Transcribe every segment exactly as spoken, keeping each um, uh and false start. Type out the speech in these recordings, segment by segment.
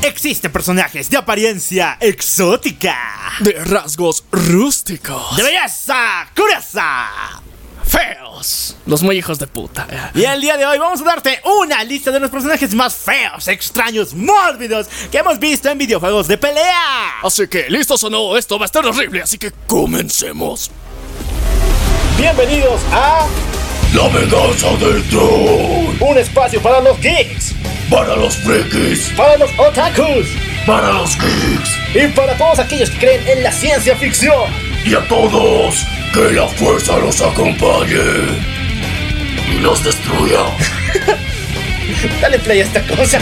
Existen personajes de apariencia exótica, de rasgos rústicos, de belleza curiosa, feos, los muy hijos de puta. Y el día de hoy vamos a darte una lista de los personajes más feos, extraños, mórbidos que hemos visto en videojuegos de pelea. Así que, ¿listos o no? Esto va a estar horrible, así que comencemos. Bienvenidos a La Venganza del Troll. un espacio para los geeks, Para los frikis, para los otakus para los geeks y para todos aquellos que creen en la ciencia ficción. y a todos, que la fuerza los acompañe y los destruya. Dale play a esta cosa.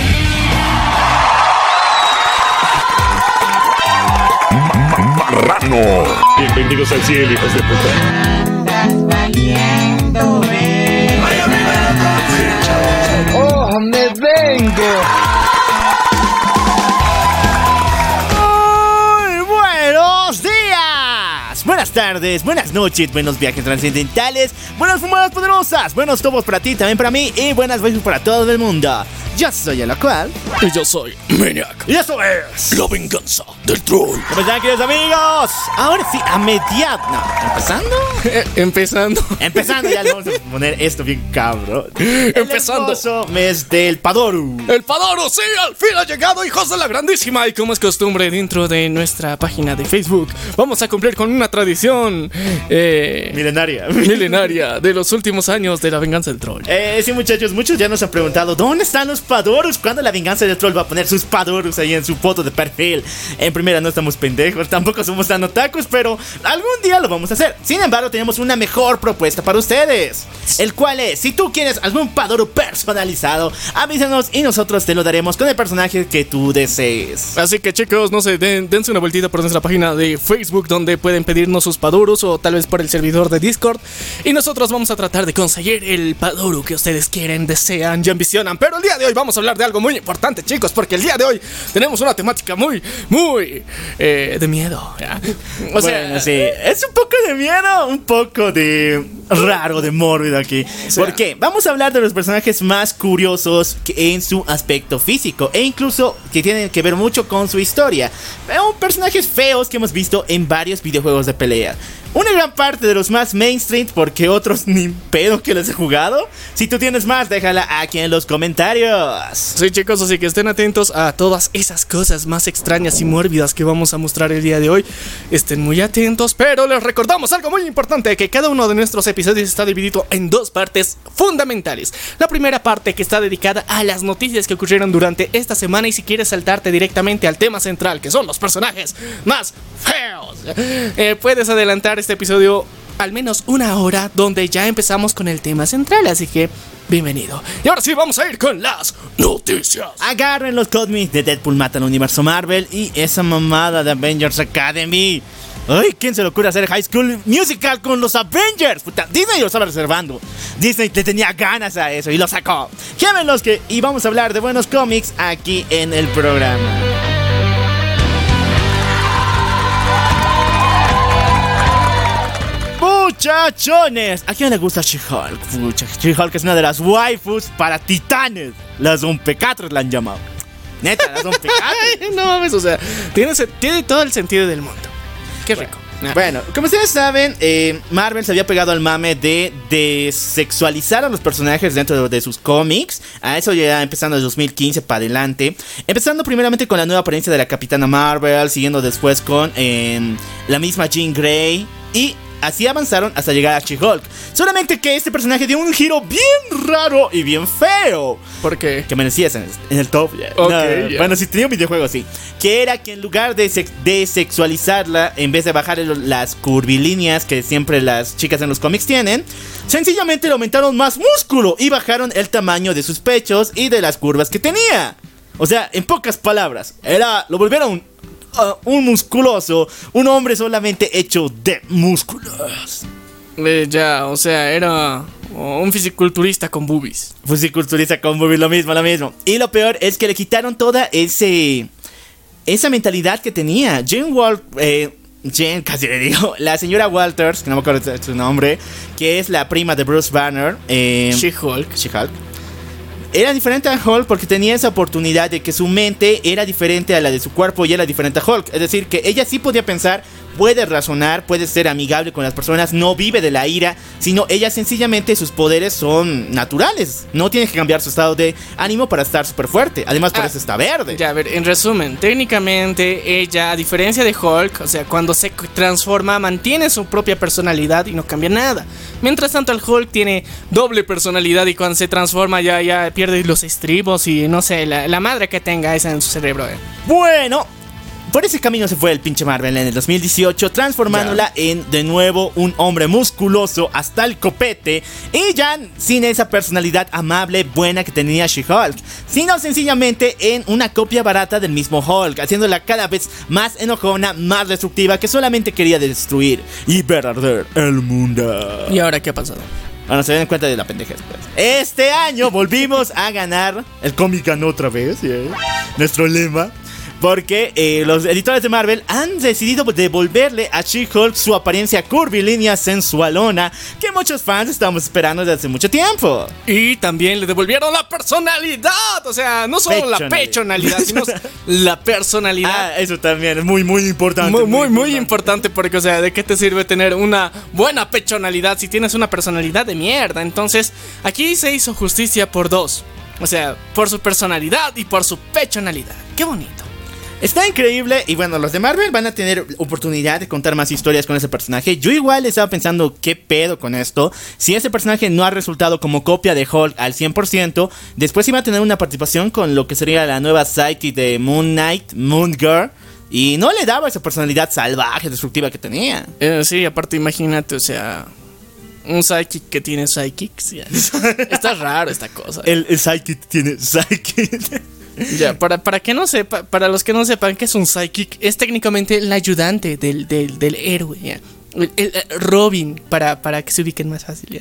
Marrano. Bienvenidos al cielo, hijos de puta. Andas valiéndome. ¡Oh, me vengo! Muy buenos días, buenas tardes, buenas noches, buenos viajes trascendentales, buenas fumadas poderosas, buenos tobos para ti, también para mí, y buenas veces para todo el mundo. Yo soy el cual Y yo soy Maniac. y eso es La Venganza del Troll. ¿Cómo están, queridos amigos? Ahora sí, a mediados. No, ¿empezando? Eh, empezando. Empezando, ya le vamos a poner esto bien cabrón. Empezando. El hermoso mes del Padoru. El Padoru, sí, al fin ha llegado, hijos de la grandísima. Y como es costumbre dentro de nuestra página de Facebook, vamos a cumplir con una tradición eh, Milenaria. milenaria de los últimos años de La Venganza del Troll. Eh, sí, muchachos, muchos ya nos han preguntado ¿dónde están los Padorus? ¿Cuándo La Venganza del Troll va a poner sus Padorus ahí en su foto de perfil? En primera, no estamos pendejos, tampoco somos tan otakus, pero algún día lo vamos a hacer. Sin embargo, tenemos una mejor propuesta para ustedes, el cual es, si tú quieres algún Padoru personalizado, avísanos y nosotros te lo daremos con el personaje que tú desees. Así que chicos, no sé, den, dense una vueltita por nuestra página de Facebook, donde pueden pedirnos sus Padorus, o tal vez por el servidor de Discord, y nosotros vamos a tratar de conseguir el Padoru que ustedes quieren, desean y ambicionan. Pero el día de hoy vamos a hablar de algo muy importante, chicos, porque el día de hoy tenemos una temática muy, muy eh, de miedo, ¿ya? O sea, Bueno, sí, es un poco de miedo, un poco de raro, de mórbido aquí. sea, ¿Por qué? Vamos a hablar de los personajes más curiosos que en su aspecto físico, e incluso que tienen que ver mucho con su historia. Pero personajes feos que hemos visto en varios videojuegos de pelea. Una gran parte de los más mainstream, porque otros ni pedo que les he jugado. Si tú tienes más, déjala aquí en los comentarios. sí, chicos, así que estén atentos a todas esas cosas más extrañas y mórbidas que vamos a mostrar el día de hoy. Estén muy atentos, pero les recordamos algo muy importante, que cada uno de nuestros episodios está dividido en dos partes fundamentales. La primera parte, que está dedicada a las noticias que ocurrieron durante esta semana, y si quieres saltarte directamente al tema central, que son los personajes más feos, eh, puedes adelantar este episodio al menos una hora, donde ya empezamos con el tema central, así que bienvenido. Y ahora sí, vamos a ir con las noticias. Agarren los cómics de Deadpool mata al universo Marvel y esa mamada de Avengers Academy. Ay, ¿quién se le ocurre hacer High School Musical con los Avengers? Puta, Disney lo estaba reservando. Disney le tenía ganas a eso y lo sacó. Llámenlos que y vamos a hablar de buenos cómics aquí en el programa. Muchachones, ¿a quién le gusta She-Hulk? Pucha, She-Hulk es una de las waifus para titanes. Las rompecatres la han llamado. Neta, las rompecatres. No mames, o sea, tiene, se- tiene todo el sentido del mundo. Qué rico. Bueno, como ustedes saben, eh, Marvel se había pegado al mame de desexualizar a los personajes dentro de, de sus cómics. A eso ya empezando de dos mil quince para adelante. Empezando primeramente con la nueva apariencia de la Capitana Marvel, siguiendo después con eh, la misma Jean Grey. Y así avanzaron hasta llegar a She-Hulk. Solamente que este personaje dio un giro bien raro y bien feo. ¿Por qué? Que merecías en, en el top. Yeah. Ok, No, yeah. Bueno, si tenía un videojuego así. Que era que en lugar de, sex- de sexualizarla, en vez de bajar el- las curvilíneas que siempre las chicas en los cómics tienen, sencillamente le aumentaron más músculo y bajaron el tamaño de sus pechos y de las curvas que tenía. O sea, en pocas palabras, era lo volvieron uh, un musculoso, un hombre solamente hecho de músculos. Eh, ya, o sea, era un fisiculturista con boobies. Fisiculturista con boobies, lo mismo, lo mismo. Y lo peor es que le quitaron toda ese esa mentalidad que tenía. Jane Walt, eh, Jane, casi le digo, la señora Walters, que no me acuerdo de su nombre, que es la prima de Bruce Banner, eh, She-Hulk. She-Hulk. era diferente a Hulk porque tenía esa oportunidad de que su mente era diferente a la de su cuerpo y era diferente a Hulk. Es decir, que ella sí podía pensar, puede razonar, puede ser amigable con las personas, no vive de la ira, sino ella sencillamente sus poderes son naturales. No tiene que cambiar su estado de ánimo para estar súper fuerte. Además, por Ah, eso está verde. Ya, a ver, en resumen, técnicamente ella, a diferencia de Hulk, o sea, cuando se transforma, mantiene su propia personalidad y no cambia nada. Mientras tanto, el Hulk tiene doble personalidad y cuando se transforma ya, ya pierde los estribos y no sé, la, la madre que tenga esa en su cerebro. Eh. Bueno, por ese camino se fue el pinche Marvel en el dos mil dieciocho, transformándola ya. en de nuevo un hombre musculoso hasta el copete y ya sin esa personalidad amable, buena que tenía She-Hulk, sino sencillamente en una copia barata del mismo Hulk, haciéndola cada vez más enojona, más destructiva, que solamente quería destruir y ver arder el mundo. ¿Y ahora qué ha pasado? Bueno, se den cuenta de la pendeja después. Este año volvimos a ganar. El cómic ganó otra vez, ¿sí? Nuestro lema. Porque eh, los editores de Marvel han decidido devolverle a She-Hulk su apariencia curvilínea sensualona que muchos fans estamos esperando desde hace mucho tiempo. Y también le devolvieron la personalidad. O sea, no solo la pechonalidad, sino la personalidad. Ah, eso también es muy, muy importante. Muy, muy, muy, muy importante. importante porque, o sea, ¿de qué te sirve tener una buena pechonalidad si tienes una personalidad de mierda? Entonces, aquí se hizo justicia por dos. O sea, por su personalidad y por su pechonalidad. Qué bonito. Está increíble y bueno, los de Marvel van a tener oportunidad de contar más historias con ese personaje. Yo igual estaba pensando qué pedo con esto. Si ese personaje no ha resultado como copia de Hulk al cien por ciento, después iba a tener una participación con lo que sería la nueva Psyche de Moon Knight, Moon Girl. Y no le daba esa personalidad salvaje, destructiva que tenía. Eh, sí, aparte imagínate, o sea... Un Psychic que tiene Psychics. Ya. Está raro esta cosa. El, el Psychic tiene Psychic. Ya, para, para que no sepa, para los que no sepan qué es un Psychic, es técnicamente el ayudante del, del, del héroe, ¿ya? El, el, el Robin, para, para que se ubiquen más fácil, ¿ya?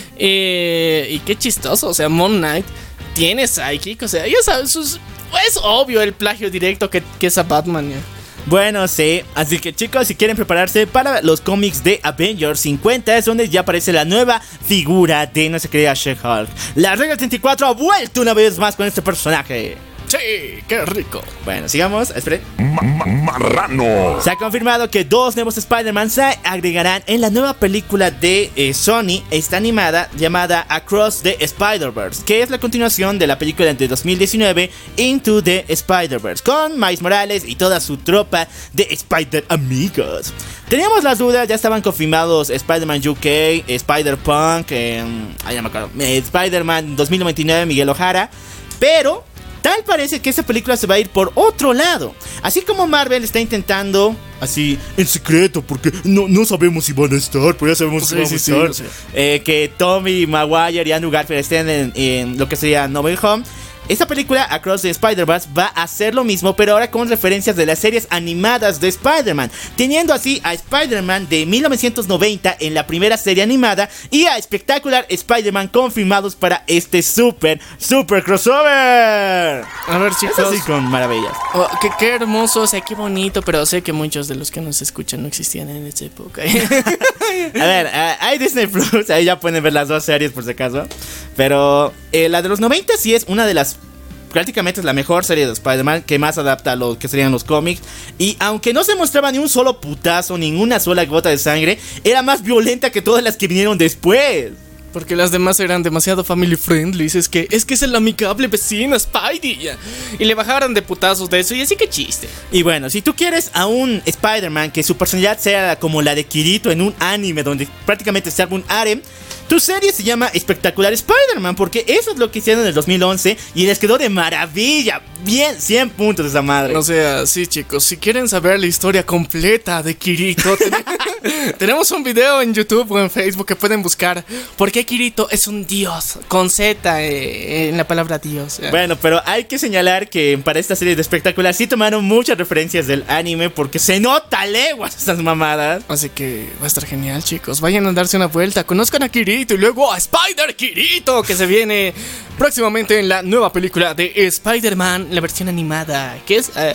Eh, y qué chistoso, o sea, Moon Knight tiene Psychic, o sea, ya sabes, es, es obvio el plagio directo que, que es a Batman, ¿ya? Bueno, sí, así que chicos, si quieren prepararse para los cómics de Avengers cincuenta, es donde ya aparece la nueva figura de nuestra querida She-Hulk. La Regla treinta y cuatro ha vuelto una vez más con este personaje. Sí, qué rico. Bueno, sigamos, esperen. Ma- ma- marrano. Se ha confirmado que dos nuevos Spider-Man se agregarán en la nueva película de eh, Sony, esta animada, llamada Across the Spider-Verse, que es la continuación de la película de dos mil diecinueve, Into the Spider-Verse, con Miles Morales y toda su tropa de Spider-Amigos. Teníamos las dudas, ya estaban confirmados Spider-Man U K, Spider-Punk, eh, ah, ya me acuerdo, eh, Spider-Man dos mil noventa y nueve, Miguel O'Hara, pero... tal parece que esta película se va a ir por otro lado. Así como Marvel está intentando, así, en secreto, porque no, no sabemos si van a estar, pero ya sabemos si Sí, van sí, a sí, estar. lo sé. Eh, que Tobey Maguire y Andrew Garfield estén en, en lo que sería No Way Home. Esta película, Across the Spider-Verse, va a hacer lo mismo, pero ahora con referencias de las series animadas de Spider-Man, teniendo así a Spider-Man de mil novecientos noventa en la primera serie animada y a Spectacular Spider-Man confirmados para este super, super crossover. A ver, chicos. Es así con maravillas. Oh, qué, qué hermoso, o sea, qué bonito, pero sé que muchos de los que nos escuchan no existían en esa época. A ver, uh, hay Disney Plus, ahí ya pueden ver las dos series por si acaso. Pero eh, la de los noventa sí es una de las... prácticamente es la mejor serie de Spider-Man que más adapta a lo que serían los cómics. Y aunque no se mostraba ni un solo putazo, ninguna sola gota de sangre, era más violenta que todas las que vinieron después. Porque las demás eran demasiado family friendly. Es que es que es el amigable vecino Spidey. Ya. Y le bajaron de putazos de eso. Y así que chiste. Y bueno, si tú quieres a un Spider-Man que su personalidad sea como la de Kirito en un anime donde prácticamente se arma un harem, tu serie se llama Espectacular Spider-Man, porque eso es lo que hicieron en el dos mil once y les quedó de maravilla. Bien, cien puntos esa madre. O sea, sí, chicos, si quieren saber la historia completa de Kirito, ten- tenemos un video en YouTube o en Facebook que pueden buscar. Porque Kirito es un dios, con Z eh, en la palabra dios. ¿eh? Bueno, pero hay que señalar que para esta serie de Espectacular sí tomaron muchas referencias del anime, porque se nota leguas estas mamadas. Así que va a estar genial, chicos. Vayan a darse una vuelta, conozcan a Kirito y luego a Spider Kirito, que se viene próximamente en la nueva película de Spider-Man, la versión animada, que es... Eh,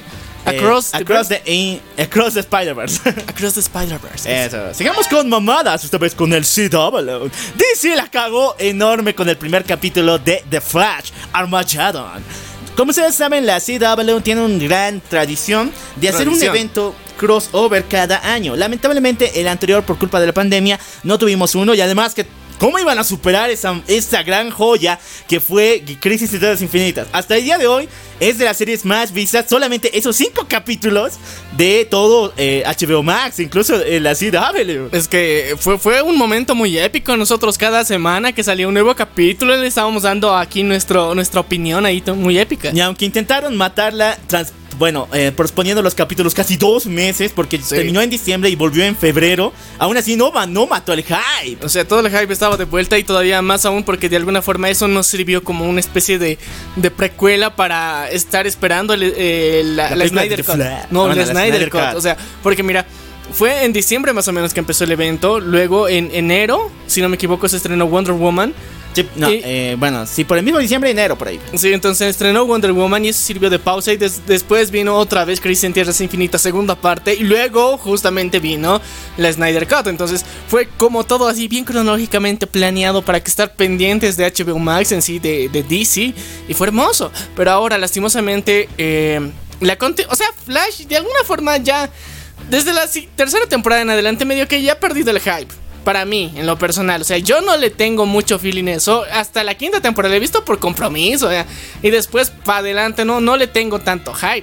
Across, eh, the, across, the, in, across the Spider-Verse. across the Spider-Verse. Eso. Sigamos con mamadas, esta vez con el C W. D C la cagó enorme con el primer capítulo de The Flash, Armageddon. Como ustedes saben, la C W tiene una gran tradición de hacer Tradición. un evento crossover cada año. Lamentablemente, el anterior, por culpa de la pandemia, no tuvimos uno. Y además que, ¿cómo iban a superar esa, esa gran joya que fue Crisis en Tierras Infinitas? Hasta el día de hoy es de las series más vistas. Solamente esos cinco capítulos de todo eh, H B O Max, incluso en la C W. Es que fue, fue un momento muy épico. Nosotros cada semana que salía un nuevo capítulo le estábamos dando aquí nuestro, nuestra opinión ahí muy épica. Y aunque intentaron matarla, trans bueno, eh, posponiendo los capítulos casi dos meses, porque sí. terminó en diciembre y volvió en febrero, aún así no, no mató el hype. O sea, todo el hype estaba de vuelta y todavía más aún porque de alguna forma eso nos sirvió como una especie de, de precuela para estar esperando el, eh, la, la, la Snyder Cut. No, no, la, la Snyder, Snyder Cut. Cut. O sea, porque mira, fue en diciembre más o menos que empezó el evento. Luego en enero, si no me equivoco, se estrenó Wonder Woman. Sí, no, y, eh, bueno, sí, por el mismo diciembre y enero, por ahí. Sí, entonces estrenó Wonder Woman y eso sirvió de pausa. Y des, después vino otra vez Crisis en Tierras Infinitas, segunda parte. Y luego justamente vino la Snyder Cut. Entonces fue como todo así bien cronológicamente planeado para que estar pendientes de H B O Max en sí, de, de D C. Y fue hermoso. Pero ahora lastimosamente eh, la conte- O sea, Flash de alguna forma ya desde la si- tercera temporada en adelante medio que ya ha perdido el hype. Para mí, en lo personal, o sea, yo no le tengo mucho feeling a eso. Hasta la quinta temporada la he visto por compromiso, o sea, y después para adelante no, no le tengo tanto hype.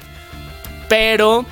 Pero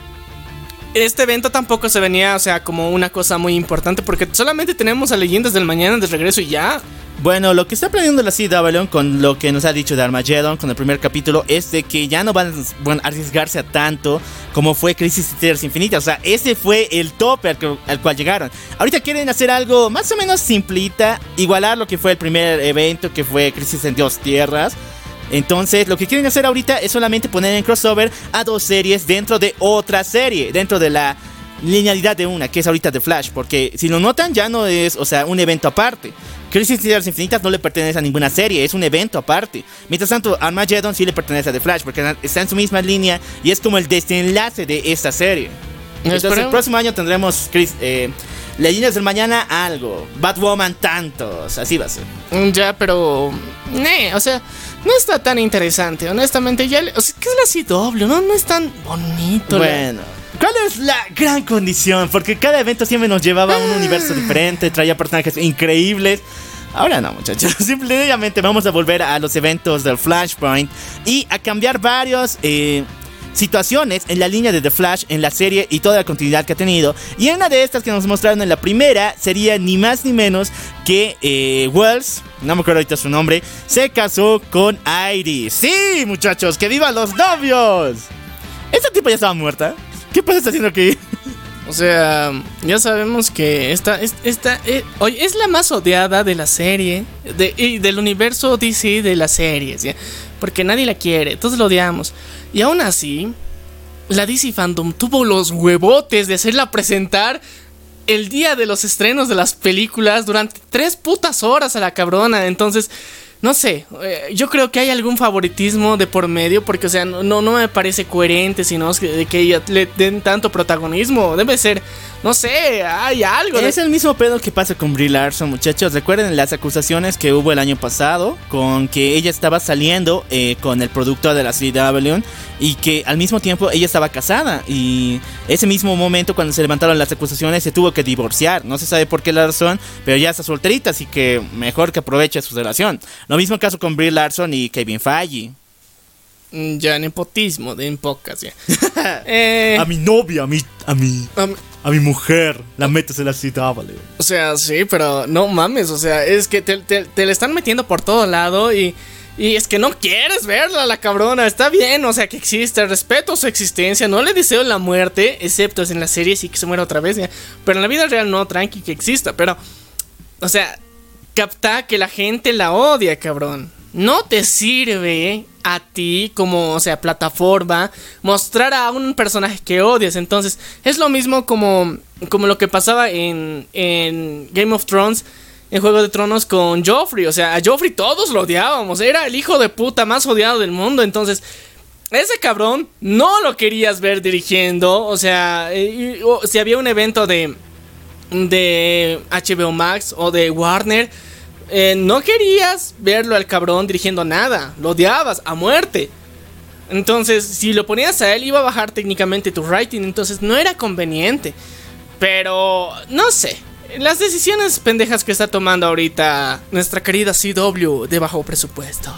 este evento tampoco se venía, o sea, como una cosa muy importante, porque solamente tenemos a Leyendas del Mañana de regreso y ya. Bueno, lo que está planeando la C W con lo que nos ha dicho de Armageddon con el primer capítulo es de que ya no van bueno, a arriesgarse a tanto como fue Crisis en Tierras Infinitas. O sea, ese fue el tope al, que, al cual llegaron. Ahorita quieren hacer algo más o menos simplita, igualar lo que fue el primer evento que fue Crisis en Dos Tierras. Entonces, lo que quieren hacer ahorita es solamente poner en crossover a dos series dentro de otra serie, dentro de la linealidad de una, que es ahorita The Flash. Porque si lo notan, ya no es, o sea, un evento aparte. Crisis en Tierras Infinitas no le pertenece a ninguna serie, es un evento aparte. Mientras tanto, Armageddon sí le pertenece a The Flash, porque está en su misma línea y es como el desenlace de esta serie. Entonces, Esperemos. el próximo año tendremos Chris, eh, Leyendas del Mañana algo, Batwoman tantos, así va a ser. Ya, pero... Nee, o sea, no está tan interesante, honestamente. Ya, le, o sea, ¿qué es la C W? No, no es tan bonito. Bueno... La... ¿Cuál es la gran condición? Porque cada evento siempre nos llevaba a un universo diferente, traía personajes increíbles. Ahora no, muchachos. Simplemente vamos a volver a los eventos del Flashpoint y a cambiar varios eh, situaciones en la línea de The Flash, en la serie y toda la continuidad que ha tenido. Y una de estas que nos mostraron en la primera sería ni más ni menos que eh, Wells, no me acuerdo ahorita su nombre, se casó con Iris. Sí, muchachos, que vivan los novios. Esta tipo ya estaba muerta. ¿Qué pasa haciendo aquí? O sea, ya sabemos que esta, esta, esta eh, oye, es la más odiada de la serie de, y del universo D C de las series, ¿ya? Porque nadie la quiere, todos la odiamos. Y aún así, la D C Fandom tuvo los huevotes de hacerla presentar el día de los estrenos de las películas durante tres putas horas a la cabrona. Entonces... No sé, eh, yo creo que hay algún favoritismo de por medio, porque, o sea, no, no me parece coherente, sino que, que ella le den tanto protagonismo. Debe ser, no sé, hay algo. Es de... el mismo pedo que pasa con Brie Larson, muchachos. Recuerden las acusaciones que hubo el año pasado con que ella estaba saliendo eh, con el productor de la C W y que al mismo tiempo ella estaba casada. Y ese mismo momento, cuando se levantaron las acusaciones, se tuvo que divorciar. No se sabe por qué la razón, pero ya está solterita, así que mejor que aproveche su relación. Lo mismo caso con Brie Larson y Kevin Feige. Ya, nepotismo de en pocas, ya. eh, a mi novia, a mi, a mi, a mi, a mi mujer, la metes en la cita, vale. O sea, sí, pero no mames, o sea, es que te, te, te le están metiendo por todo lado y... Y es que no quieres verla, la cabrona. Está bien, o sea, que existe. Respeto su existencia. No le deseo la muerte, excepto en la serie sí que se muera otra vez, ¿ya? Pero en la vida real no, tranqui, que exista. Pero, o sea, capta que la gente la odia, cabrón. No te sirve a ti como, o sea, plataforma mostrar a un personaje que odias. Entonces, es lo mismo como, como lo que pasaba en, en Game of Thrones, en Juego de Tronos con Joffrey. O sea, a Joffrey todos lo odiábamos. Era el hijo de puta más odiado del mundo. Entonces, ese cabrón no lo querías ver dirigiendo. O sea, eh, y, o, si había un evento de, de H B O Max o de Warner, eh, no querías verlo al cabrón dirigiendo nada. Lo odiabas a muerte. Entonces, si lo ponías a él, iba a bajar técnicamente tu rating. Entonces, no era conveniente. Pero, no sé. Las decisiones pendejas que está tomando ahorita nuestra querida C W de bajo presupuesto.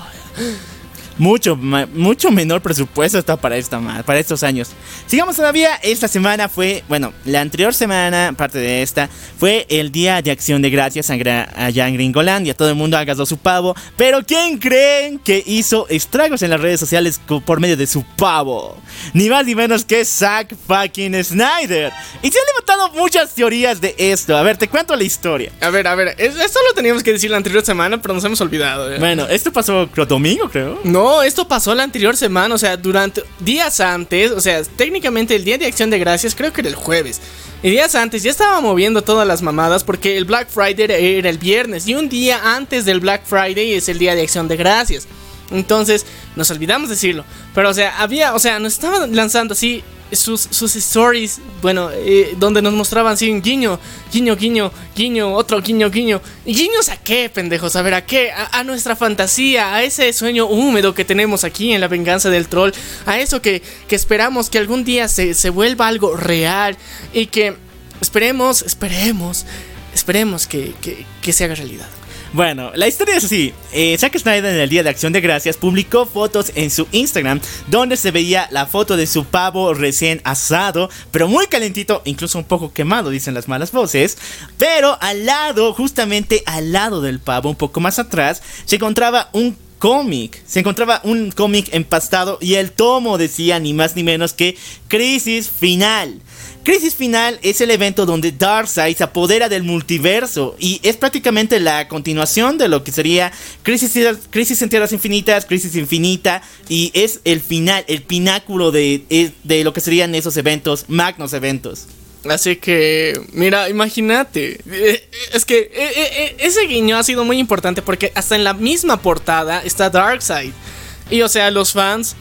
Mucho, mucho menor presupuesto está para esta para estos años. Sigamos todavía. Esta semana fue, bueno, la anterior semana, parte de esta, fue el Día de Acción de Gracias allá en Gringolandia. Todo el mundo agasó su pavo. Pero ¿quién creen que hizo estragos en las redes sociales por medio de su pavo? Ni más ni menos que Zack fucking Snyder. Y se han levantado muchas teorías de esto. A ver, te cuento la historia. A ver, a ver, esto lo teníamos que decir la anterior semana, pero nos hemos olvidado. ¿eh? Bueno, esto pasó creo, domingo, creo. No. No, esto pasó la anterior semana, o sea, durante días antes, o sea, técnicamente el Día de Acción de Gracias creo que era el jueves. Y días antes ya estaba moviendo todas las mamadas porque el Black Friday era el viernes y un día antes del Black Friday es el Día de Acción de Gracias. Entonces, nos olvidamos decirlo. Pero, o sea, había, o sea, nos estaban lanzando así sus, sus stories, bueno, eh, donde nos mostraban así un guiño, guiño, guiño, guiño, otro guiño, guiño. ¿Y guiños a qué, pendejos? A ver, ¿a qué? A, a nuestra fantasía, a ese sueño húmedo que tenemos aquí en La Venganza del Troll, a eso que, que esperamos que algún día se, se vuelva algo real y que esperemos, esperemos, esperemos que, que, que se haga realidad. Bueno, la historia es así. eh, Zack Snyder en el Día de Acción de Gracias publicó fotos en su Instagram donde se veía la foto de su pavo recién asado, pero muy calentito, incluso un poco quemado, dicen las malas voces. Pero al lado, justamente al lado del pavo, un poco más atrás, se encontraba un cómic. Se encontraba un cómic empastado y el tomo decía ni más ni menos que Crisis Final. Crisis Final es el evento donde Darkseid se apodera del multiverso y es prácticamente la continuación de lo que sería Crisis, Crisis en Tierras Infinitas, Crisis Infinita, y es el final, el pináculo de, de lo que serían esos eventos, magnos eventos. Así que, mira, imagínate. Es que ese guiño ha sido muy importante porque hasta en la misma portada está Darkseid. Y o sea, los fans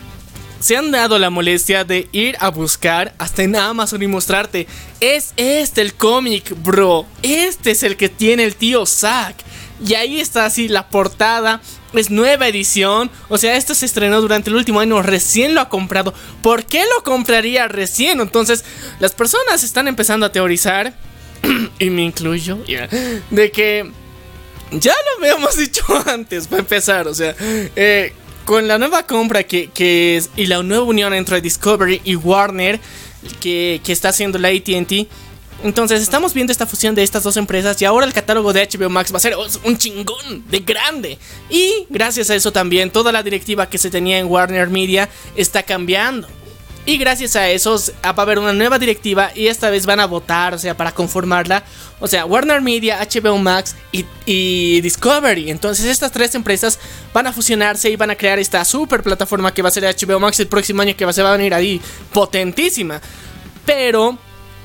se han dado la molestia de ir a buscar hasta en Amazon y mostrarte: es este el cómic, bro. Este es el que tiene el tío Zack. Y ahí está así la portada. Es nueva edición. O sea, esto se estrenó durante el último año. Recién lo ha comprado. ¿Por qué lo compraría recién? Entonces, las personas están empezando a teorizar, y me incluyo, yeah, de que ya lo habíamos dicho antes, para empezar. O sea, eh, con la nueva compra que, que es, y la nueva unión entre Discovery y Warner que, que está haciendo la A T and T. Entonces estamos viendo esta fusión de estas dos empresas y ahora el catálogo de H B O Max va a ser un chingón de grande. Y gracias a eso también toda la directiva que se tenía en Warner Media está cambiando. Y gracias a eso va a haber una nueva directiva y esta vez van a votar, o sea, para conformarla. O sea, Warner Media, H B O Max y, y Discovery. Entonces estas tres empresas van a fusionarse y van a crear esta super plataforma que va a ser H B O Max el próximo año, que va, se va a venir ahí potentísima. Pero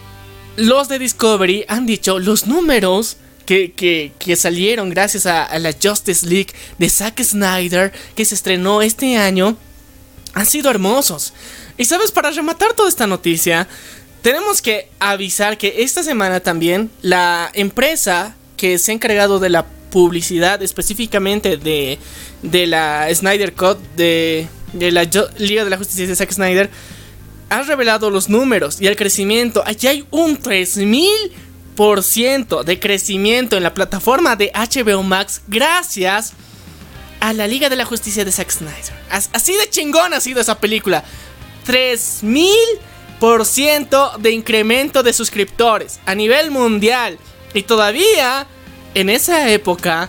los de Discovery han dicho los números que, que, que salieron gracias a, a la Justice League de Zack Snyder, que se estrenó este año, han sido hermosos. Y sabes, para rematar toda esta noticia, tenemos que avisar que esta semana también la empresa que se ha encargado de la publicidad, específicamente de, de la Snyder Cut, de, de la Jo- Liga de la Justicia de Zack Snyder, ha revelado los números y el crecimiento. Allí hay un tres mil por ciento de crecimiento en la plataforma de H B O Max gracias a la Liga de la Justicia de Zack Snyder. Así de chingón ha sido esa película. tres mil por ciento de incremento de suscriptores a nivel mundial. Y todavía en esa época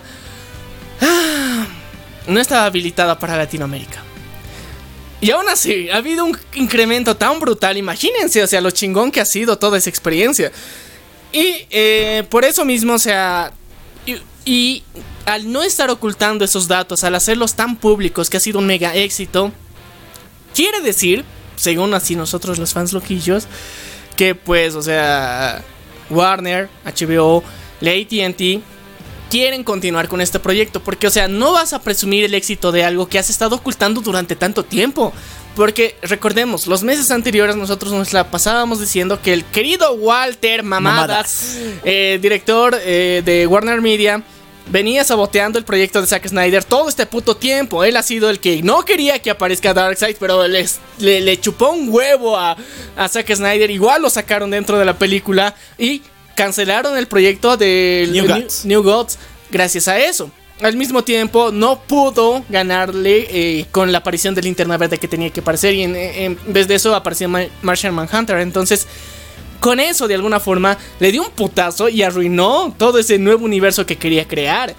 ah, no estaba habilitada para Latinoamérica. Y aún así, ha habido un incremento tan brutal. Imagínense, o sea, lo chingón que ha sido toda esa experiencia. Y eh, por eso mismo, o sea, y, y al no estar ocultando esos datos, al hacerlos tan públicos, que ha sido un mega éxito, quiere decir, según así nosotros los fans loquillos, que pues, o sea, Warner, H B O, la A T and T quieren continuar con este proyecto. Porque, o sea, no vas a presumir el éxito de algo que has estado ocultando durante tanto tiempo. Porque recordemos, los meses anteriores nosotros nos la pasábamos diciendo que el querido Walter Mamadas, Mamadas. Eh, director eh, de Warner Media, venía saboteando el proyecto de Zack Snyder todo este puto tiempo. Él ha sido el que no quería que aparezca Darkseid, pero les, le, le chupó un huevo a, a Zack Snyder. Igual lo sacaron dentro de la película y cancelaron el proyecto de New, New, Gods. New Gods gracias a eso. Al mismo tiempo no pudo ganarle eh, con la aparición de Linterna Verde que tenía que aparecer, y en, en vez de eso apareció Ma- Martian Manhunter. Entonces con eso de alguna forma le dio un putazo y arruinó todo ese nuevo universo que quería crear.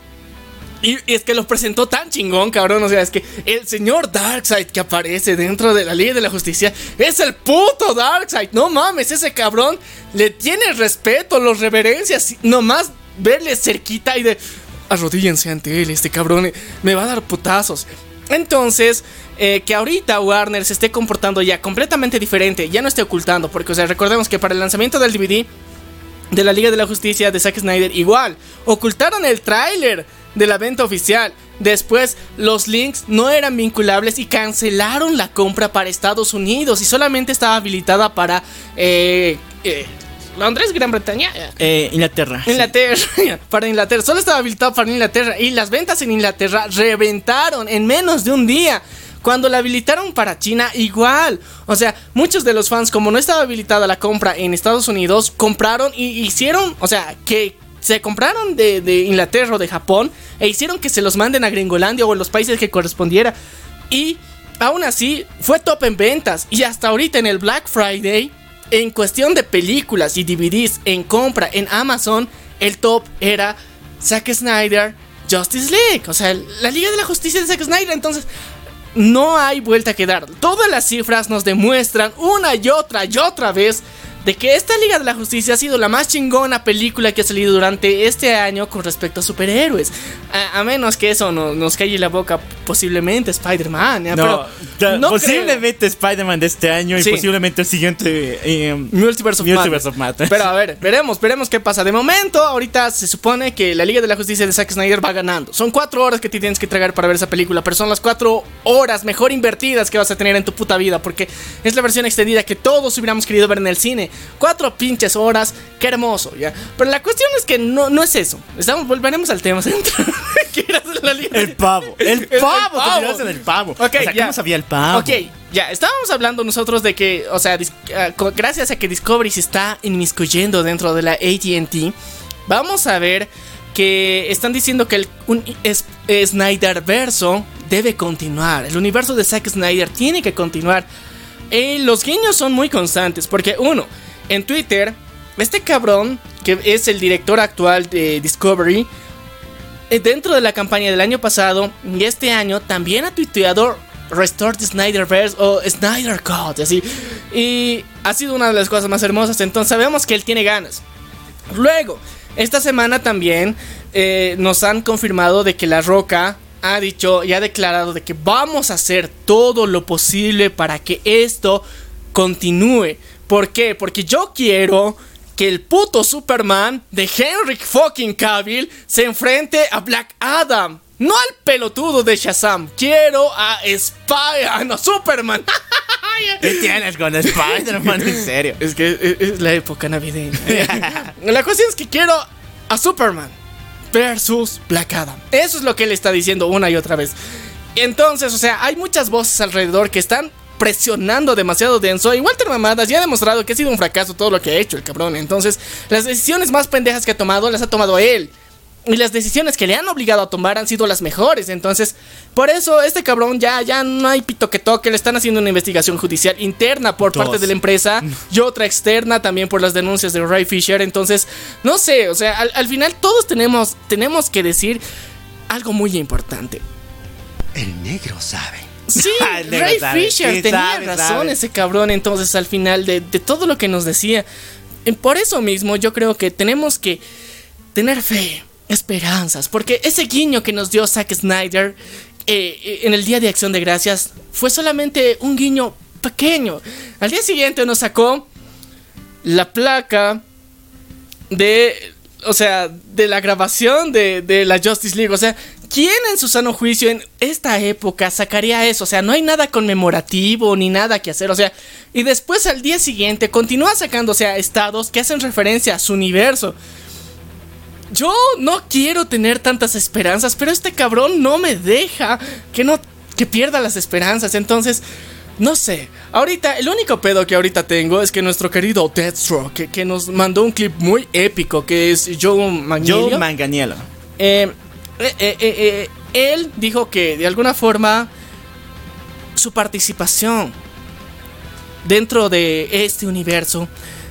Y, y es que lo presentó tan chingón, cabrón. O sea, es que el señor Darkseid que aparece dentro de la Liga de la Justicia es el puto Darkseid. No mames, ese cabrón le tiene respeto, los reverencias. Nomás verle cerquita y de... arrodíllense ante él, este cabrón me va a dar putazos. Entonces, eh, que ahorita Warner se esté comportando ya completamente diferente, ya no esté ocultando, porque, o sea, recordemos que para el lanzamiento del D V D de la Liga de la Justicia de Zack Snyder, igual, ocultaron el tráiler de la venta oficial. Después, los links no eran vinculables y cancelaron la compra para Estados Unidos y solamente estaba habilitada para... Eh, eh, Londres, Gran Bretaña, eh, Inglaterra. Inglaterra, sí. Para Inglaterra, solo estaba habilitado para Inglaterra. Y las ventas en Inglaterra reventaron en menos de un día. Cuando la habilitaron para China, igual. O sea, muchos de los fans, como no estaba habilitada la compra en Estados Unidos, compraron y hicieron, o sea, que se compraron de, de Inglaterra o de Japón e hicieron que se los manden a Gringolandia o en los países que correspondiera. Y aún así, fue top en ventas. Y hasta ahorita en el Black Friday, en cuestión de películas y D V Ds en compra en Amazon, el top era Zack Snyder, Justice League. O sea, la Liga de la Justicia de Zack Snyder. Entonces, no hay vuelta que dar. Todas las cifras nos demuestran una y otra y otra vez de que esta Liga de la Justicia ha sido la más chingona película que ha salido durante este año con respecto a superhéroes. A, a menos que eso no, nos calle la boca, posiblemente Spider-Man. ¿ya? No, Pero no posiblemente creo. Spider-Man de este año, sí, y posiblemente el siguiente eh, Multiverse of Multiverse Madness. of Madness. Pero a ver, veremos, veremos qué pasa. De momento, ahorita se supone que la Liga de la Justicia de Zack Snyder va ganando. Son cuatro horas que te tienes que tragar para ver esa película, pero son las cuatro horas mejor invertidas que vas a tener en tu puta vida, porque es la versión extendida que todos hubiéramos querido ver en el cine. Cuatro pinches horas, qué hermoso, ¿ya? Pero la cuestión es que no, no es eso. Estamos, volveremos al tema central. ¿Qué era la Liga? El pavo, el, el pavo, pavo. te tiraste en el pavo. Ok, o sea, ya. ¿cómo sabía el pavo? Ok, ya, estábamos hablando nosotros de que, o sea, dis- uh, gracias a que Discovery se está inmiscuyendo dentro de la A T and T, vamos a ver que están diciendo que el un, es, es Snyderverso debe continuar. El universo de Zack Snyder tiene que continuar. Eh, los guiños son muy constantes, porque uno, en Twitter, este cabrón, que es el director actual de Discovery, eh, dentro de la campaña del año pasado y este año, también ha tuiteado Restore the Snyderverse o Snyder Cut, así. Y ha sido una de las cosas más hermosas. Entonces sabemos que él tiene ganas. Luego, esta semana también eh, nos han confirmado de que La Roca ha dicho y ha declarado de que vamos a hacer todo lo posible para que esto continúe. ¿Por qué? Porque yo quiero que el puto Superman de Henry fucking Cavill se enfrente a Black Adam. No al pelotudo de Shazam. Quiero a Spider... No, Superman. ¿Qué tienes con Spider-Man? En serio. Es que es, es la época navideña. La cuestión es que quiero a Superman versus Black Adam. Eso es lo que él está diciendo una y otra vez. Entonces, o sea, hay muchas voces alrededor que están presionando demasiado denso. Y Walter Mamadas ya ha demostrado que ha sido un fracaso todo lo que ha hecho el cabrón. Entonces, las decisiones más pendejas que ha tomado las ha tomado él. Y las decisiones que le han obligado a tomar han sido las mejores. Entonces, por eso este cabrón ya, ya no hay pito que toque. Le están haciendo una investigación judicial interna por Dos. parte de la empresa y otra externa también por las denuncias de Ray Fisher. Entonces, no sé, o sea, al, al final todos tenemos, tenemos que decir algo muy importante. El negro sabe. Sí, El negro Ray sabe. Fisher Sí, tenía sabe, razón, sabe. ese cabrón. Entonces, al final de, de todo lo que nos decía, eh, por eso mismo yo creo que tenemos que tener fe, esperanzas, porque ese guiño que nos dio Zack Snyder eh, en el Día de Acción de Gracias fue solamente un guiño pequeño. Al día siguiente nos sacó la placa de, o sea, de la grabación de, de la Justice League. O sea, ¿quién en su sano juicio en esta época sacaría eso? O sea, no hay nada conmemorativo ni nada que hacer, o sea, y después al día siguiente continúa sacando, o sea, estados que hacen referencia a su universo. Yo no quiero tener tantas esperanzas, pero este cabrón no me deja que no que pierda las esperanzas, entonces no sé. Ahorita, el único pedo que ahorita tengo es que nuestro querido Deathstroke, que, que nos mandó un clip muy épico, que es Joe Manganiello. Joe Manganiello. Eh, eh, eh, eh, él dijo que de alguna forma su participación dentro de este universo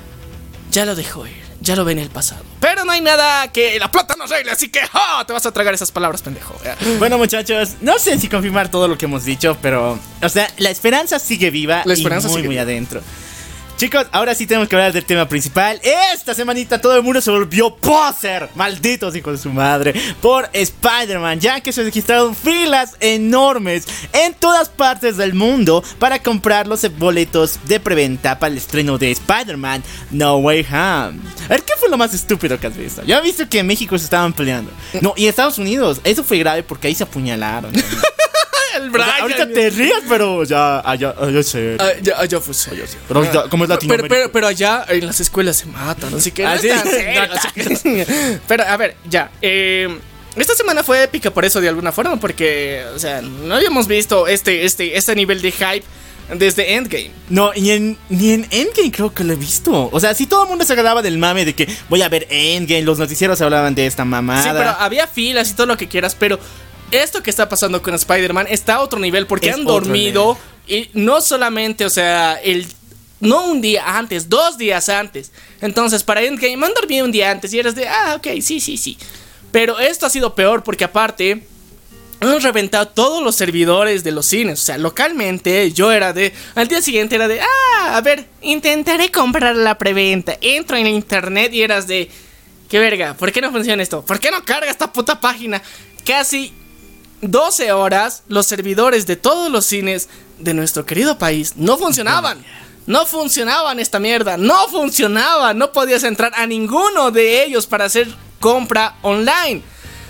ya lo dejó ir, ya lo ve en el pasado. Pero no hay nada que la plata no arregle, así que ¡oh! Te vas a tragar esas palabras, pendejo. Bueno, muchachos, no sé si confirmar todo lo que hemos dicho, pero, o sea, la esperanza sigue viva la esperanza y muy, sigue muy viva. adentro. Chicos, ahora sí tenemos que hablar del tema principal. Esta semanita todo el mundo se volvió poser, malditos hijos de su madre, por Spider-Man, ya que se registraron filas enormes en todas partes del mundo para comprar los boletos de preventa para el estreno de Spider-Man No Way Home. A ver, ¿qué fue lo más estúpido que has visto? Yo he visto que en México se estaban peleando. No, y en Estados Unidos, eso fue grave porque ahí se apuñalaron. El Brian. O sea, ahorita te rías, pero ya, allá, allá sé. Allá, allá fue serio. Pero ya, como es pero, Latinoamérica. pero, pero allá en las escuelas se matan, así que no ¿Ah, es sí? tan serio, No, así que- Pero a ver, ya. Eh, esta semana fue épica por eso de alguna forma, porque, o sea, no habíamos visto este, este, este nivel de hype desde Endgame. No, ni en, ni en Endgame creo que lo he visto. O sea, sí, todo el mundo se agarraba del mame de que voy a ver Endgame. Los noticieros hablaban de esta mamada. Sí, pero había filas y todo lo que quieras, pero esto que está pasando con Spider-Man está a otro nivel porque Es han otro dormido y no solamente, o sea, el no un día antes, dos días antes. Entonces, para Endgame han dormido un día antes y eres de, ah, ok, sí, sí, sí. Pero esto ha sido peor porque aparte han reventado todos los servidores de los cines. O sea, localmente yo era de, al día siguiente era de, ah, a ver, intentaré comprar la preventa. Entro en internet y eras de, qué verga, ¿por qué no funciona esto? ¿Por qué no carga esta puta página? Casi doce horas los servidores de todos los cines de nuestro querido país no funcionaban. No funcionaban esta mierda. No funcionaba. No podías entrar a ninguno de ellos para hacer compra online.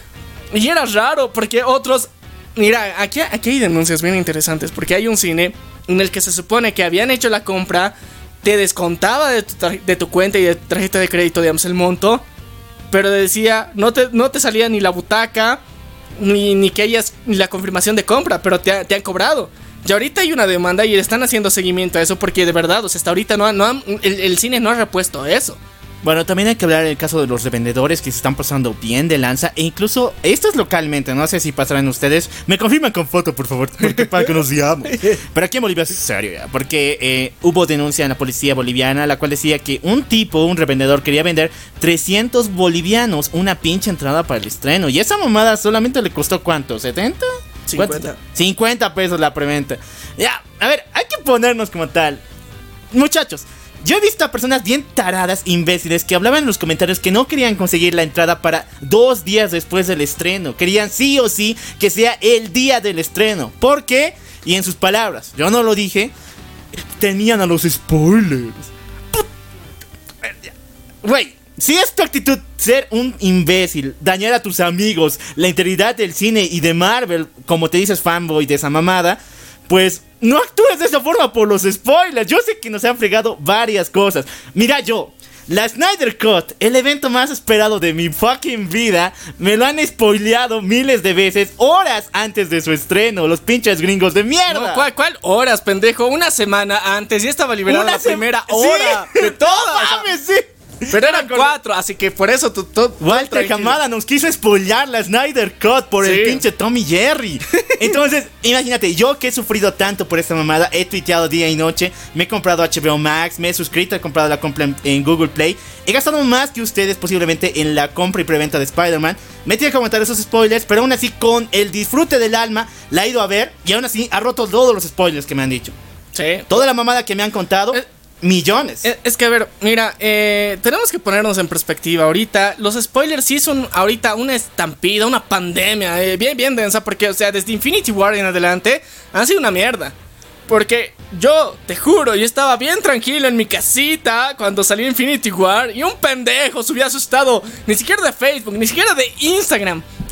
Y era raro porque otros... Mira, aquí, aquí hay denuncias bien interesantes. Porque hay un cine en el que se supone que habían hecho la compra, te descontaba de tu, de tu cuenta y de tu tarjeta de crédito, digamos, el monto, pero decía, no te, no te salía ni la butaca Ni, ni que hayas ni la confirmación de compra, pero te, ha, te han cobrado. Y ahorita hay una demanda y le están haciendo seguimiento a eso porque de verdad, o sea, hasta ahorita no, no han, el, el cine no ha repuesto eso. Bueno, también hay que hablar del caso de los revendedores que se están pasando bien de lanza. E incluso, esto es localmente, no sé si pasarán ustedes. Me confirman con foto, por favor, porque para que nos digamos. Pero aquí en Bolivia es serio ya, porque eh, hubo denuncia en la policía boliviana, la cual decía que un tipo, un revendedor, quería vender trescientos bolivianos una pinche entrada para el estreno. Y esa mamada solamente le costó, ¿cuánto? ¿setenta? cincuenta. cincuenta pesos la preventa. Ya, a ver, hay que ponernos como tal. Muchachos, yo he visto a personas bien taradas, imbéciles, que hablaban en los comentarios que no querían conseguir la entrada para dos días después del estreno. Querían sí o sí que sea el día del estreno. ¿Por qué? Y en sus palabras, yo no lo dije, tenían a los spoilers. Güey, si es tu actitud ser un imbécil, dañar a tus amigos, la integridad del cine y de Marvel, como te dices fanboy de esa mamada, pues no actúes de esa forma por los spoilers. Yo sé que nos han fregado varias cosas. Mira yo, la Snyder Cut, el evento más esperado de mi fucking vida, me lo han spoileado miles de veces, horas antes de su estreno, los pinches gringos de mierda. No, ¿cuál, ¿Cuál horas, pendejo? Una semana antes y estaba liberada Una la se- primera sí, hora de todas. No mames, sí. Pero eran cuatro, así que por eso tú... tú Walter Hamada nos quiso spoilear la Snyder Cut por Sí. el pinche Tommy Jerry. Entonces, imagínate, yo que he sufrido tanto por esta mamada, he tuiteado día y noche, me he comprado H B O Max, me he suscrito, he comprado la compra en, en Google Play, he gastado más que ustedes posiblemente en la compra y preventa de Spider-Man. Me tiene que comentar esos spoilers, pero aún así con el disfrute del alma la he ido a ver y aún así ha roto todos los spoilers que me han dicho. Sí. Toda la mamada que me han contado. Eh, Millones. Es, es que a ver, mira, eh, tenemos que ponernos en perspectiva ahorita. Los spoilers sí son ahorita una estampida, una pandemia eh, bien, bien densa. Porque, o sea, desde Infinity War en adelante han sido una mierda. Porque yo, te juro, yo estaba bien tranquilo en mi casita cuando salió Infinity War y un pendejo subía su estado, ni siquiera de Facebook, ni siquiera de Instagram,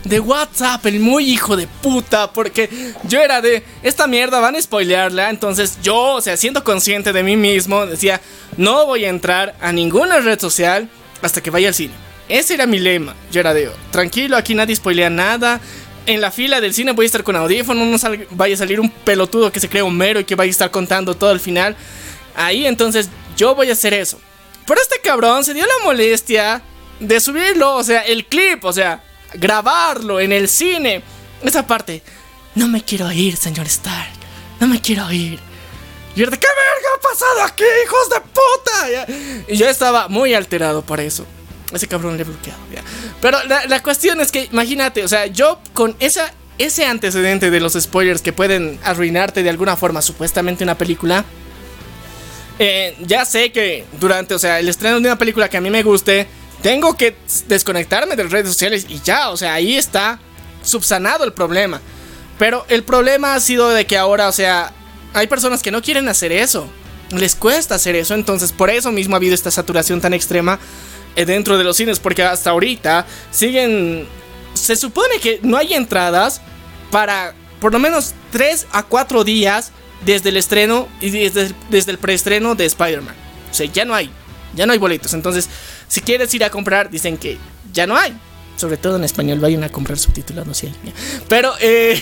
de WhatsApp, el muy hijo de puta, porque yo era de, esta mierda van a spoilearla, entonces yo, o sea, siendo consciente de mí mismo, decía, no voy a entrar a ninguna red social hasta que vaya al cine. Ese era mi lema. Yo era de, tranquilo, aquí nadie spoilea nada. En la fila del cine voy a estar con audífonos, no sal- vaya a salir un pelotudo que se cree Homero y que vaya a estar contando todo al final. Ahí entonces yo voy a hacer eso. Pero este cabrón se dio la molestia de subirlo, o sea, el clip, o sea, grabarlo en el cine. Esa parte, no me quiero ir, señor Stark, no me quiero ir. Y era de, ¿qué verga ha pasado aquí, hijos de puta? Y yo estaba muy alterado por eso. Ese cabrón le he bloqueado, ya. Pero la, la cuestión es que, imagínate, o sea, yo con esa, ese antecedente de los spoilers que pueden arruinarte de alguna forma, supuestamente una película, eh, ya sé que durante, o sea, el estreno de una película que a mí me guste, tengo que desconectarme de las redes sociales y ya, o sea, ahí está subsanado el problema. Pero el problema ha sido de que ahora, o sea, hay personas que no quieren hacer eso, les cuesta hacer eso, entonces por eso mismo ha habido esta saturación tan extrema dentro de los cines, porque hasta ahorita siguen, se supone que no hay entradas para por lo menos tres a cuatro días desde el estreno y desde, desde el preestreno de Spider-Man. O sea, ya no hay, ya no hay boletos. Entonces, si quieres ir a comprar, dicen que ya no hay. Sobre todo en español, vayan a comprar subtítulos, no sé. Pero eh,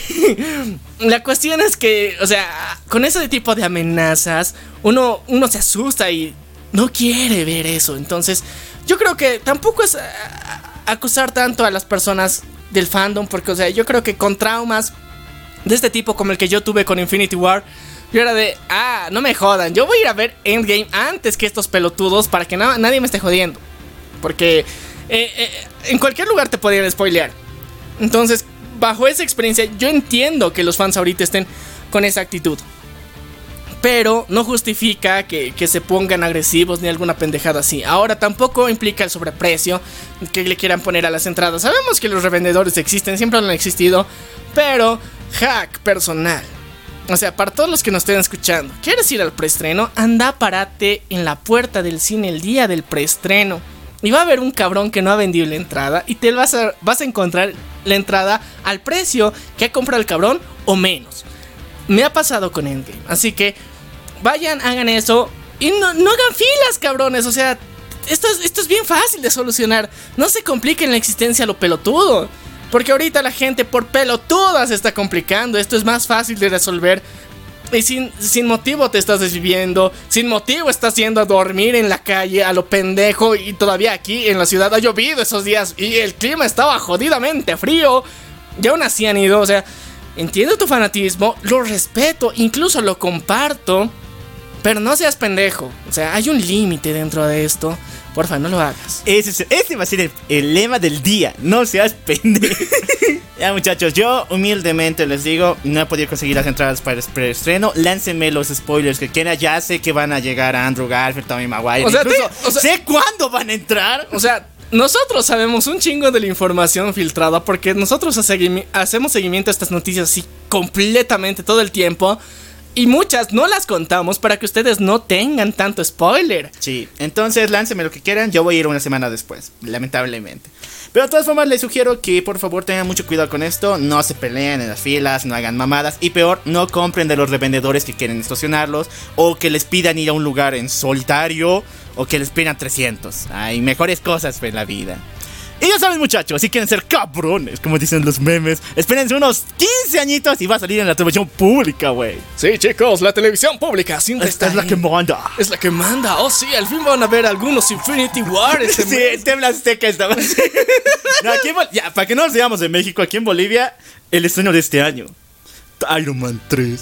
la cuestión es que, o sea, con ese tipo de amenazas, uno, uno se asusta y no quiere ver eso. Entonces, yo creo que tampoco es acusar tanto a las personas del fandom, porque, o sea, yo creo que con traumas de este tipo como el que yo tuve con Infinity War, yo era de, ah, no me jodan, yo voy a ir a ver Endgame antes que estos pelotudos para que na- nadie me esté jodiendo. Porque eh, eh, en cualquier lugar te podrían spoilear. Entonces, bajo esa experiencia, yo entiendo que los fans ahorita estén con esa actitud. Pero no justifica que, que se pongan agresivos ni alguna pendejada así. Ahora tampoco implica el sobreprecio que le quieran poner a las entradas. Sabemos que los revendedores existen, siempre han existido. Pero, hack personal. O sea, para todos los que nos estén escuchando, ¿quieres ir al preestreno? Anda, parate en la puerta del cine el día del preestreno. Y va a haber un cabrón que no ha vendido la entrada. Y te vas a, vas a encontrar la entrada al precio que ha comprado el cabrón o menos. Me ha pasado con Endgame. Así que vayan, hagan eso. Y no, no hagan filas, cabrones. O sea, esto es, esto es bien fácil de solucionar. No se compliquen la existencia a lo pelotudo. Porque ahorita la gente por pelotuda se está complicando. Esto es más fácil de resolver. Y sin, sin motivo te estás desviviendo. Sin motivo estás yendo a dormir en la calle a lo pendejo. Y todavía aquí en la ciudad ha llovido esos días. Y el clima estaba jodidamente frío. Y aún así han ido, o sea... Entiendo tu fanatismo, lo respeto, incluso lo comparto, pero no seas pendejo. O sea, hay un límite dentro de esto. Porfa, no lo hagas. Ese, es- ese va a ser el, el lema del día. No seas pendejo. Ya, muchachos, yo humildemente les digo, no he podido conseguir las entradas para el preestreno. Láncenme los spoilers que quieran. Ya sé que van a llegar a Andrew Garfield, Tobey Maguire. O sea, Incluso te- o sea- sé cuándo van a entrar. O sea, nosotros sabemos un chingo de la información filtrada porque nosotros segui- hacemos seguimiento a estas noticias así completamente todo el tiempo. Y muchas no las contamos para que ustedes no tengan tanto spoiler. Sí, entonces láncenme lo que quieran. Yo voy a ir una semana después, lamentablemente. Pero de todas formas les sugiero que por favor tengan mucho cuidado con esto. No se peleen en las filas, no hagan mamadas. Y peor, no compren de los revendedores que quieren estacionarlos. O que les pidan ir a un lugar en solitario. O que les pidan trescientos. Hay mejores cosas en la vida. Y ya saben, muchachos, si quieren ser cabrones, como dicen los memes, espérense unos quince añitos y va a salir en la televisión pública, güey. Sí, chicos, la televisión pública siempre Esta está es la ahí. que manda. Es la que manda. Oh, sí, al fin van a ver algunos Infinity War este Sí, mes. Tebla Azteca estaba así. No, aquí en Bol- ya, para que no nos veamos de México, aquí en Bolivia, el estreno de este año. Iron Man tres.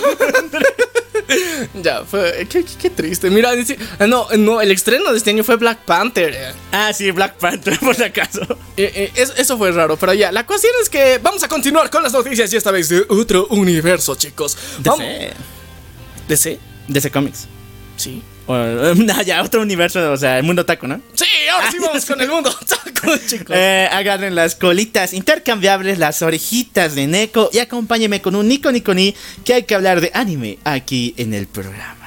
Ya, fue. Qué, qué- qué triste. Mira, dice. ah, No, no, el estreno de este año fue Black Panther. Eh, Ah, sí, Black Panther, por si acaso. eh, es- eso fue raro, pero ya. La cuestión es que vamos a continuar con las noticias y esta vez de otro universo, chicos. Vamos. D C. ¿D C? D C Comics. Sí. O, eh, no, ya, otro universo, o sea, el mundo taco, ¿no? Sí, ahora sí vamos con el mundo. Taco, chicos. Eh, agarren las colitas intercambiables, las orejitas de Neko y acompáñenme con un Nico Nico Ni que hay que hablar de anime aquí en el programa.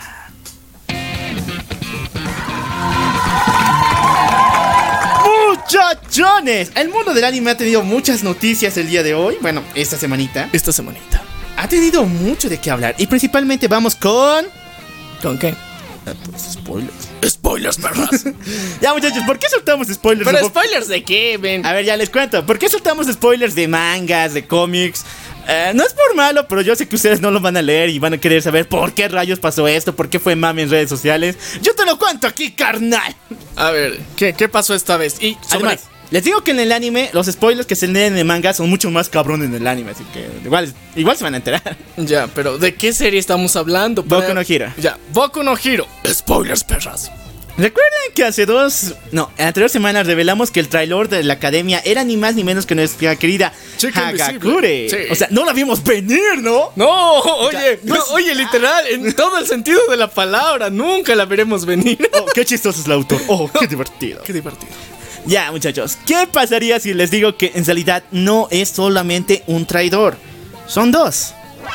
muchachones, el mundo del anime ha tenido muchas noticias el día de hoy. Bueno, esta semanita. Esta semanita. Ha tenido mucho de qué hablar. Y principalmente vamos con... ¿Con qué? Ah, pues, spoilers. Spoilers, perras. Ya, muchachos, ¿por qué soltamos spoilers? ¿Pero de spoilers de qué, ven? A ver, ya les cuento. ¿Por qué soltamos spoilers de mangas, de cómics? Eh, no es por malo, pero yo sé que ustedes no lo van a leer y van a querer saber por qué rayos pasó esto, por qué fue mame en redes sociales. Yo te lo cuento aquí, carnal. A ver, ¿qué, qué pasó esta vez? Y sobre... Además, les digo que en el anime los spoilers que se leen en el manga son mucho más cabrones en el anime, así que igual, igual se van a enterar. Ya, pero ¿de qué serie estamos hablando? Boku no Hero. Ya, Boku no Hero. Spoilers, perras. ¿Recuerdan que hace dos... No, en anteriores semanas revelamos que el tráiler de la academia era ni más ni menos que nuestra querida Chica Hagakure? Invisible. Sí. O sea, no la vimos venir, ¿no? No, oye, no no, es- oye, literal, en todo el sentido de la palabra, nunca la veremos venir. Oh, qué chistoso es el autor. Oh, qué divertido. Qué divertido. Ya, muchachos, ¿qué pasaría si les digo que en realidad no es solamente un traidor? Son dos.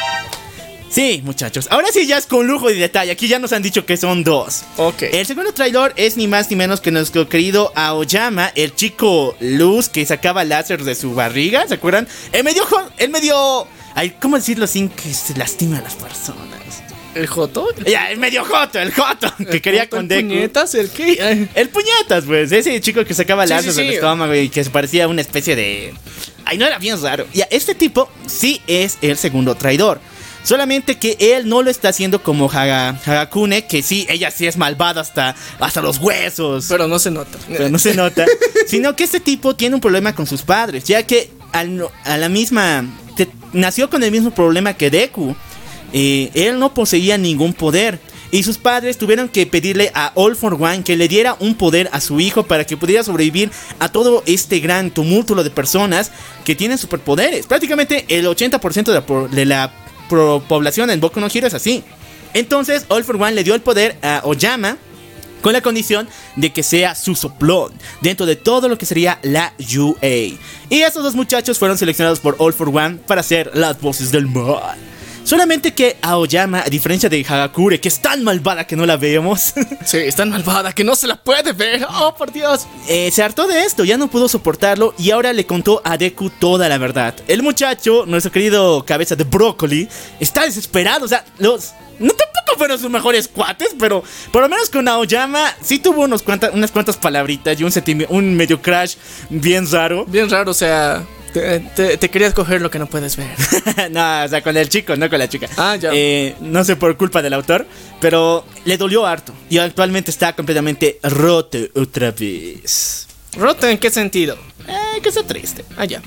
Sí, muchachos, ahora sí ya es con lujo y detalle. Aquí ya nos han dicho que son dos. Ok. El segundo traidor es ni más ni menos que nuestro querido Aoyama, el chico luz que sacaba láser de su barriga, ¿se acuerdan? El medio... jo- El medio... Ay, ¿cómo decirlo sin que se lastime a las personas? ¿El Joto? Ya, el medio joto, el joto, que quería con Deku. puñetas? ¿El qué? Ay. El puñetas, pues, ese chico que sacaba Sí, láser sí, del sí. estómago y que se parecía a una especie de... Ay, no, era bien raro. Ya, este tipo sí es el segundo traidor. Solamente que él no lo está haciendo como Haga, Hagakune, que sí, ella sí es malvada hasta, hasta los huesos. Pero no se nota. Pero no se nota. Sino que este tipo tiene un problema con sus padres, ya que al- a la misma... te- nació con el mismo problema que Deku. Eh, él no poseía ningún poder. Y sus padres tuvieron que pedirle a All for One que le diera un poder a su hijo para que pudiera sobrevivir a todo este gran tumulto de personas que tienen superpoderes. Prácticamente el ochenta por ciento de la, po- de la pro- población en Boku no Hero es así. Entonces All for One le dio el poder a Oyama con la condición de que sea su soplón dentro de todo lo que sería la U A. Y estos dos muchachos fueron seleccionados por All for One para ser las voces del mal. Solamente que Aoyama, a diferencia de Hagakure, que es tan malvada que no la vemos, Sí, es tan malvada que no se la puede ver. Oh, por Dios. eh, se hartó de esto, ya no pudo soportarlo y ahora le contó a Deku toda la verdad. El muchacho, nuestro querido cabeza de brócoli, está desesperado, o sea, los... No tampoco fueron sus mejores cuates, pero por lo menos con Aoyama sí tuvo unos cuantas, unas cuantas palabritas y un, sentimi- un medio crash bien raro. Bien raro, o sea, te, te, te querías coger lo que no puedes ver. No, o sea, con el chico, no con la chica. Ah, ya. Eh, no sé por culpa del autor, pero le dolió harto y actualmente está completamente roto otra vez. ¿Roto en qué sentido? Eh, que está triste. Ah, ya.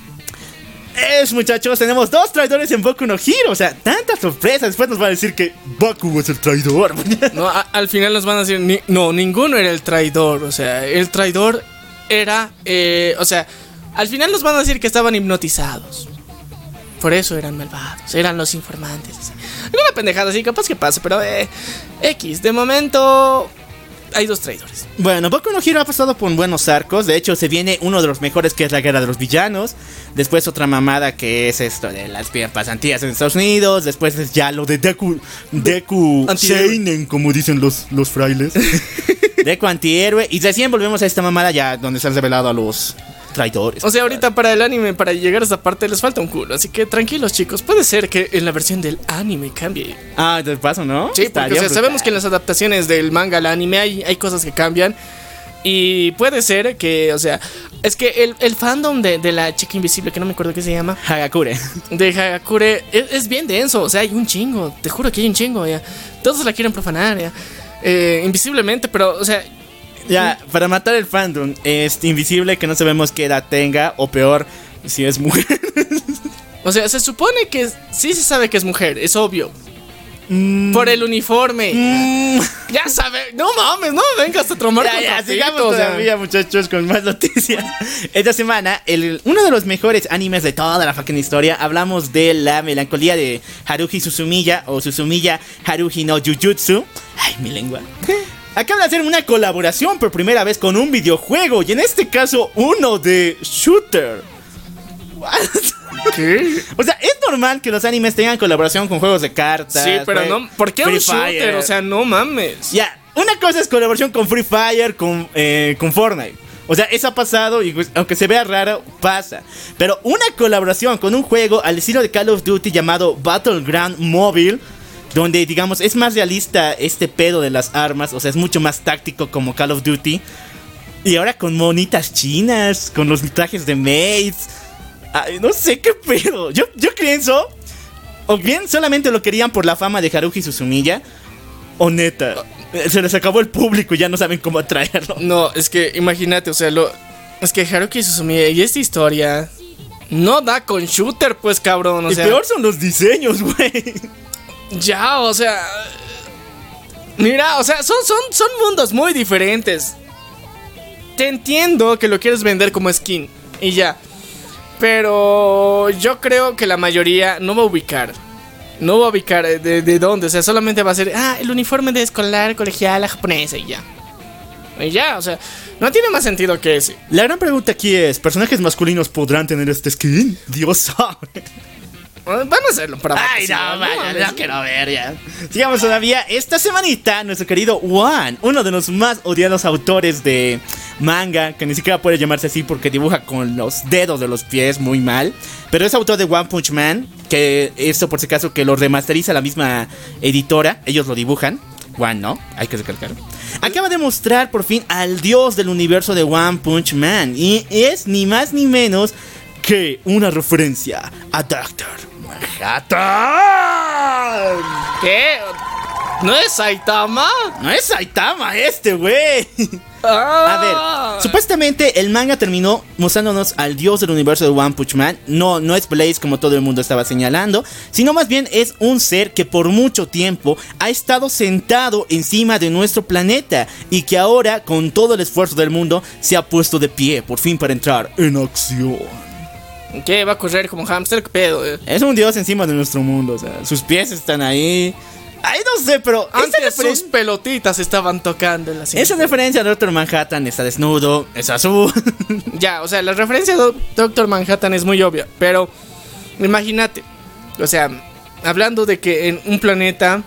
Es, muchachos, tenemos dos traidores en Boku no Hero. O sea, tantas sorpresas. Después nos va a decir que Boku es el traidor. No, a- al final nos van a decir, ni- no, ninguno era el traidor. O sea, el traidor era, eh, o sea, al final nos van a decir que estaban hipnotizados. Por eso eran malvados, eran los informantes. Alguna pendejada así, capaz que pase, pero eh, X, de momento hay dos traidores. Bueno, Boku no Hero ha pasado por buenos arcos. De hecho, se viene uno de los mejores, que es la guerra de los villanos. Después otra mamada que es esto de las pasantías en Estados Unidos. Después es ya lo de Deku Deku Antihéroe. Seinen, como dicen los, los frailes. Deku antihéroe. Y recién volvemos a esta mamada ya donde se han revelado a los traidores. O sea, ahorita para el anime, para llegar a esa parte les falta un culo. Así que tranquilos, chicos, puede ser que en la versión del anime cambie. Ah, de paso, ¿no? Sí, porque Estaría o sea, brutal. sabemos que en las adaptaciones del manga al anime hay, hay cosas que cambian. Y puede ser que, o sea, es que el, el fandom de, de la chica invisible, que no me acuerdo qué se llama, Hagakure. de Hagakure, es, es bien denso. O sea, hay un chingo, te juro que hay un chingo, ya. Todos la quieren profanar, ya. Eh, invisiblemente, pero, o sea, Ya, para matar el fandom, es invisible que no sabemos qué edad tenga, o peor, si es mujer. o sea, se supone que sí se sabe que es mujer, es obvio. Mm. Por el uniforme. Mm. Ya sabe, no mames, no me vengas a tromar Ya, con ya, trapito, sigamos o sea. todavía, muchachos, con más noticias. Esta semana, el, uno de los mejores animes de toda la fucking historia, hablamos de la melancolía de Haruhi Suzumiya, o Suzumiya Haruhi no Jujutsu. Ay, mi lengua. Acaba de hacer una colaboración por primera vez con un videojuego, y en este caso, uno de shooter. What? ¿Qué? O sea, es normal que los animes tengan colaboración con juegos de cartas. Sí, pero jue- no, ¿por qué Free un shooter? Fire. O sea, no mames. Ya, una cosa es colaboración con Free Fire, con, eh, con Fortnite. O sea, eso ha pasado y pues, aunque se vea raro, pasa. Pero una colaboración con un juego al estilo de Call of Duty llamado Battleground Mobile, donde digamos es más realista este pedo de las armas, o sea, es mucho más táctico como Call of Duty. Y ahora con monitas chinas, con los trajes de maids. Ay, no sé qué pedo. Yo, yo pienso, o bien solamente lo querían por la fama de Haruhi Suzumiya, o neta, se les acabó el público y ya no saben cómo atraerlo. No, es que imagínate, o sea, lo, es que Haruhi Suzumiya y esta historia no da con shooter, pues cabrón, o y sea. Peor son los diseños, güey. Ya, o sea. Mira, o sea, son, son, son mundos muy diferentes. Te entiendo que lo quieres vender como skin y ya. Pero yo creo que la mayoría no va a ubicar. No va a ubicar de, de dónde. O sea, solamente va a ser, ah, el uniforme de escolar, colegial, japonesa y ya. Y ya, o sea, no tiene más sentido que ese. La gran pregunta aquí es, ¿personajes masculinos podrán tener este skin? Dios sabe. Van a hacerlo para Ay, no, vacaciones, vaya, mames. no quiero ver ya. Sigamos todavía. Esta semanita, nuestro querido One, uno de los más odiados autores de manga, que ni siquiera puede llamarse así porque dibuja con los dedos de los pies muy mal, pero es autor de One Punch Man, que esto por si acaso que lo remasteriza la misma editora, ellos lo dibujan. One, ¿no? Hay que recalcarlo. Acaba de mostrar por fin al dios del universo de One Punch Man, y es ni más ni menos que una referencia a Doctor Manhattan. ¿Qué? ¿No es Saitama? No es Saitama este, güey. Ah. A ver, supuestamente el manga terminó mostrándonos al dios del universo de One Punch Man. No, no es Blaze como todo el mundo estaba señalando, sino más bien es un ser que por mucho tiempo ha estado sentado encima de nuestro planeta y que ahora, con todo el esfuerzo del mundo, se ha puesto de pie por fin para entrar en acción. ¿Qué? ¿Va a correr como hamster? ¿Qué pedo? Eh? Es un dios encima de nuestro mundo, o sea, sus pies están ahí. Ay, no sé, pero esa, Antes referen- sus pelotitas estaban tocando en la cinta. esa referencia a Doctor Manhattan está desnudo, es azul. Ya, o sea, la referencia a Do- Doctor Manhattan es muy obvia. Pero imagínate, o sea, hablando de que en un planeta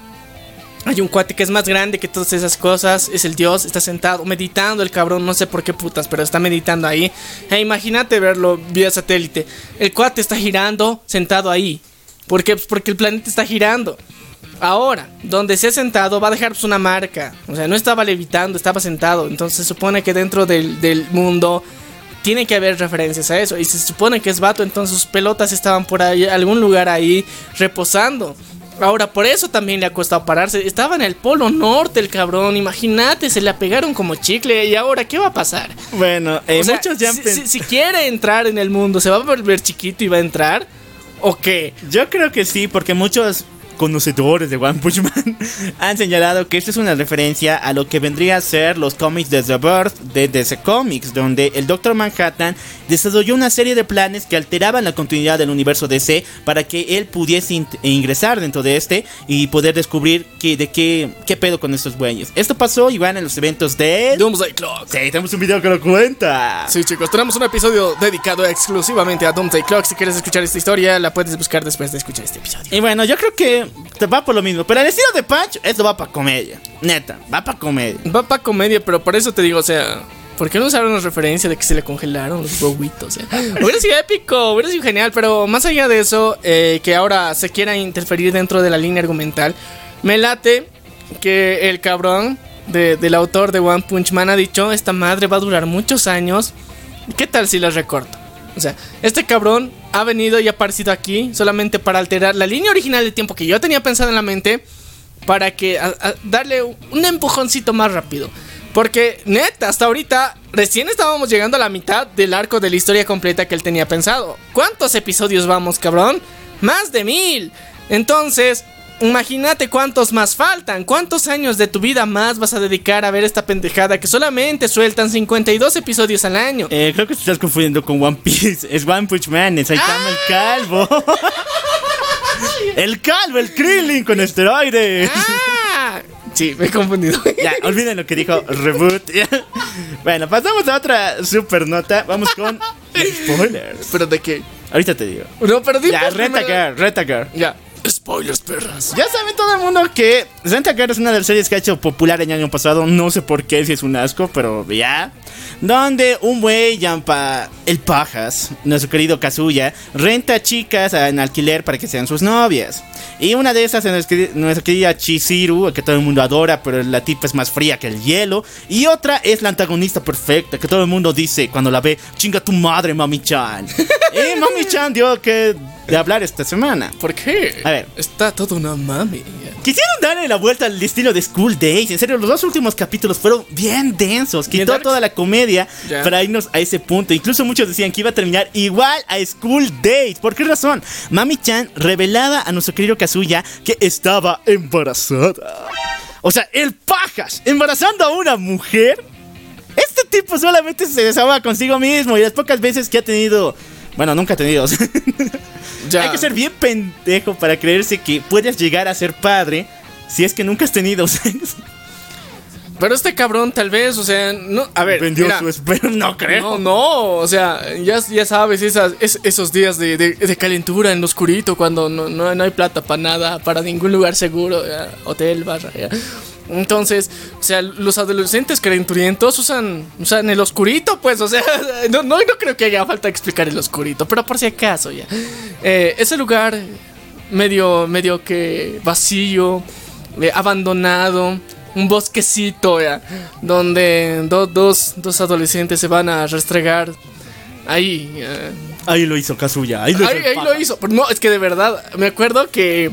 hay un cuate que es más grande que todas esas cosas, es el dios, está sentado meditando el cabrón, no sé por qué putas, pero está meditando ahí. E imagínate verlo vía satélite. El cuate está girando sentado ahí. ¿Por qué? Pues porque el planeta está girando. Ahora, donde se ha sentado va a dejar pues, una marca. O sea, no estaba levitando, estaba sentado. Entonces se supone que dentro del, del mundo tiene que haber referencias a eso. Y se supone que es vato, entonces sus pelotas estaban por ahí, algún lugar ahí, reposando. Ahora, por eso también le ha costado pararse. Estaba en el polo norte el cabrón. Imagínate, se le pegaron como chicle. ¿Y ahora qué va a pasar? Bueno, eh, O sea, muchos ya han si, pen- si, si quiere entrar en el mundo, ¿se va a volver chiquito y va a entrar? ¿O qué? Yo creo que sí, porque muchos conocedores de One Punch Man han señalado que esto es una referencia a lo que vendría a ser los cómics de The Birth de D C Comics, donde el Doctor Manhattan desarrolló una serie de planes que alteraban la continuidad del universo D C para que él pudiese in- ingresar dentro de este y poder descubrir que, de qué, qué pedo con estos güeyes. Esto pasó igual en los eventos de... Doomsday Clock. Sí, tenemos un video que lo cuenta. Sí, chicos, tenemos un episodio dedicado exclusivamente a Doomsday Clock. Si quieres escuchar esta historia, la puedes buscar después de escuchar este episodio. Y bueno, yo creo que te va por lo mismo, pero el estilo de Punch, esto va para comedia. Neta, va para comedia. Va pa' comedia, pero por eso te digo, o sea, ¿por qué no usaron la referencia de que se le congelaron los huevitos? O sea, hubiera sido épico, hubiera sido genial, pero más allá de eso, eh, que ahora se quiera interferir dentro de la línea argumental, me late que el cabrón de, del autor de One Punch Man ha dicho, esta madre va a durar muchos años, ¿qué tal si la recorto? O sea, este cabrón ha venido y ha aparecido aquí solamente para alterar la línea original de tiempo que yo tenía pensado en la mente, para que a, a darle un empujoncito más rápido. Porque, neta, hasta ahorita recién estábamos llegando a la mitad del arco de la historia completa que él tenía pensado. ¿Cuántos episodios vamos, cabrón? Más de mil. Entonces, imagínate cuántos más faltan. ¿Cuántos años de tu vida más vas a dedicar a ver esta pendejada que solamente sueltan cincuenta y dos episodios al año? Eh, creo que te estás confundiendo con One Piece. Es One Punch Man, es Saitama ¡Ah! el calvo. El calvo, el Krillin con esteroides. ¡Ah! Sí, me he confundido. Ya, olviden lo que dijo Reboot. Bueno, pasamos a otra super nota. Vamos con spoilers. ¿Pero de qué? Ahorita te digo. No, pero di Ya, pues Reta primero- Girl, Reta Girl. Ya. Spoilers, perras. Ya saben todo el mundo que Rent-A-Girl es una de las series que ha hecho popular el año pasado. No sé por qué, si es un asco, pero ya. Donde un güey llama el Pajas, nuestro querido Kazuya, renta chicas en alquiler para que sean sus novias. Y una de esas es nuestra querida Chizuru, que todo el mundo adora, pero la tipa es más fría que el hielo. Y otra es la antagonista perfecta, que todo el mundo dice cuando la ve: chinga tu madre, Mami-chan. Y Mami-chan dio que de hablar esta semana. ¿Por qué? A ver, está toda una mami. Quisieron darle la vuelta al estilo de School Days. En serio, los dos últimos capítulos fueron bien densos. Quitó toda la comedia yeah. para irnos a ese punto. Incluso muchos decían que iba a terminar igual a School Days. ¿Por qué razón? Mami-chan revelaba a nuestro querido Kazuya que estaba embarazada. O sea, el Pajas embarazando a una mujer. Este tipo solamente se desahoga consigo mismo. Y las pocas veces que ha tenido... Bueno, nunca ha tenido... Ya. Hay que ser bien pendejo para creerse que puedes llegar a ser padre si es que nunca has tenido sexo. Pero este cabrón tal vez, o sea, no, a ver, vendió mira, su esperma, no creo. No, no, o sea, ya, ya sabes, esas, es, esos días de, de, de calentura en lo oscurito, cuando no, no, no hay plata para nada, para ningún lugar seguro, ya, hotel, barra, ya. Entonces, o sea, los adolescentes calenturientos usan, usan el oscurito, pues, o sea, no, no, no creo que haya falta explicar el oscurito, pero por si acaso, ya. Eh, ese lugar medio, medio que vacío, eh, abandonado, un bosquecito, ya, donde do, dos, dos adolescentes se van a restregar. Ahí, eh. ahí lo hizo Kazuya, ahí lo ahí, hizo. Ahí lo hizo, pero no, es que de verdad, me acuerdo que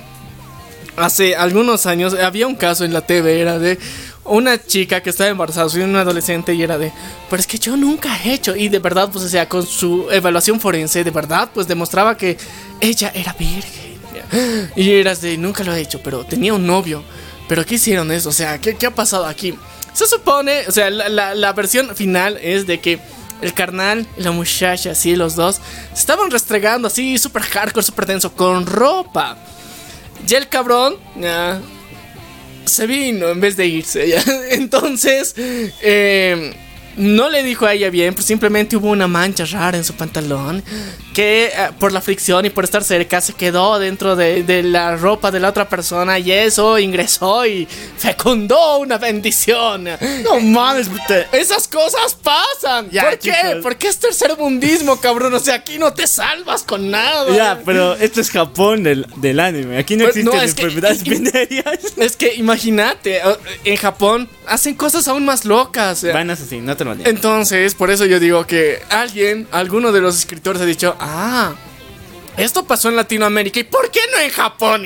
hace algunos años había un caso en la T V, era de una chica que estaba embarazada, soy una adolescente y era de, pero es que yo nunca he hecho, y de verdad, pues, o sea, con su evaluación forense, de verdad, pues, demostraba que ella era virgen, y eras de, nunca lo he hecho, pero tenía un novio, pero ¿qué hicieron eso? O sea, ¿qué, qué ha pasado aquí? Se supone, o sea, la, la, la versión final es de que el carnal y la muchacha, así, los dos, se estaban restregando así, súper hardcore, súper denso, con ropa. Ya el cabrón ya, se vino en vez de irse, ya. Entonces eh, no le dijo a ella bien, pues simplemente hubo una mancha rara en su pantalón que eh, por la fricción y por estar cerca se quedó dentro de, de la ropa de la otra persona, y eso ingresó y fecundó una bendición. No mames, puta. Esas cosas pasan. Ya, ¿por chicos. qué? Porque es tercermundismo, cabrón. O sea, aquí no te salvas con nada. Ya, pero esto es Japón del, del anime. Aquí no pues existen no, es enfermedades que, venéreas. Es que imagínate, en Japón hacen cosas aún más locas. Van así, no te lo digo. Entonces, por eso yo digo que alguien, alguno de los escritores ha dicho, ah, esto pasó en Latinoamérica, ¿y por qué no en Japón?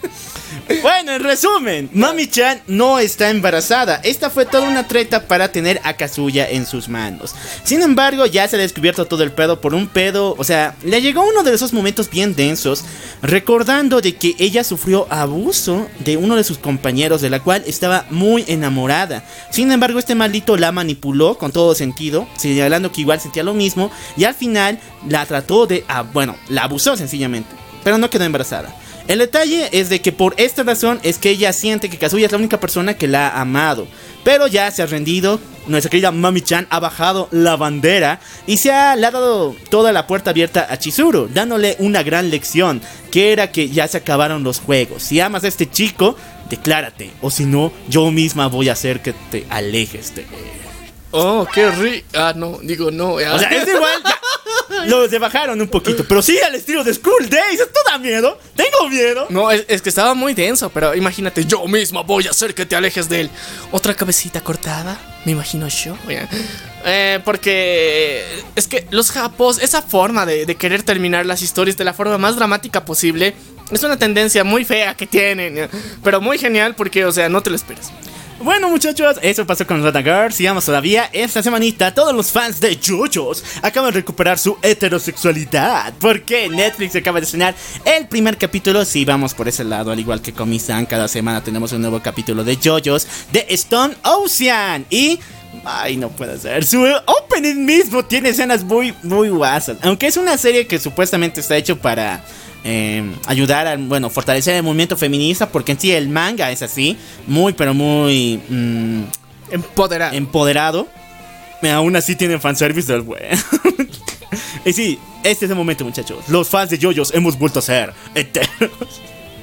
Bueno, en resumen, Mami-chan no está embarazada. Esta fue toda una treta para tener a Kazuya en sus manos. Sin embargo, ya se ha descubierto todo el pedo por un pedo. O sea, le llegó uno de esos momentos bien densos, recordando de que ella sufrió abuso de uno de sus compañeros, de la cual estaba muy enamorada. Sin embargo, este maldito la manipuló con todo sentido, señalando que igual sentía lo mismo, y al final la trató de... Ah, bueno, la abusó sencillamente, pero no quedó embarazada. El detalle es de que por esta razón es que ella siente que Kazuya es la única persona que la ha amado. Pero ya se ha rendido, nuestra querida Mami-chan ha bajado la bandera y se ha, le ha dado toda la puerta abierta a Chizuru, dándole una gran lección, que era que ya se acabaron los juegos. Si amas a este chico, declárate, o si no, yo misma voy a hacer que te alejes de él. Oh, qué rico. Ah, no, digo no. Ya. O sea, es igual. Ya, lo bajaron un poquito, pero sí al estilo de School Days. ¿Esto da miedo? ¿Tengo miedo? No, es, es que estaba muy denso, pero imagínate, yo misma voy a hacer que te alejes de él. Otra cabecita cortada, me imagino yo. Eh, porque es que los japos, esa forma de, de querer terminar las historias de la forma más dramática posible, es una tendencia muy fea que tienen, pero muy genial porque, o sea, no te lo esperas. Bueno, muchachos, eso pasó con Rent-A-Girl. Sigamos todavía. Esta semanita todos los fans de JoJo's acaban de recuperar su heterosexualidad, porque Netflix acaba de estrenar el primer capítulo. Sí, vamos por ese lado, al igual que Komi-san. Cada semana tenemos un nuevo capítulo de JoJo's de Stone Ocean. Y... ay, no puede ser. Su opening mismo tiene escenas muy, muy guasas. Aunque es una serie que supuestamente está hecho para... Eh, ayudar a, bueno, fortalecer el movimiento feminista, porque en sí el manga es así, muy pero muy mmm, empoderado. Empoderado. Aún así tienen fanservice del güey. Y sí, este es el momento, muchachos. Los fans de JoJo's hemos vuelto a ser eternos.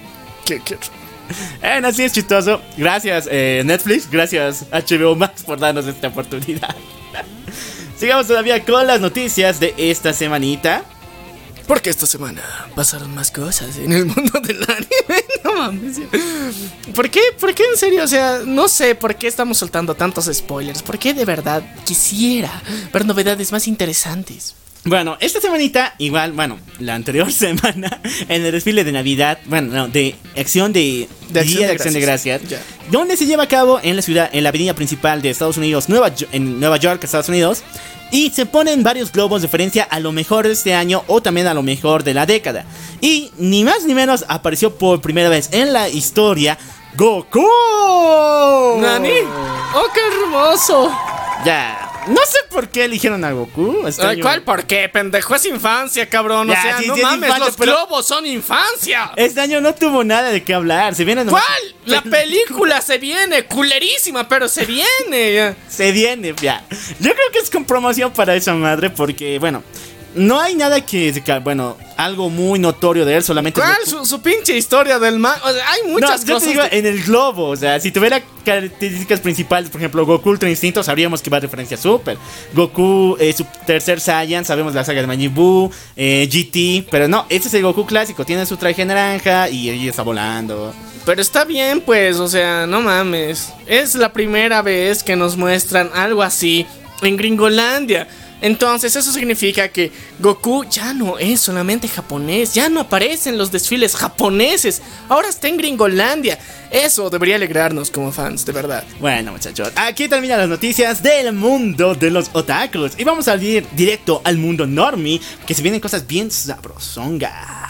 ¿Qué, qué? Bueno, así es chistoso. Gracias eh, Netflix, gracias H B O Max por darnos esta oportunidad. Sigamos todavía con las noticias de esta semanita. Porque esta semana pasaron más cosas en el mundo del anime. No mames. ¿Por qué? ¿Por qué en serio? O sea, no sé por qué estamos soltando tantos spoilers. ¿Por qué de verdad quisiera ver novedades más interesantes? Bueno, esta semanita, igual, bueno, la anterior semana, en el desfile de Navidad, bueno, no, de acción de, De acción Día de de Acción de Gracias, Ya. donde se lleva a cabo en la ciudad, en la avenida principal de Estados Unidos, Nueva, Yo- en Nueva York, Estados Unidos, y se ponen varios globos de referencia a lo mejor de este año o también a lo mejor de la década. Y ni más ni menos apareció por primera vez en la historia Goku. ¿Nani? ¡Oh, qué hermoso! Ya. No sé por qué eligieron a Goku. Este Ay, año- ¿cuál? ¿Por qué? Pendejo, es infancia, cabrón. O Ya, sea, sí, no sí es mames, infancia, los pero- globos son infancia. Este año no tuvo nada de qué hablar. Se viene nomás- ¿Cuál? La película se viene, culerísima, pero se viene. Se viene, ya. Yo creo que es con promoción para esa madre porque, bueno, no hay nada que, bueno, algo muy notorio de él, solamente... ¿Cuál? Goku. Su, su pinche historia del man. O sea, hay muchas No, yo cosas. te digo de- en el globo, o sea, si tuviera características principales, por ejemplo, Goku Ultra Instinto, sabríamos que va a referencia a Super. Goku, eh, su tercer Saiyan, sabemos la saga de Majin Buu, eh, G T, pero no, este es el Goku clásico, tiene su traje naranja y ella está volando. Pero está bien, pues, o sea, no mames. Es la primera vez que nos muestran algo así en Gringolandia. Entonces eso significa que Goku ya no es solamente japonés, ya no aparece en los desfiles japoneses, ahora está en Gringolandia. Eso debería alegrarnos como fans, de verdad. Bueno, muchachos, aquí terminan las noticias del mundo de los otakus. Y vamos a ir directo al mundo normie, que se vienen cosas bien sabrosongas.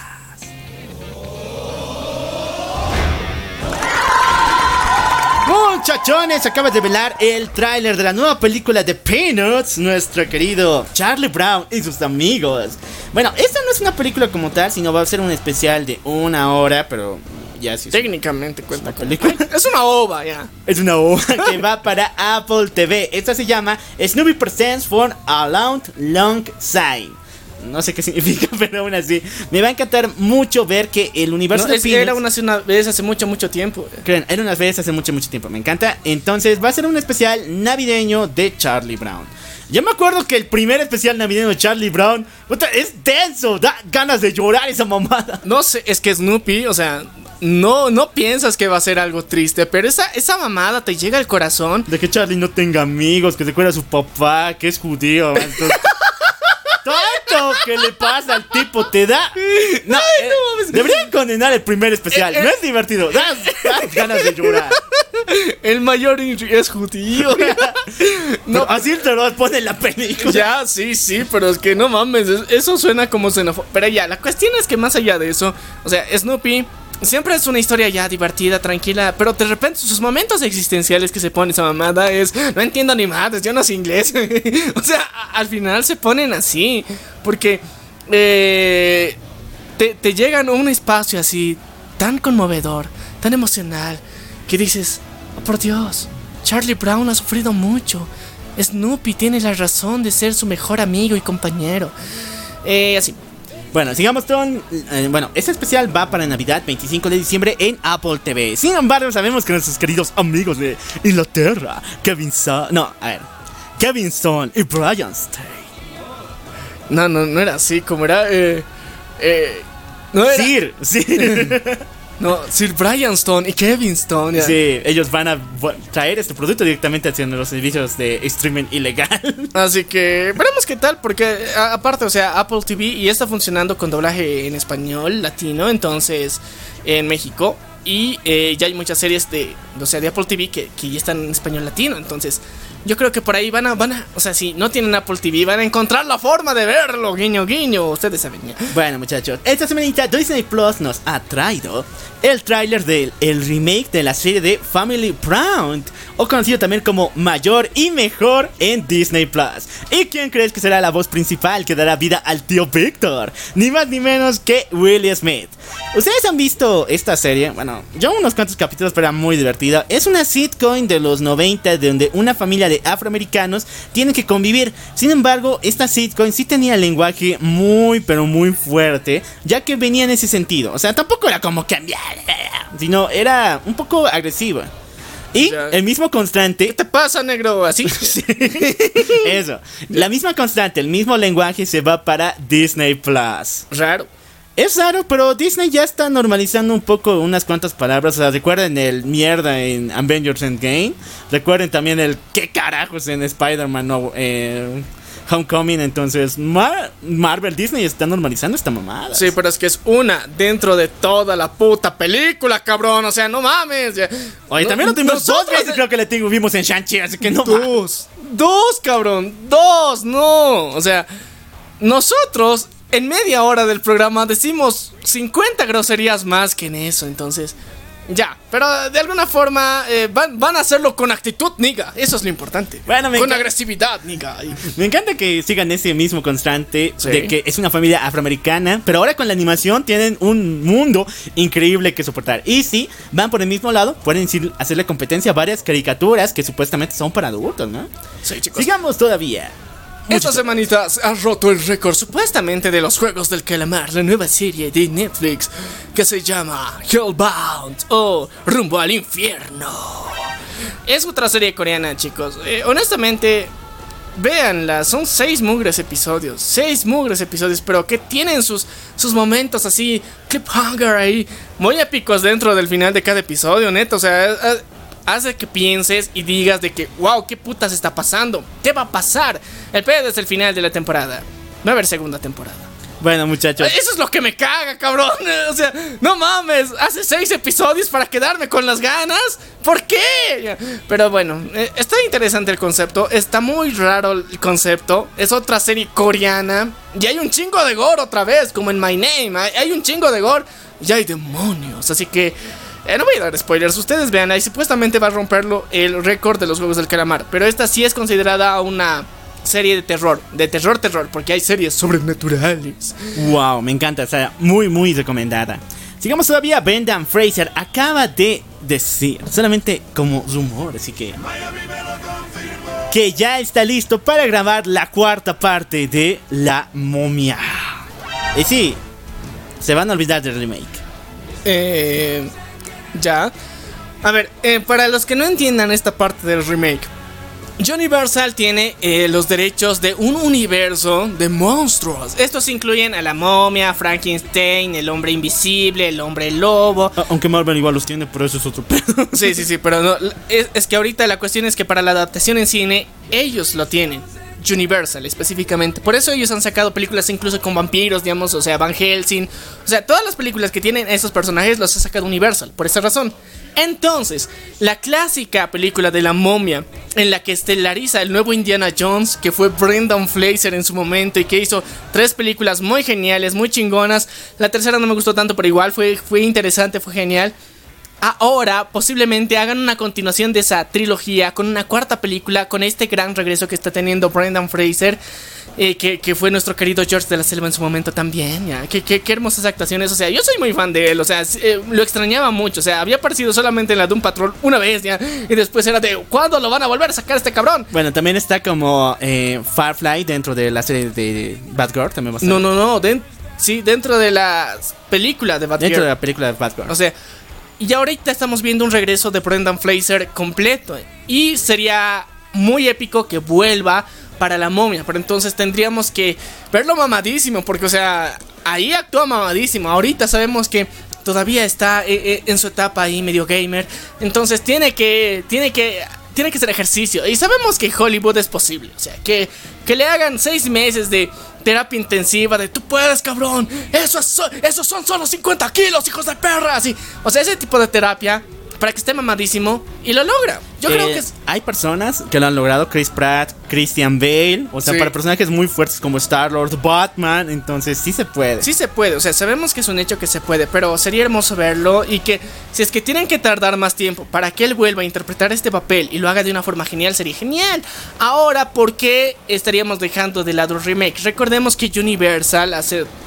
Muchachones, acaba de velar el tráiler de la nueva película de Peanuts, nuestro querido Charlie Brown y sus amigos. Bueno, esta no es una película como tal, sino va a ser un especial de una hora, pero ya sí. Técnicamente cuenta una con... película. Es una ova, ya. Es una obra que va para Apple T V. Esta se llama Snoopy Presents for a Long Long Side. No sé qué significa, pero aún así me va a encantar mucho ver que el universo No, de es- Peanuts, era una, hace una vez hace mucho, mucho tiempo. creen, era unas veces hace mucho, mucho tiempo. Me encanta. Entonces va a ser un especial navideño de Charlie Brown. Yo me acuerdo que el primer especial navideño de Charlie Brown, puta, es denso, da ganas de llorar esa mamada. No sé, es que Snoopy, o sea, no, no piensas que va a ser algo triste, pero esa, esa mamada te llega al corazón. De que Charlie no tenga amigos, que se acuerda a su papá, que es judío. Entonces, todo esto que le pasa al tipo te da. No, eh, deberían condenar el primer especial. Eh, eh. No es divertido. Das, das ganas de llorar. El mayor es judío. No, así te lo pone en la película. Ya, sí, sí, pero es que no mames, es- eso suena como xenofobia. Pero ya, la cuestión es que más allá de eso, o sea, Snoopy siempre es una historia ya divertida, tranquila, pero de repente sus momentos existenciales que se pone esa mamada es, no entiendo ni madres, yo no sé inglés. O sea, a- al final se ponen así, porque eh, te, te llegan a un espacio así, tan conmovedor, tan emocional, que dices, oh, por Dios, Charlie Brown ha sufrido mucho. Snoopy tiene la razón de ser su mejor amigo y compañero. Eh, así. Bueno, sigamos con. eh, bueno, este especial va para Navidad, veinticinco de diciembre, en Apple T V. Sin embargo, sabemos que nuestros queridos amigos de Inglaterra, Kevin Stone. No, a ver. Kevin Stone y Brian Stone. No, no, no era así, como era. Eh, eh, no era. Sir, Sir. No, Sir Brian Stone y Kevin Stone. Ya. Sí, ellos van a vo- traer este producto directamente hacia los servicios de streaming ilegal. Así que veremos qué tal, porque a- aparte, o sea, Apple T V y está funcionando con doblaje en español, latino, entonces en México. Y eh, ya hay muchas series de, o sea, de Apple T V que, que ya están en español latino, entonces yo creo que por ahí van a, van a, o sea, si no tienen Apple T V, van a encontrar la forma de verlo, guiño, guiño, ustedes saben ya. Bueno, muchachos, esta semanita Disney Plus nos ha traído el tráiler del el remake de la serie de Family Brown, o conocido también como Mayor y Mejor en Disney Plus. ¿Y quién crees que será la voz principal que dará vida al tío Víctor? Ni más ni menos que Will Smith. ¿Ustedes han visto esta serie? Bueno, bueno, yo unos cuantos capítulos, pero era muy divertido. Es una sitcom de los noventa donde una familia de afroamericanos tiene que convivir. Sin embargo, esta sitcom sí tenía lenguaje muy, pero muy fuerte, ya que venía en ese sentido. O sea, tampoco era como cambiar, sino era un poco agresiva. Y ya. El mismo constante. ¿Qué te pasa, negro? Así. Eso. La misma constante, el mismo lenguaje se va para Disney Plus. Raro. Es raro, pero Disney ya está normalizando un poco unas cuantas palabras. O sea, recuerden el mierda en Avengers Endgame. Recuerden también el qué carajos en Spider-Man no, eh, Homecoming. Entonces, Mar- Marvel, Disney está normalizando esta mamada. Sí, pero es que es una dentro de toda la puta película, cabrón. O sea, no mames. Ya. Oye, no, también lo tuvimos nosotros, dos veces, creo que le tuvimos en Shang-Chi, así que no Dos. Mames. Dos, cabrón. Dos, no. O sea, nosotros en media hora del programa decimos cincuenta groserías más que en eso, entonces... Ya, pero de alguna forma eh, van, van a hacerlo con actitud, nigga. Eso es lo importante. Bueno, me con enc- agresividad, nigga. Me encanta que sigan ese mismo constante, sí, de que es una familia afroamericana, pero ahora con la animación tienen un mundo increíble que soportar. Y si van por el mismo lado, pueden decir, hacerle competencia a varias caricaturas que supuestamente son para adultos, ¿no? Sí, chicos. Sigamos todavía. Esta semanita ha roto el récord supuestamente de los Juegos del Calamar, la nueva serie de Netflix que se llama Hellbound o Rumbo al Infierno. Es otra serie coreana, chicos. Eh, honestamente, véanla, son seis mugres episodios, seis mugres episodios, pero que tienen sus, sus momentos así, cliffhanger ahí, muy épicos dentro del final de cada episodio, neto, o sea... Eh, hace que pienses y digas de que, wow, ¿qué putas está pasando? ¿Qué va a pasar? El pedo es el final de la temporada. Va a haber segunda temporada. Bueno, muchachos, eso es lo que me caga, cabrón. O sea, no mames, hace seis episodios para quedarme con las ganas. ¿Por qué? Pero bueno, eh, está interesante el concepto. Está muy raro el concepto. Es otra serie coreana. Y hay un chingo de gore otra vez, como en My Name. Hay, hay un chingo de gore y hay demonios. Así que... Eh, no voy a dar spoilers, ustedes vean, ahí supuestamente va a romperlo el récord de los Juegos del Calamar. Pero esta sí es considerada una serie de terror, de terror, terror, porque hay series sobrenaturales. Wow, me encanta, o sea, muy, muy recomendada. Sigamos todavía, Brendan Fraser acaba de decir, solamente como rumor, así que... que ya está listo para grabar la cuarta parte de La Momia. Y sí, se van a olvidar del remake. Eh... Ya. A ver, eh, para los que no entiendan esta parte del remake, Universal tiene eh, los derechos de un universo de monstruos. Estos incluyen a la momia, Frankenstein, el hombre invisible, el hombre lobo. Aunque Marvel igual los tiene, pero eso es otro pedo. Sí, sí, sí, pero no, es, es que ahorita la cuestión es que para la adaptación en cine, ellos lo tienen. Universal específicamente. Por eso ellos han sacado películas incluso con vampiros, digamos, o sea, Van Helsing. O sea, todas las películas que tienen esos personajes los ha sacado Universal, por esa razón. Entonces, la clásica película de la momia, en la que estelariza el nuevo Indiana Jones, que fue Brendan Fraser en su momento y que hizo tres películas muy geniales, muy chingonas. La tercera no me gustó tanto, pero igual fue, fue interesante, fue genial. Ahora posiblemente hagan una continuación de esa trilogía con una cuarta película, con este gran regreso que está teniendo Brendan Fraser, eh, que, que fue nuestro querido George de la Selva en su momento también, ya. Qué, qué, qué hermosas actuaciones, o sea, yo soy muy fan de él, o sea, eh, lo extrañaba mucho, o sea, había aparecido solamente en la Doom Patrol una vez, ya, y después era de, ¿cuándo lo van a volver a sacar este cabrón? Bueno, también está como eh, Firefly dentro de la serie de Batgirl, también va a estar. No, no, no, de, sí, dentro de la película de Batgirl. Dentro de la película de Batgirl. O sea... Y ahorita estamos viendo un regreso de Brendan Fraser completo. Y sería muy épico que vuelva para la momia. Pero entonces tendríamos que verlo mamadísimo. Porque, o sea, ahí actúa mamadísimo. Ahorita sabemos que todavía está eh, eh, en su etapa ahí medio gamer. Entonces tiene que, tiene que, tiene que hacer ejercicio. Y sabemos que Hollywood es posible. O sea, que, que le hagan seis meses de terapia intensiva de tú puedes, cabrón. Eso es, esos son solo cincuenta kilos, hijos de perra. Así. O sea, ese tipo de terapia para que esté mamadísimo y lo logra. Yo eh, creo que es... hay personas que lo han logrado. Chris Pratt, Christian Bale. O sea, sí, para personajes muy fuertes como Star-Lord, Batman. Entonces sí se puede. Sí se puede, o sea, sabemos que es un hecho que se puede. Pero sería hermoso verlo. Y que si es que tienen que tardar más tiempo para que él vuelva a interpretar este papel y lo haga de una forma genial, sería genial. Ahora, ¿por qué estaríamos dejando de lado el remake? Recordemos que Universal hace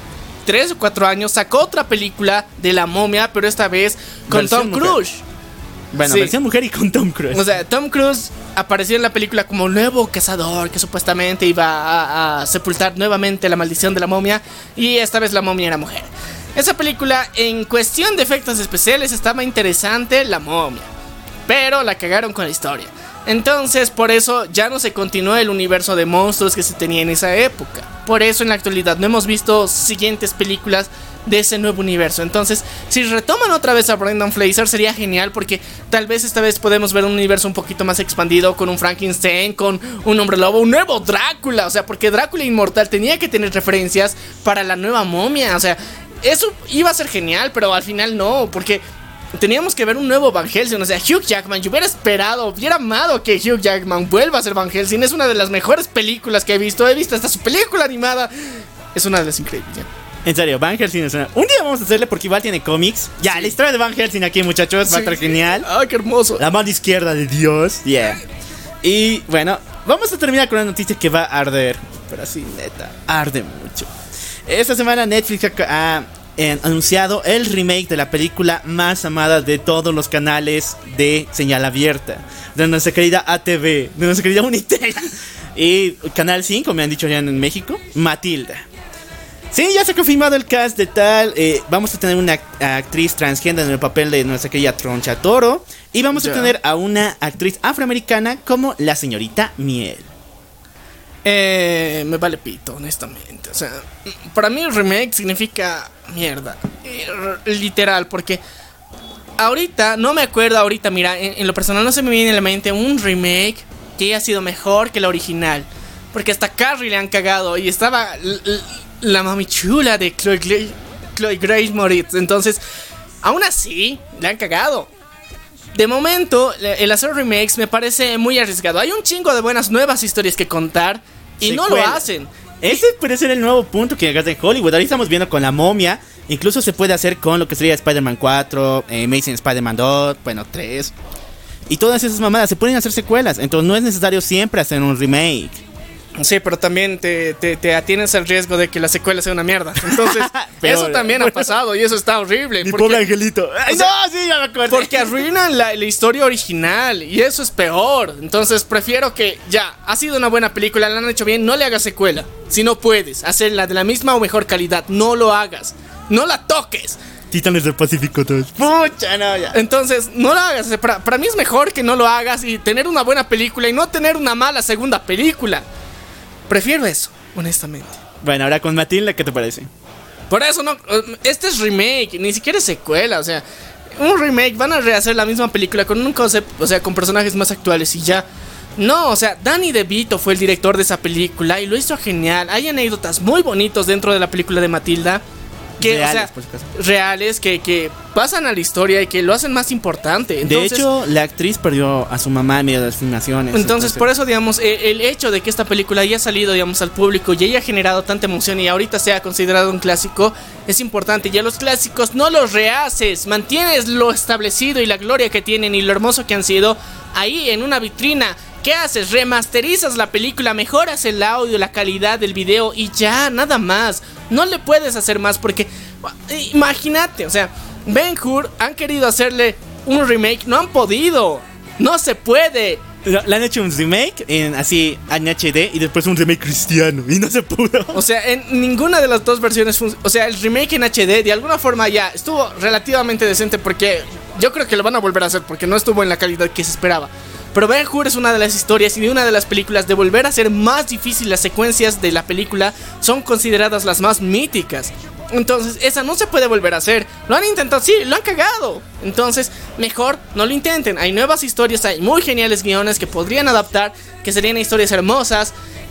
tres o cuatro años sacó otra película de La Momia, pero esta vez con Versión Tom mujer. Cruise. Bueno, Sí. versión mujer y con Tom Cruise. O sea, Tom Cruise apareció en la película como nuevo cazador que supuestamente iba a, a sepultar nuevamente la maldición de la momia, y esta vez la momia era mujer. Esa película, en cuestión de efectos especiales, estaba interesante, la momia, pero la cagaron con la historia. Entonces, por eso ya no se continuó el universo de monstruos que se tenía en esa época. Por eso en la actualidad no hemos visto siguientes películas de ese nuevo universo. Entonces, si retoman otra vez a Brendan Fraser, sería genial, porque tal vez esta vez podemos ver un universo un poquito más expandido, con un Frankenstein, con un hombre lobo, un nuevo Drácula. O sea, porque Drácula Inmortal tenía que tener referencias para la nueva momia. O sea, eso iba a ser genial, pero al final no, porque teníamos que ver un nuevo Van Helsing. O sea, Hugh Jackman, yo hubiera esperado, hubiera amado que Hugh Jackman vuelva a ser Van Helsing. Es una de las mejores películas que he visto. He visto hasta su película animada. Es una de las increíbles, ya. En serio, Van Helsing es una... Un día vamos a hacerle porque igual tiene cómics. Ya, la historia de Van Helsing aquí, muchachos, va a estar genial. Ay, qué hermoso. La mano izquierda de Dios. Yeah. Y bueno, vamos a terminar con una noticia que va a arder. Pero así, neta, arde mucho. Esta semana Netflix ha, ha eh, anunciado el remake de la película más amada de todos los canales de señal abierta, de nuestra querida A T V, de nuestra querida Unitel y Canal cinco, me han dicho ya en México, Matilda. Sí, ya se ha confirmado el cast de tal. eh, Vamos a tener una act- actriz transgénero en el papel de nuestra querida Troncha Toro. Y vamos Ya. a tener a una actriz afroamericana como la señorita Miel. Eh, me vale pito, honestamente. O sea, para mí el remake significa mierda. Eh, r- literal, porque ahorita, no me acuerdo ahorita, mira, en, en lo personal no se me viene a la mente un remake que haya sido mejor que la original. Porque hasta Carrie le han cagado y estaba l- l- la mami chula de Chloe, Gle- Chloe Grace Moritz. Entonces, aún así, le han cagado. De momento, el hacer remakes me parece muy arriesgado. Hay un chingo de buenas nuevas historias que contar y no lo Secuelas. hacen. Ese puede ser el nuevo punto que hagas de Hollywood. Ahorita estamos viendo con La Momia. Incluso se puede hacer con lo que sería Spider-Man cuatro, eh, Amazing Spider-Man dos, bueno, tres. Y todas esas mamadas se pueden hacer secuelas. Entonces no es necesario siempre hacer un remake. Sí, pero también te, te, te atienes al riesgo de que la secuela sea una mierda. Entonces, Pero- eso también ha pasado y eso está horrible. porque- angelito. Ay, o sea, no, sí, ya me acuerdo. Porque arruinan la, la historia original y eso es peor. Entonces prefiero que ya, ha sido una buena película, la han hecho bien, no le hagas secuela. Si no puedes hacerla de la misma o mejor calidad, no lo hagas. No la toques. Titanes del Pacífico dos. Pucha, no, ya. Entonces, no lo hagas. Para, para mí es mejor que no lo hagas y tener una buena película y no tener una mala segunda película. Prefiero eso, honestamente. Bueno, ahora con Matilda, ¿qué te parece? Por eso no, este es remake, ni siquiera es secuela, o sea, un remake, van a rehacer la misma película con un concepto, o sea, con personajes más actuales y ya. No, o sea, Danny DeVito fue el director de esa película y lo hizo genial. Hay anécdotas muy bonitos dentro de la película de Matilda. Que, Reales, o sea, por si acaso. reales, que, que pasan a la historia y que lo hacen más importante. Entonces, de hecho, la actriz perdió a su mamá en medio de las filmaciones. Entonces, por eso, digamos, el, el hecho de que esta película haya salido, digamos, al público y haya generado tanta emoción y ahorita sea considerado un clásico, es importante. Ya los clásicos no los rehaces, mantienes lo establecido y la gloria que tienen y lo hermoso que han sido ahí en una vitrina. ¿Qué haces? Remasterizas la película, mejoras el audio, la calidad del video y ya, nada más. No le puedes hacer más porque, imagínate, o sea, Ben-Hur han querido hacerle un remake, no han podido, no se puede. Le han hecho un remake en así en H D y después un remake cristiano y no se pudo. O sea, en ninguna de las dos versiones, fun- o sea, el remake en H D de alguna forma ya estuvo relativamente decente porque yo creo que lo van a volver a hacer porque no estuvo en la calidad que se esperaba. Pero Ben-Hur es una de las historias y de una de las películas de volver a ser más difícil. Las secuencias de la película son consideradas las más míticas. Entonces, esa no se puede volver a hacer. Lo han intentado, sí, lo han cagado. Entonces, mejor no lo intenten. Hay nuevas historias, hay muy geniales guiones que podrían adaptar, que serían historias hermosas,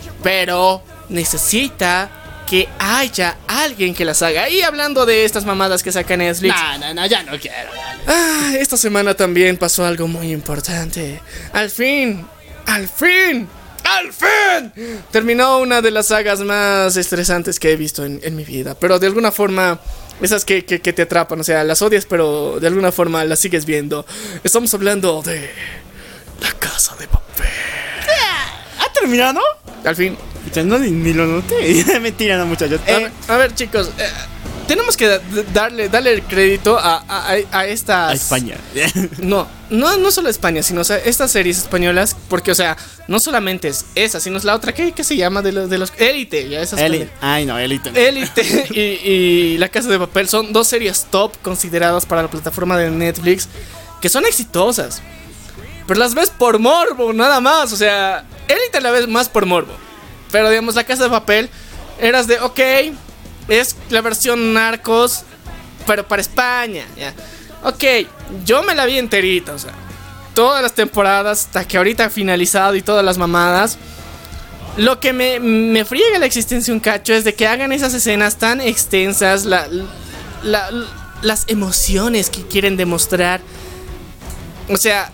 pero necesita que haya alguien que las haga. Y hablando de estas mamadas que saca Netflix, No, no, no, ya no quiero. Dale. ah, esta semana también pasó algo muy importante. Al fin, al fin, al fin terminó una de las sagas más estresantes que he visto en, en mi vida. Pero de alguna forma, esas que, que, que te atrapan, o sea, las odias, pero de alguna forma las sigues viendo. Estamos hablando de La Casa de Papel. ¿Ha terminado? Al fin. muchachos, no, ni, ni lo noté. Mentira, no, muchachos. A, Eh, ver, a ver, chicos, eh, tenemos que da- darle, darle el crédito a, a, a- a estas... a España. No, no, no solo España, sino, o sea, estas series españolas, porque, o sea, no solamente es esa, sino es la otra, ¿qué, qué se llama? De los, de los Élite, ya esas Eli- cosas. Ay, no, Elite. Élite y, y La Casa de Papel son dos series top consideradas para la plataforma de Netflix que son exitosas. Pero las ves por morbo, nada más. O sea, Élite la ves más por morbo. Pero digamos, La Casa de Papel eras de, ok, es la versión Narcos, pero para España, ya. Ok, yo me la vi enterita, o sea, todas las temporadas hasta que ahorita ha finalizado y todas las mamadas. Lo que me, me friega la existencia un cacho es de que hagan esas escenas tan extensas, la, la, la- las emociones que quieren demostrar. O sea,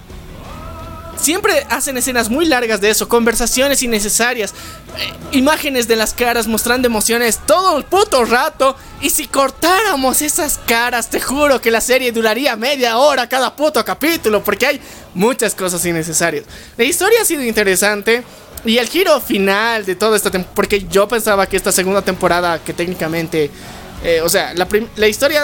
siempre hacen escenas muy largas de eso, conversaciones innecesarias, eh, imágenes de las caras mostrando emociones todo el puto rato. Y si cortáramos esas caras, te juro que la serie duraría media hora cada puto capítulo, porque hay muchas cosas innecesarias. La historia ha sido interesante. Y el giro final de toda esta temporada, porque yo pensaba que esta segunda temporada, que técnicamente, eh, o sea, la, prim- la historia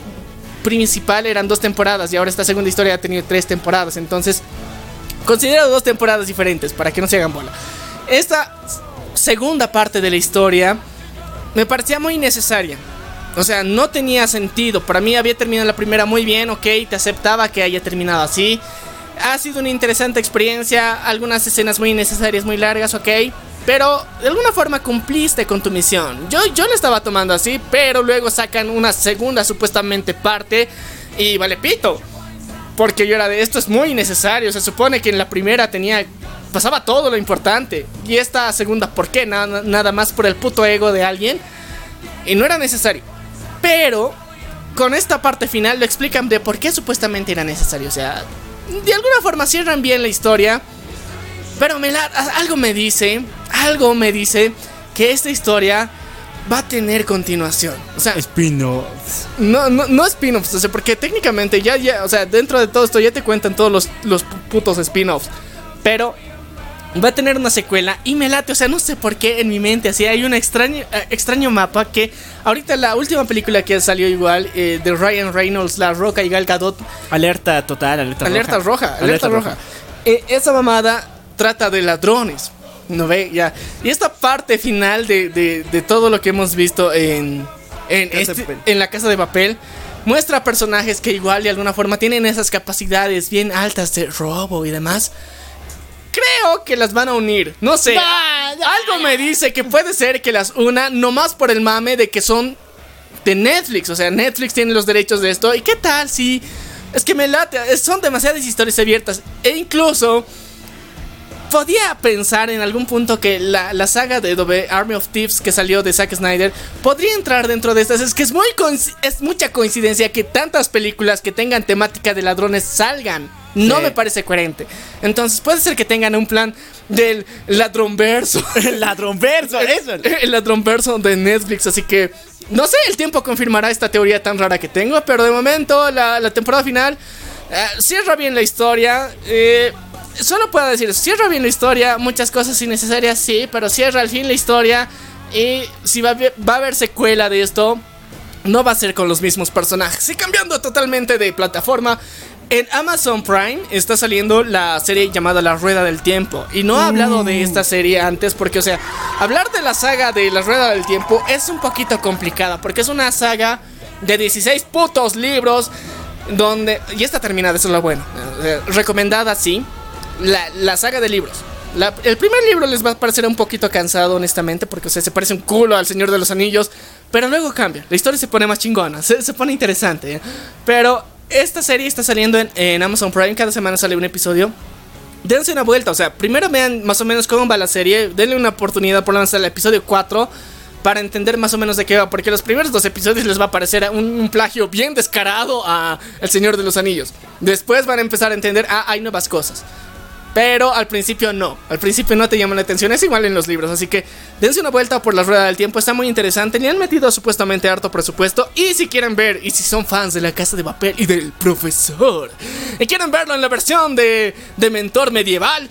principal eran dos temporadas y ahora esta segunda historia ha tenido tres temporadas. Entonces, considero dos temporadas diferentes para que no se hagan bola. Esta segunda parte de la historia me parecía muy innecesaria. O sea, no tenía sentido. Para mí había terminado la primera muy bien, ok, te aceptaba que haya terminado así. Ha sido una interesante experiencia, algunas escenas muy innecesarias, muy largas, ok. Pero de alguna forma cumpliste con tu misión. Yo, yo lo estaba tomando así, pero luego sacan una segunda supuestamente parte y vale pito. Porque yo era de, esto es muy innecesario. Se supone que en la primera tenía, pasaba todo lo importante. Y esta segunda, ¿por qué? Nada, nada más por el puto ego de alguien. Y no era necesario. Pero con esta parte final lo explican de por qué supuestamente era necesario. O sea, de alguna forma cierran bien la historia. Pero me la, algo me dice, algo me dice que esta historia va a tener continuación. O sea, Espino. no, no, no spin-offs, o sea, porque técnicamente ya, ya, o sea, dentro de todo esto ya te cuentan todos los, los putos spin-offs. Pero va a tener una secuela y me late, o sea, no sé por qué en mi mente así hay un extraño, eh, extraño mapa que ahorita la última película que salió igual, eh, de Ryan Reynolds, La Roca y Gal Gadot. Alerta total, alerta, Alerta roja. roja, alerta, roja. Eh, esa mamada trata de ladrones, ¿no ve? Ya. Y esta parte final de, de, de todo lo que hemos visto en, en, Casa de este- Papel. en La Casa de Papel muestra personajes que igual de alguna forma tienen esas capacidades bien altas de robo y demás. Creo que las van a unir, no sé. Algo me dice que puede ser que las una nomás por el mame de que son de Netflix. O sea, Netflix tiene los derechos de esto. ¿Y qué tal si...? Es que me late, son demasiadas historias abiertas. E incluso podía pensar en algún punto que la, la saga de The Army of Thieves que salió de Zack Snyder podría entrar dentro de estas. Es que es, muy coinc- es mucha coincidencia que tantas películas que tengan temática de ladrones salgan. No Sí. me parece coherente. Entonces puede ser que tengan un plan del ladronverso. El ladronverso, eso. El ladronverso de Netflix. Así que no sé, el tiempo confirmará esta teoría tan rara que tengo. Pero de momento la, la temporada final eh, cierra bien la historia. eh, Solo puedo decir, cierra bien la historia. Muchas cosas innecesarias, sí, pero cierra al fin la historia. Y si va a, haber- va a haber secuela de esto, no va a ser con los mismos personajes. Y cambiando totalmente de plataforma, en Amazon Prime está saliendo la serie llamada La Rueda del Tiempo. Y no he hablado de esta serie antes porque, o sea, hablar de la saga de La Rueda del Tiempo es un poquito complicada. Porque es una saga de dieciséis putos libros donde... Y está terminada, eso es lo bueno. Eh, recomendada, sí. La, la saga de libros. La- el primer libro les va a parecer un poquito cansado, honestamente, porque, o sea, se parece un culo al Señor de los Anillos. Pero luego cambia. La historia se pone más chingona. Se, se pone interesante. ¿eh? Pero esta serie está saliendo en, en Amazon Prime. Cada semana sale un episodio. Dense una vuelta. O sea, primero vean más o menos cómo va la serie. Denle una oportunidad por lo menos al episodio cuatro. Para entender más o menos de qué va. Porque los primeros dos episodios les va a parecer un, un plagio bien descarado a El Señor de los Anillos. Después van a empezar a entender, ah, hay nuevas cosas. Pero al principio no, al principio no te llama la atención, es igual en los libros. Así que dense una vuelta por La Rueda del Tiempo, está muy interesante. Le han metido supuestamente harto presupuesto. Y si quieren ver, y si son fans de La Casa de Papel y del Profesor, y quieren verlo en la versión de, de mentor medieval,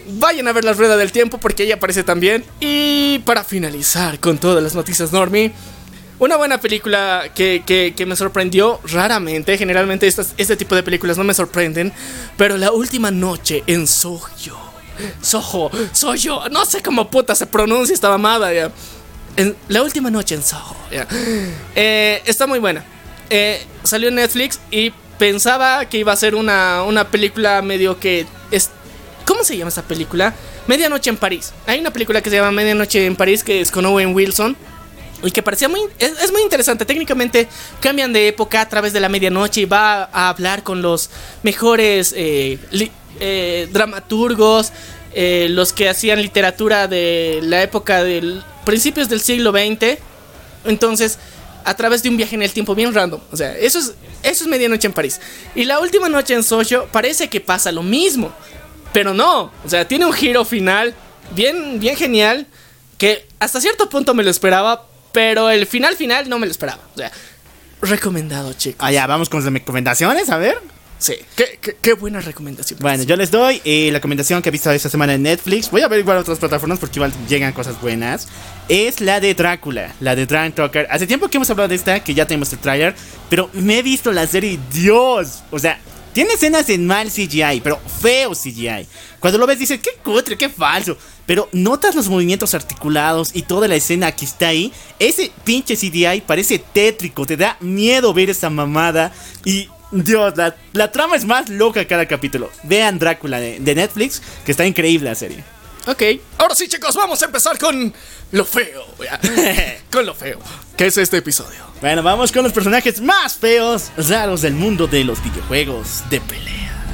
vayan a ver La Rueda del Tiempo porque ella aparece también. Y para finalizar con todas las noticias Normie, una buena película que, que, que me sorprendió raramente. Generalmente estas, este tipo de películas no me sorprenden, pero La Última Noche en Soho. Soho, Soho, no sé cómo puta se pronuncia esta mamada, ya. En La Última Noche en Soho, ya. Eh, está muy buena. Eh, salió en Netflix y pensaba que iba a ser una, una película medio que... Es, ¿cómo se llama esta película? Medianoche en París. Hay una película que se llama Medianoche en París, que es con Owen Wilson, y que parecía muy... Es, es muy interesante. Técnicamente cambian de época a través de la medianoche y va a hablar con los mejores eh, li, eh, dramaturgos, eh, los que hacían literatura de la época de principios del siglo veinte. Entonces, a través de un viaje en el tiempo bien random. O sea, eso es, eso es Medianoche en París. Y La Última Noche en Soho parece que pasa lo mismo, pero no. O sea, tiene un giro final bien, bien genial, que hasta cierto punto me lo esperaba, pero el final final no me lo esperaba. O sea, recomendado, chicos. Ah, ya, vamos con las recomendaciones, a ver. Sí, qué, qué, qué buena recomendación. Bueno, yo les doy eh, la recomendación que he visto esta semana en Netflix. Voy a ver igual otras plataformas porque igual llegan cosas buenas. Es la de Drácula, la de Bram Stoker. Hace tiempo que hemos hablado de esta, que ya tenemos el tráiler, pero me he visto la serie, Dios. O sea, tiene escenas en mal C G I, pero feo C G I. Cuando lo ves dices, qué cutre, qué falso. Pero notas los movimientos articulados y toda la escena que está ahí. Ese pinche C G I parece tétrico, te da miedo ver esa mamada. Y Dios, la, la trama es más loca cada capítulo. Vean Drácula de, de Netflix, que está increíble la serie. Ok, ahora sí, chicos, vamos a empezar con lo feo. Con lo feo, que es este episodio. Bueno, vamos con los personajes más feos, raros del mundo de los videojuegos de pelea.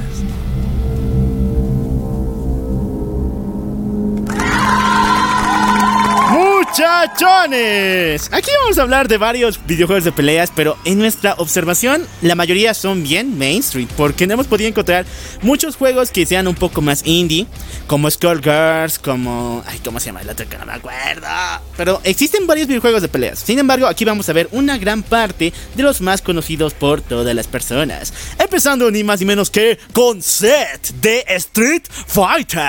Muchachones, aquí vamos a hablar de varios videojuegos de peleas, pero en nuestra observación la mayoría son bien mainstream, porque no hemos podido encontrar muchos juegos que sean un poco más indie, como Skullgirls, como... Ay, ¿cómo se llama el otro que no me acuerdo? Pero existen varios videojuegos de peleas. Sin embargo, aquí vamos a ver una gran parte de los más conocidos por todas las personas, empezando ni más ni menos que con Seth de Street Fighter.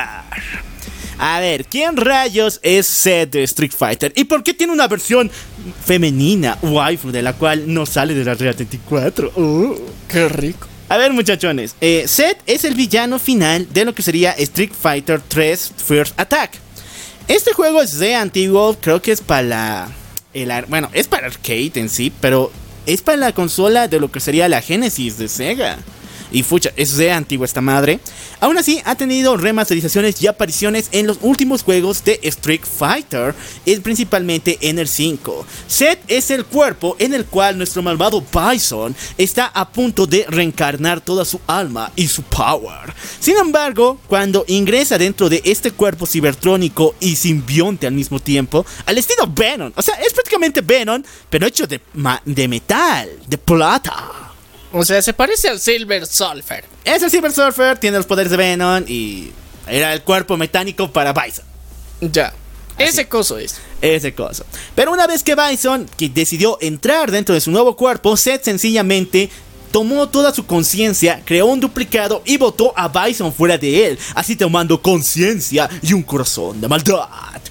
A ver, ¿quién rayos es Seth de Street Fighter? ¿Y por qué tiene una versión femenina, waifu, de la cual no sale de la Real treinta y cuatro? Oh, ¡qué rico! A ver, muchachones, eh, Seth es el villano final de lo que sería Street Fighter tres First Attack. Este juego es de antiguo, creo que es para la... El, bueno, es para arcade en sí, pero es para la consola de lo que sería la Genesis de Sega. Y fucha, es de antigua esta madre. Aún así, ha tenido remasterizaciones y apariciones en los últimos juegos de Street Fighter, principalmente en el cinco. Seth es el cuerpo en el cual nuestro malvado Bison está a punto de reencarnar toda su alma y su power. Sin embargo, cuando ingresa dentro de este cuerpo cibertrónico y simbionte al mismo tiempo, al estilo Venom, o sea, es prácticamente Venom, pero hecho de, de metal, de plata. O sea, se parece al Silver Surfer. Es el Silver Surfer, tiene los poderes de Venom y era el cuerpo mecánico para Bison. Ya, así. Ese coso es. Ese coso. Pero una vez que Bison que decidió entrar dentro de su nuevo cuerpo, Seth sencillamente tomó toda su conciencia, creó un duplicado y botó a Bison fuera de él, así tomando conciencia y un corazón de maldad.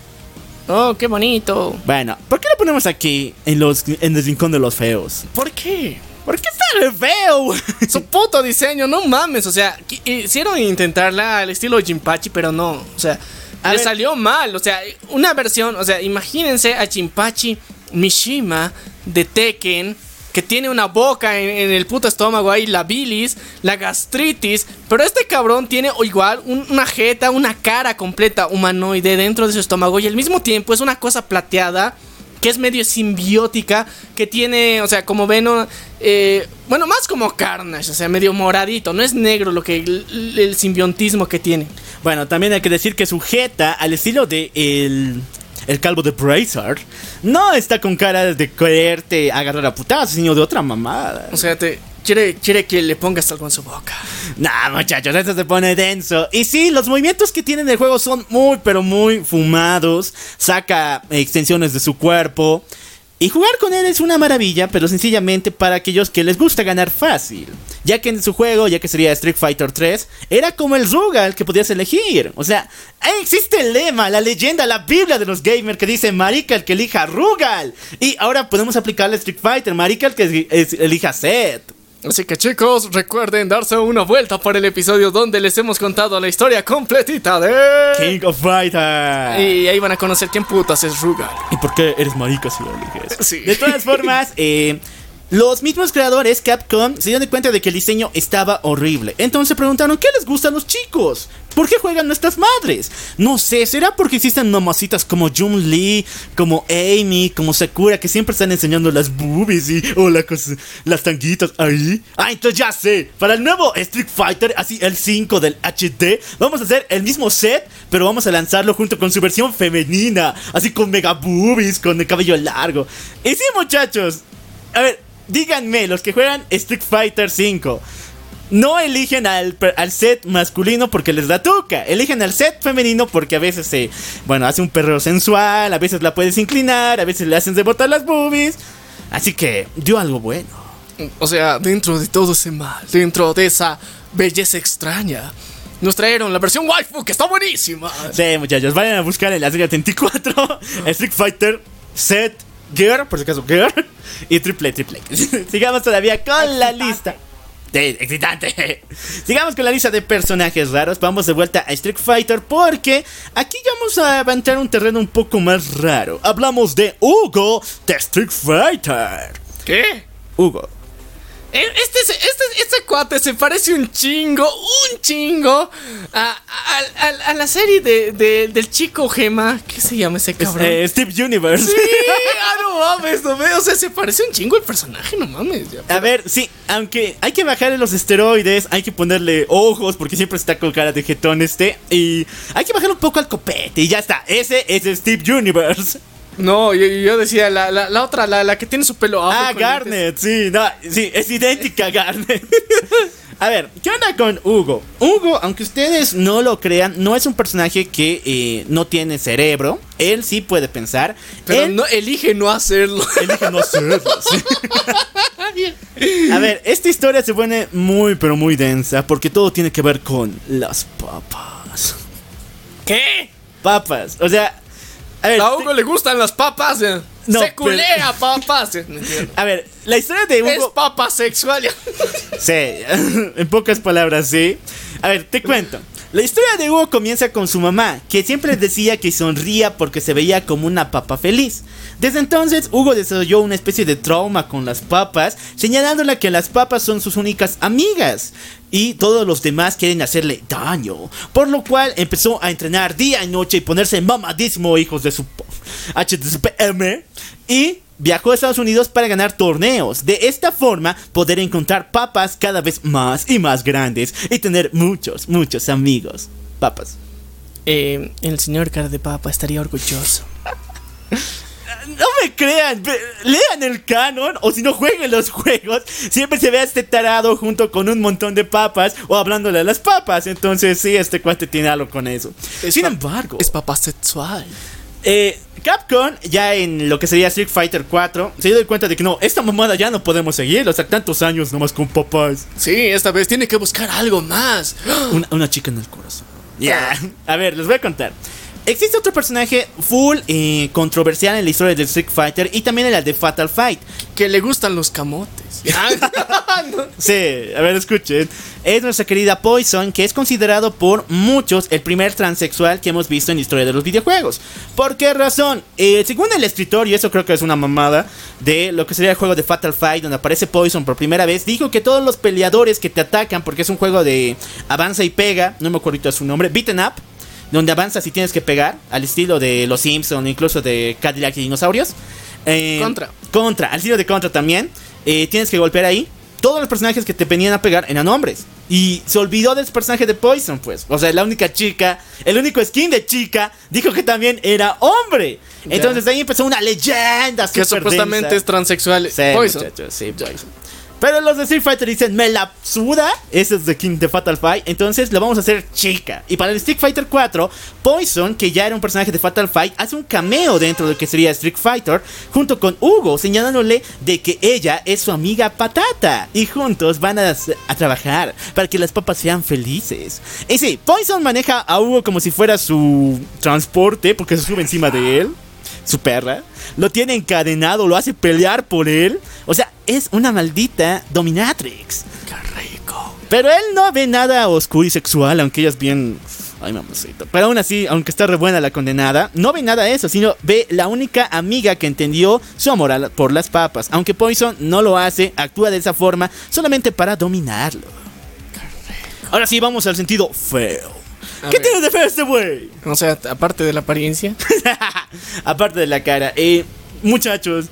Oh, qué bonito. Bueno, ¿por qué le ponemos aquí en, los, en el rincón de los feos? ¿Por qué? Porque está re feo. Su puto diseño, no mames. O sea, hicieron intentarla al estilo Jinpachi, pero no. O sea, a le ver. salió mal. O sea, una versión. O sea, imagínense a Jinpachi Mishima de Tekken, que tiene una boca en, en el puto estómago ahí, la bilis, la gastritis. Pero este cabrón tiene igual un, una jeta, una cara completa humanoide dentro de su estómago. Y al mismo tiempo es una cosa plateada, que es medio simbiótica, que tiene, o sea, como Venom, eh, bueno, más como Carnage, o sea, medio moradito, no es negro lo que el, el simbiontismo que tiene. Bueno, también hay que decir que su jeta, al estilo de el, el calvo de Brazzard, no está con cara de quererte agarrar a putadas, sino de otra mamada. O sea, te quiere, quiere que le pongas algo en su boca. Nah, muchachos, esto se pone denso. Y sí, los movimientos que tiene en el juego son muy, pero muy fumados. Saca extensiones de su cuerpo. Y jugar con él es una maravilla, pero sencillamente para aquellos que les gusta ganar fácil. Ya que en su juego, ya que sería Street Fighter tres, era como el Rugal que podías elegir. O sea, ahí existe el lema, la leyenda, la biblia de los gamers que dice marica el que elija Rugal. Y ahora podemos aplicarle a Street Fighter, marica el que es- elija Seth. Así que chicos, recuerden darse una vuelta por el episodio donde les hemos contado la historia completita de... King of Fighters. Y ahí van a conocer quién putas es Rugal. ¿Y por qué eres marica si lo eliges? Sí. De todas formas, eh, los mismos creadores, Capcom, se dieron cuenta de que el diseño estaba horrible. Entonces se preguntaron, ¿qué les gusta a los chicos? ¿Por qué juegan nuestras madres? No sé, ¿será porque existen mamacitas como Jun-Li, como Amy, como Sakura, que siempre están enseñando las boobies y o la cos- las tanguitas ahí? Ah, entonces ya sé, para el nuevo Street Fighter, así el cinco del H D, vamos a hacer el mismo set, pero vamos a lanzarlo junto con su versión femenina, así con mega boobies, con el cabello largo. Y sí, muchachos, a ver, díganme, los que juegan Street Fighter cinco, no eligen al, per- al set masculino porque les da tuca. Eligen al set femenino porque a veces se, bueno, hace un perreo sensual, a veces la puedes inclinar, a veces le hacen rebotar las boobies. Así que dio algo bueno. O sea, dentro de todo ese mal, dentro de esa belleza extraña, nos trajeron la versión waifu que está buenísima. Sí, muchachos, vayan a buscar en la serie treinta y cuatro Street Fighter Set Gear, por si acaso Gear, y Triple Triple X. Sigamos todavía con la lista. Sí, excitante. Sigamos con la lista de personajes raros. Vamos de vuelta a Street Fighter porque aquí ya vamos a avanzar un terreno un poco más raro. Hablamos de Hugo de Street Fighter. ¿Qué? Hugo. Eh, Este, este, este cuate se parece un chingo, un chingo a, a, a- a la serie de, de- del chico Gema. ¿Qué se llama ese cabrón? Eh, Steve Universe. Sí, ah, no mames, no me, o sea, se parece un chingo el personaje, no mames. Ya. A ver, sí, aunque hay que bajarle los esteroides, hay que ponerle ojos porque siempre está con cara de jetón este. Y hay que bajarle un poco al copete y ya está. Ese es Steve Universe. No, yo, yo decía la, la, la otra, la, la que tiene su pelo afro Ah, con Garnet, sí, no, sí, es idéntica a Garnet. A ver, ¿qué onda con Hugo? Hugo, aunque ustedes no lo crean, no es un personaje que eh, no tiene cerebro. Él sí puede pensar. lentes. Pero Él no, elige no hacerlo. elige no hacerlo, sí. A ver, esta historia se pone muy, pero muy densa porque todo tiene que ver con las papas. ¿Qué? Papas, o sea, a ver, A Hugo le gustan las papas. eh. No, se culea papas. eh. a ver, la historia de Es Hugo. papa sexual. Sí, en pocas palabras, sí. A ver, te cuento. La historia de Hugo comienza con su mamá, que siempre decía que sonría porque se veía como una papa feliz. Desde entonces, Hugo desarrolló una especie de trauma con las papas, señalándole que las papas son sus únicas amigas y todos los demás quieren hacerle daño. Por lo cual empezó a entrenar día y noche y ponerse mamadísimo, hijos de su p- H D P M, y viajó a Estados Unidos para ganar torneos. De esta forma, poder encontrar papas cada vez más y más grandes y tener muchos, muchos amigos. Papas. Eh, el señor cara de papa estaría orgulloso. No me crean, ve- lean el canon o si no jueguen los juegos. Siempre se ve a este tarado junto con un montón de papas o hablándole a las papas. Entonces sí, este cuate tiene algo con eso. Es Sin pa- embargo, Es papa sexual. eh, Capcom ya en lo que sería Street Fighter cuatro se dio cuenta de que no, esta mamada ya no podemos seguir. O sea, tantos años nomás con papas. Sí, esta vez tiene que buscar algo más. Una, una chica en el corazón. Ya. A ver, les voy a contar. Existe otro personaje full eh, controversial en la historia de Street Fighter y también en la de Fatal Fight. Que le gustan los camotes. Sí, a ver, escuchen. Es nuestra querida Poison, que es considerado por muchos el primer transexual que hemos visto en la historia de los videojuegos. ¿Por qué razón? Eh, según el escritor, y eso creo que es una mamada, de lo que sería el juego de Fatal Fight, donde aparece Poison por primera vez, dijo que todos los peleadores que te atacan, porque es un juego de avanza y pega, no me acuerdo ahorita su nombre, beaten up, donde avanzas y tienes que pegar, al estilo de Los Simpsons, incluso de Cadillac y Dinosaurios. Eh, Contra. Contra, al estilo de Contra también. Eh, tienes que golpear ahí. Todos los personajes que te venían a pegar eran hombres. Y se olvidó del personaje de Poison, pues. O sea, la única chica, el único skin de chica, dijo que también era hombre. Ya. Entonces de ahí empezó una leyenda Que súper supuestamente densa. es transexual. Sí, Poison. muchachos, sí, Poison. Pero los de Street Fighter dicen, me la suda. Ese es de King de Fatal Fight. Entonces lo vamos a hacer chica. Y para el Street Fighter cuatro, Poison, que ya era un personaje de Fatal Fight, hace un cameo dentro de lo que sería Street Fighter, junto con Hugo, señalándole de que ella es su amiga patata. Y juntos van a, a trabajar para que las papas sean felices. Y sí, Poison maneja a Hugo como si fuera su transporte, porque se sube encima de él. Su perra, lo tiene encadenado, lo hace pelear por él. O sea, es una maldita dominatrix. ¡Qué rico! Pero él no ve nada oscuro y sexual, aunque ella es bien... Ay, mamacita. Pero aún así, aunque está re buena la condenada, no ve nada de eso, sino ve la única amiga que entendió su amor por las papas. Aunque Poison no lo hace, actúa de esa forma solamente para dominarlo. ¡Qué rico! Ahora sí, vamos al sentido feo. A ¿Qué ver. tiene de feo este güey? O sea, aparte de la apariencia. Aparte de la cara, eh, muchachos,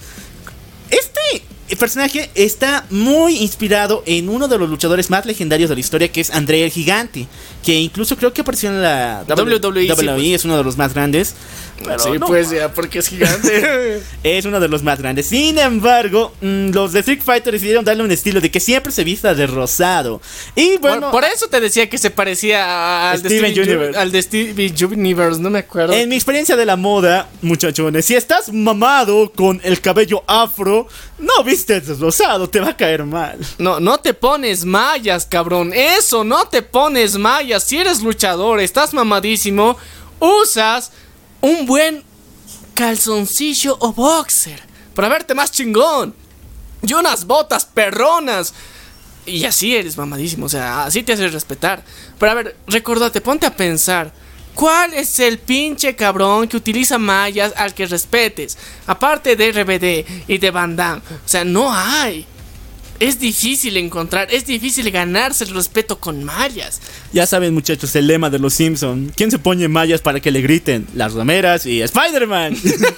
este personaje está muy inspirado en uno de los luchadores más legendarios de la historia, que es André el Gigante, que incluso creo que apareció en la W W E, W W E, sí, pues. es uno de los más grandes. Pero Sí, no, pues ya, porque es gigante. es uno de los más grandes. Sin embargo, mmm, los de Street Fighter decidieron darle un estilo de que siempre se vista de rosado. Y bueno, por, por eso te decía que se parecía al de Steven Steven Universe. Ju- al de Steven Universe, no me acuerdo. en mi experiencia de la moda, muchachones, si estás mamado con el cabello afro, no vistes de rosado, te va a caer mal. No, no te pones mallas, cabrón. Eso, no te pones mallas. Si eres luchador, estás mamadísimo, usas un buen calzoncillo o boxer para verte más chingón. Y unas botas perronas. Y así eres mamadísimo, o sea, así te haces respetar. Pero a ver, recordate, ponte a pensar. ¿Cuál es el pinche cabrón que utiliza mallas al que respetes? Aparte de R B D y de Van Damme. O sea, no hay. Es difícil encontrar, es difícil ganarse el respeto con mallas. Ya saben, muchachos, el lema de los Simpson. ¿Quién se pone mallas para que le griten? Las rameras y Spider-Man.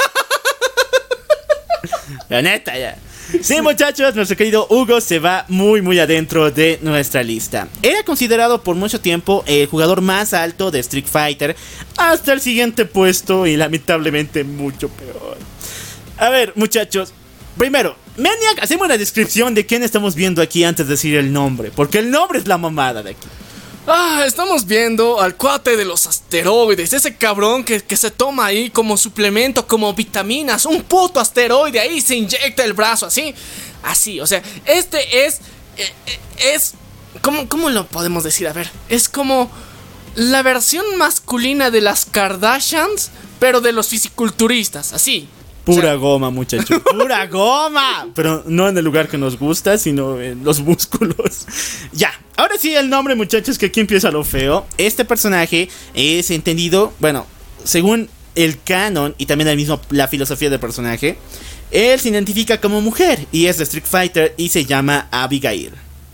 La neta, ya. Sí, muchachos, nuestro querido Hugo se va muy muy adentro de nuestra lista. Era considerado por mucho tiempo el jugador más alto de Street Fighter, hasta el siguiente puesto y lamentablemente mucho peor. A ver, muchachos, primero, Maniac, hacemos una descripción de quién estamos viendo aquí antes de decir el nombre, porque el nombre es la mamada de aquí. Ah, estamos viendo al cuate de los asteroides. Ese cabrón que, que se toma ahí como suplemento, como vitaminas. Un puto asteroide ahí se inyecta el brazo así. Así, o sea, este es... eh, eh, Es... ¿cómo, ¿Cómo lo podemos decir? A ver, es como la versión masculina de las Kardashians, pero de los fisiculturistas, así. Pura O sea, goma, muchachos. Pura goma. Pero no en el lugar que nos gusta, sino en los músculos. Ya. Ahora sí, el nombre, muchachos, que aquí empieza lo feo. Este personaje es entendido, bueno, según el canon y también el mismo, la filosofía del personaje, él se identifica como mujer y es de Street Fighter y se llama Abigail.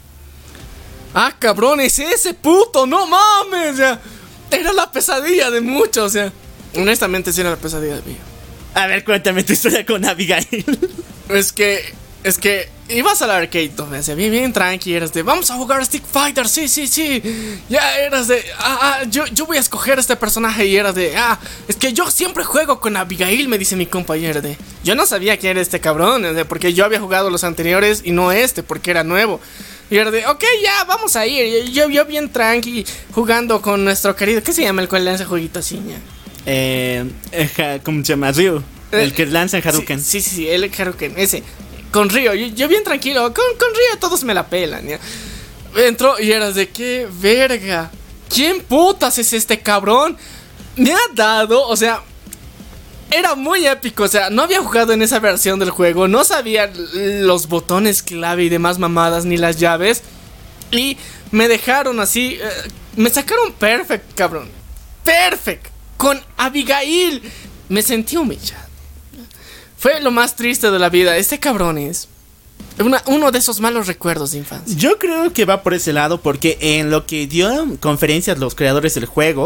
Ah, cabrón, es ese puto, no mames. O sea, era la pesadilla de muchos, o sea. Honestamente, sí era la pesadilla de mí. A ver, cuéntame tu historia con Abigail. Es que, es que ibas al arcade, o sea, bien, bien tranqui, eras de, vamos a jugar Street Fighter, sí, sí, sí. Ya eras de, ah, ah, yo, yo voy a escoger este personaje y eras de, ah, es que yo siempre juego con Abigail, me dice mi compañero de. Yo no sabía quién era este cabrón, o sea, porque yo había jugado los anteriores y no este, porque era nuevo. Y era de, ok, ya, vamos a ir. Yo, yo bien tranqui, jugando con nuestro querido, ¿qué se llama el cual lanza jueguito así, ya? Eh, eh, ¿Cómo se llama? Ryu. El que lanza en Hadouken. Sí, sí, sí, el Hadouken, ese. Con Ryo, yo, yo bien tranquilo, con, con Ryo todos me la pelan, ¿ya? Entró y eras de, qué verga. ¿Quién putas es este cabrón? Me ha dado, o sea, era muy épico, o sea, no había jugado en esa versión del juego, no sabía los botones clave y demás mamadas, ni las llaves. Y me dejaron así, eh, me sacaron perfect, cabrón. Perfect. Con Abigail. Me sentí humillado. Fue lo más triste de la vida. Este cabrón es una, uno de esos malos recuerdos de infancia. Yo creo que va por ese lado porque en lo que dio conferencias los creadores del juego,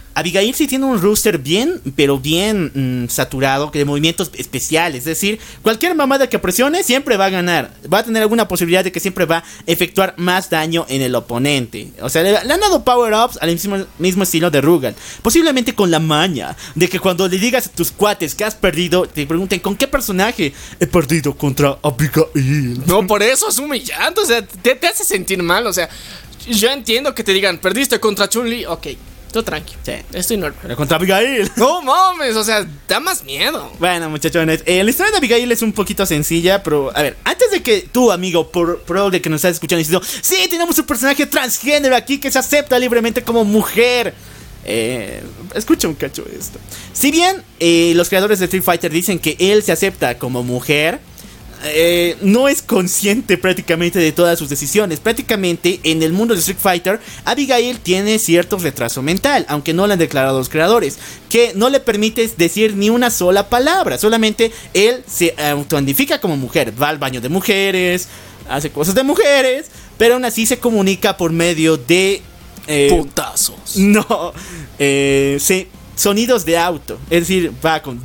Abigail sí tiene un roster bien, pero bien mmm, saturado, de movimientos especiales. Es decir, cualquier mamada que presione siempre va a ganar. Va a tener alguna posibilidad de que siempre va a efectuar más daño en el oponente. O sea, le, le han dado power-ups al mismo, mismo estilo de Rugal. Posiblemente con la maña de que cuando le digas a tus cuates que has perdido, te pregunten ¿con qué personaje? He perdido contra Abigail. No, por eso es humillante. O sea, te, te hace sentir mal. O sea, yo entiendo que te digan, perdiste contra Chun-Li. Ok. Tú tranqui, sí. Estoy normal. Pero contra Abigail. No mames, o sea, da más miedo. Bueno, muchachones, eh, la historia de Abigail es un poquito sencilla, pero a ver, antes de que tú, amigo, por pro de que nos estás escuchando, diciendo, sí, tenemos un personaje transgénero aquí que se acepta libremente como mujer. Eh, escucha un cacho esto. Si bien eh, los creadores de Street Fighter dicen que él se acepta como mujer, Eh, no es consciente prácticamente de todas sus decisiones. Prácticamente en el mundo de Street Fighter, Abigail tiene cierto retraso mental, aunque no lo han declarado los creadores, que no le permite decir ni una sola palabra. Solamente él se autoidentifica como mujer, va al baño de mujeres, hace cosas de mujeres, pero aún así se comunica por medio de eh, putazos. No, eh, sí, sonidos de auto. Es decir, va con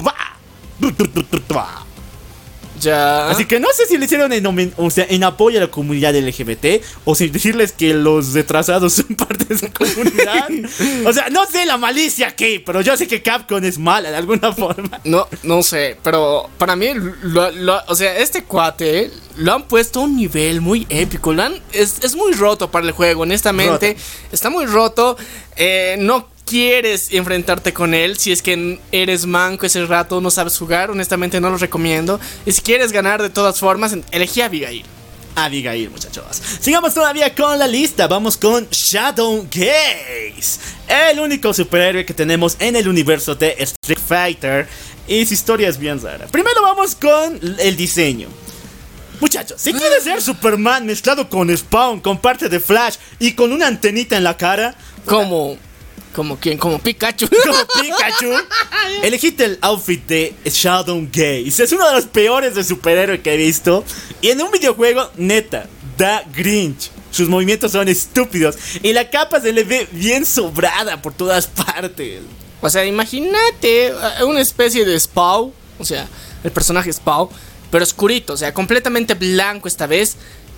ya. Así que no sé si le hicieron en, o sea, en apoyo a la comunidad L G B T o sin decirles que los retrasados son parte de esa comunidad. O sea, no sé la malicia aquí, pero yo sé que Capcom es mala de alguna forma. No, no sé, pero para mí, lo, lo, o sea, este cuate lo han puesto a un nivel muy épico. Lo han, es, es muy roto para el juego, honestamente. Roto. Está muy roto. Eh, no quieres enfrentarte con él si es que eres manco ese rato, no sabes jugar, honestamente no lo recomiendo. Y si quieres ganar de todas formas, elegí a Abigail. Abigail, muchachos. Sigamos todavía con la lista. Vamos con Shadow Gaze, el único superhéroe que tenemos en el universo de Street Fighter. Y su historia es bien rara. Primero vamos con el diseño. Muchachos, si quieres ser Superman mezclado con Spawn, con parte de Flash y con una antenita en la cara, como... ¿Como quién? ¿Como Pikachu? Como Pikachu. Elegiste el outfit de Shadow Gaze. Es uno de los peores de superhéroe que he visto. Y en un videojuego, neta, da Grinch. Sus movimientos son estúpidos. Y la capa se le ve bien sobrada por todas partes. O sea, imagínate una especie de Spawn. O sea, el personaje Spawn, pero oscurito. O sea, completamente blanco esta vez.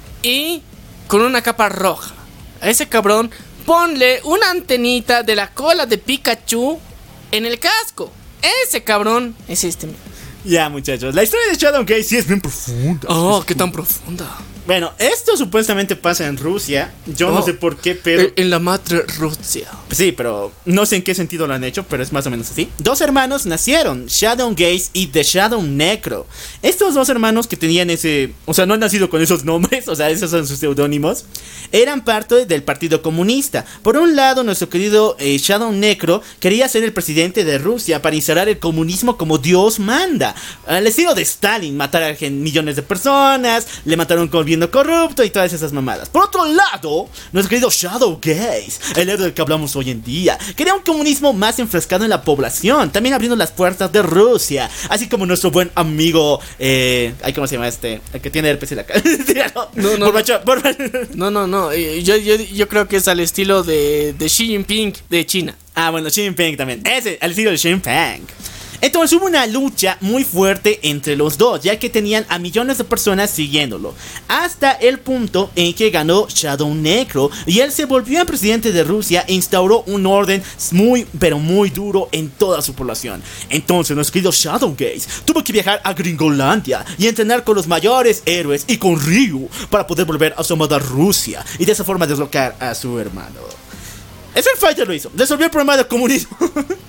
Y con una capa roja. A ese cabrón ponle una antenita de la cola de Pikachu en el casco. Ese cabrón es este. Ya, muchachos, la historia de Shadow Gaze sí es bien profunda. Oh, qué tan profunda. Bueno, esto supuestamente pasa en Rusia. Yo oh, no sé por qué, pero... En la madre Rusia. Sí, pero no sé en qué sentido lo han hecho, pero es más o menos así. Dos hermanos nacieron, Shadow Gaze y The Shadow Necro. Estos dos hermanos que tenían ese... O sea, no han nacido con esos nombres, o sea, esos son sus seudónimos. Eran parte del Partido Comunista. Por un lado, nuestro querido eh, Shadow Necro quería ser el presidente de Rusia para instaurar el comunismo como Dios manda. Al estilo de Stalin, matar a millones de personas, le mataron con corrupto y todas esas mamadas. Por otro lado, nuestro querido Shadow Gaze, el héroe del que hablamos hoy en día, quería un comunismo más enfrascado en la población, también abriendo las puertas de Rusia, así como nuestro buen amigo, eh, ¿cómo se llama este? El que tiene herpes en la cara. No, no, borracho, borracho. no, no, no. Yo, yo, yo creo que es al estilo de, de Xi Jinping de China. Ah, bueno, Xi Jinping también. Ese, al estilo de Xi Jinping. Entonces hubo una lucha muy fuerte entre los dos, ya que tenían a millones de personas siguiéndolo, hasta el punto en que ganó Shadow Necro y él se volvió el presidente de Rusia e instauró un orden muy pero muy duro en toda su población. Entonces nuestro querido Shadow Gaze tuvo que viajar a Gringolandia y entrenar con los mayores héroes y con Ryu para poder volver a su amada Rusia y de esa forma deslocar a su hermano. Street Fighter lo hizo, resolvió el problema del comunismo.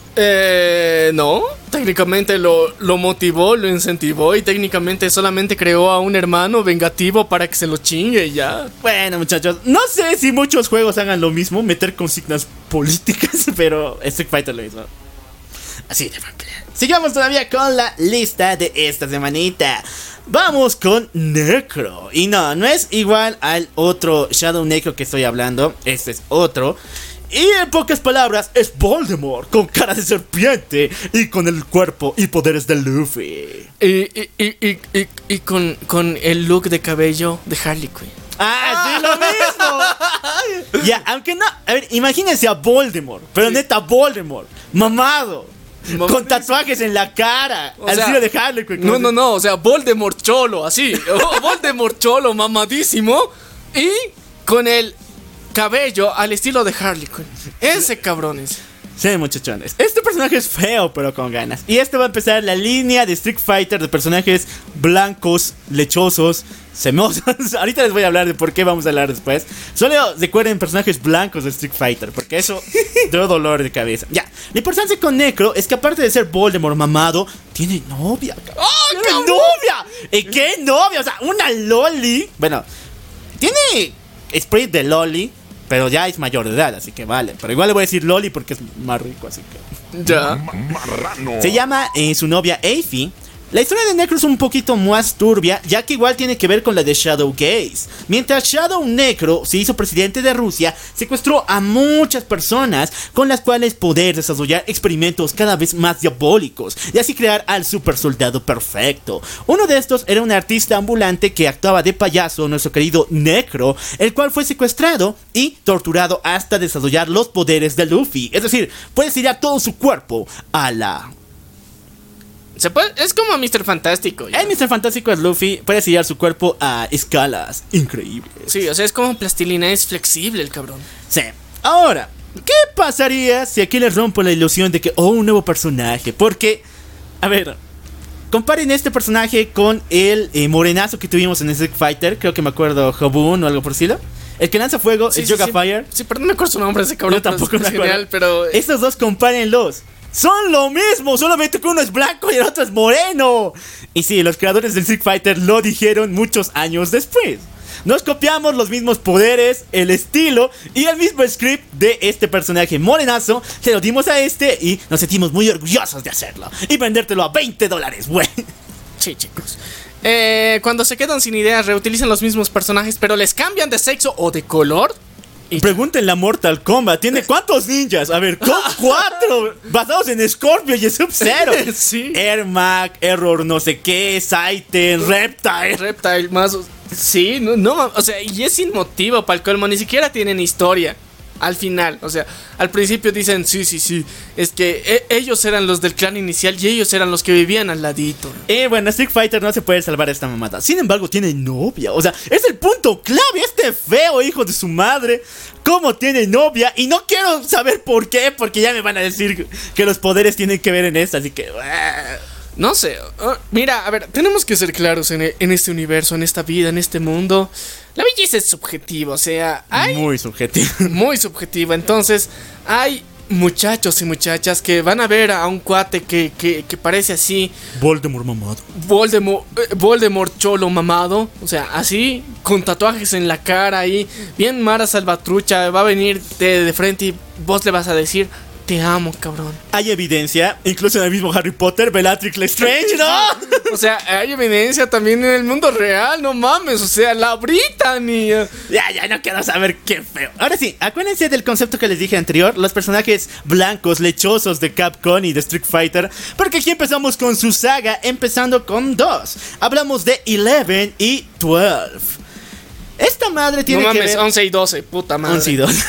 Eh, no, técnicamente lo, lo motivó, lo incentivó y técnicamente solamente creó a un hermano vengativo para que se lo chingue y ya. Bueno, muchachos, no sé si muchos juegos hagan lo mismo, meter consignas políticas, pero Street Fighter lo hizo. Así de simple. Sigamos todavía con la lista de esta semanita. Vamos con Necro. Y no, no es igual al otro Shadow Necro que estoy hablando, este es otro. Y en pocas palabras, es Voldemort con cara de serpiente y con el cuerpo y poderes de Luffy. Y, y, y, y, y, y con, con el look de cabello de Harley Quinn. ¡Ah, sí, lo mismo! Ya, aunque no, a ver, imagínense a Voldemort, pero Sí. neta Voldemort, mamado, Mamadísimo. con tatuajes en la cara, O al sea, estilo de Harley Quinn. No, no, no, o sea, Voldemort cholo, así. Oh, Voldemort cholo, mamadísimo. Y con el cabello al estilo de Harley Quinn. Ese cabrón es. Sí, muchachones. Este personaje es feo, pero con ganas. Y este va a empezar la línea de Street Fighter de personajes blancos, lechosos, semosos. Ahorita les voy a hablar de por qué vamos a hablar después. Solo recuerden personajes blancos de Street Fighter, porque eso dio dolor de cabeza. Ya, la importancia con Necro es que aparte de ser Voldemort mamado, tiene novia, cabrón. ¡Oh, ¡Tiene cabrón! novia! ¿Y qué novia? O sea, una loli. Bueno, tiene spray de loli, pero ya es mayor de edad, así que vale. Pero igual le voy a decir loli porque es más rico, así que... Ya. Marrano. Se llama eh, su novia Aphie. La historia de Necro es un poquito más turbia, ya que igual tiene que ver con la de Shadow Gaze. Mientras Shadow Necro se hizo presidente de Rusia, secuestró a muchas personas con las cuales poder desarrollar experimentos cada vez más diabólicos y así crear al super soldado perfecto. Uno de estos era un artista ambulante que actuaba de payaso, nuestro querido Necro, el cual fue secuestrado y torturado hasta desarrollar los poderes de Luffy. Es decir, puede tirar todo su cuerpo a la... Se puede, es como mister Fantástico. ya. El mister Fantástico es Luffy, puede sellar su cuerpo a escalas increíbles. Sí, o sea, es como plastilina, es flexible el cabrón. Sí. Ahora, ¿qué pasaría si aquí les rompo la ilusión de que, oh, un nuevo personaje? Porque, a ver, comparen este personaje con el eh, morenazo que tuvimos en Street Fighter. Creo que me acuerdo, Hobun o algo por el estilo. El que lanza fuego, Sí, el sí, Yoga sí. Fire. Sí, pero no me acuerdo su nombre ese cabrón. Yo tampoco pero me es acuerdo. genial, pero... Estos dos compárenlos. Son lo mismo, solamente que uno es blanco y el otro es moreno. Y sí, los creadores del Street Fighter lo dijeron muchos años después. Nos copiamos los mismos poderes, el estilo y el mismo script de este personaje morenazo. Se lo dimos a este y nos sentimos muy orgullosos de hacerlo. Y vendértelo a veinte dólares, güey. Sí, chicos. Eh, cuando se quedan sin ideas, reutilizan los mismos personajes, pero les cambian de sexo o de color. Y Pregúntenle a Mortal Kombat, ¿tiene cuántos ninjas? A ver, con cuatro, basados en Scorpio y Sub-Zero. Sí. Ermac, Error no sé qué, Saiten, Reptile. Reptile más... Sí, no, no, o sea, y es sin motivo para el colmo, ni siquiera tienen historia. Al final, o sea, al principio dicen, sí, sí, sí, es que e- ellos eran los del clan inicial y ellos eran los que vivían al ladito. Eh, bueno, Street Fighter no se puede salvar a esta mamada. Sin embargo, tiene novia. O sea, es el punto clave. Este feo hijo de su madre, ¿cómo tiene novia? Y no quiero saber por qué, porque ya me van a decir que los poderes tienen que ver en esto. Así que... No sé, uh, mira, a ver, tenemos que ser claros en, e- en este universo, en esta vida, en este mundo. La belleza es subjetiva, o sea, hay... Muy subjetivo. Muy subjetiva. Entonces, hay muchachos y muchachas que van a ver a un cuate que, que, que parece así, Voldemort mamado. Voldemort, eh, Voldemort cholo mamado, o sea, así, con tatuajes en la cara y bien Mara Salvatrucha, va a venir de, de frente y vos le vas a decir, te amo, cabrón. Hay evidencia, incluso en el mismo Harry Potter, Bellatrix Lestrange, ¿no? O sea, hay evidencia también en el mundo real, no mames, o sea, la Brittany. Ya, ya no quiero saber qué feo. Ahora sí, acuérdense del concepto que les dije anterior, los personajes blancos, lechosos de Capcom y de Street Fighter, porque aquí empezamos con su saga, empezando con dos. Hablamos de Eleven y Twelve. Esta madre tiene No que mames, ver... once y doce, puta madre. once y doce.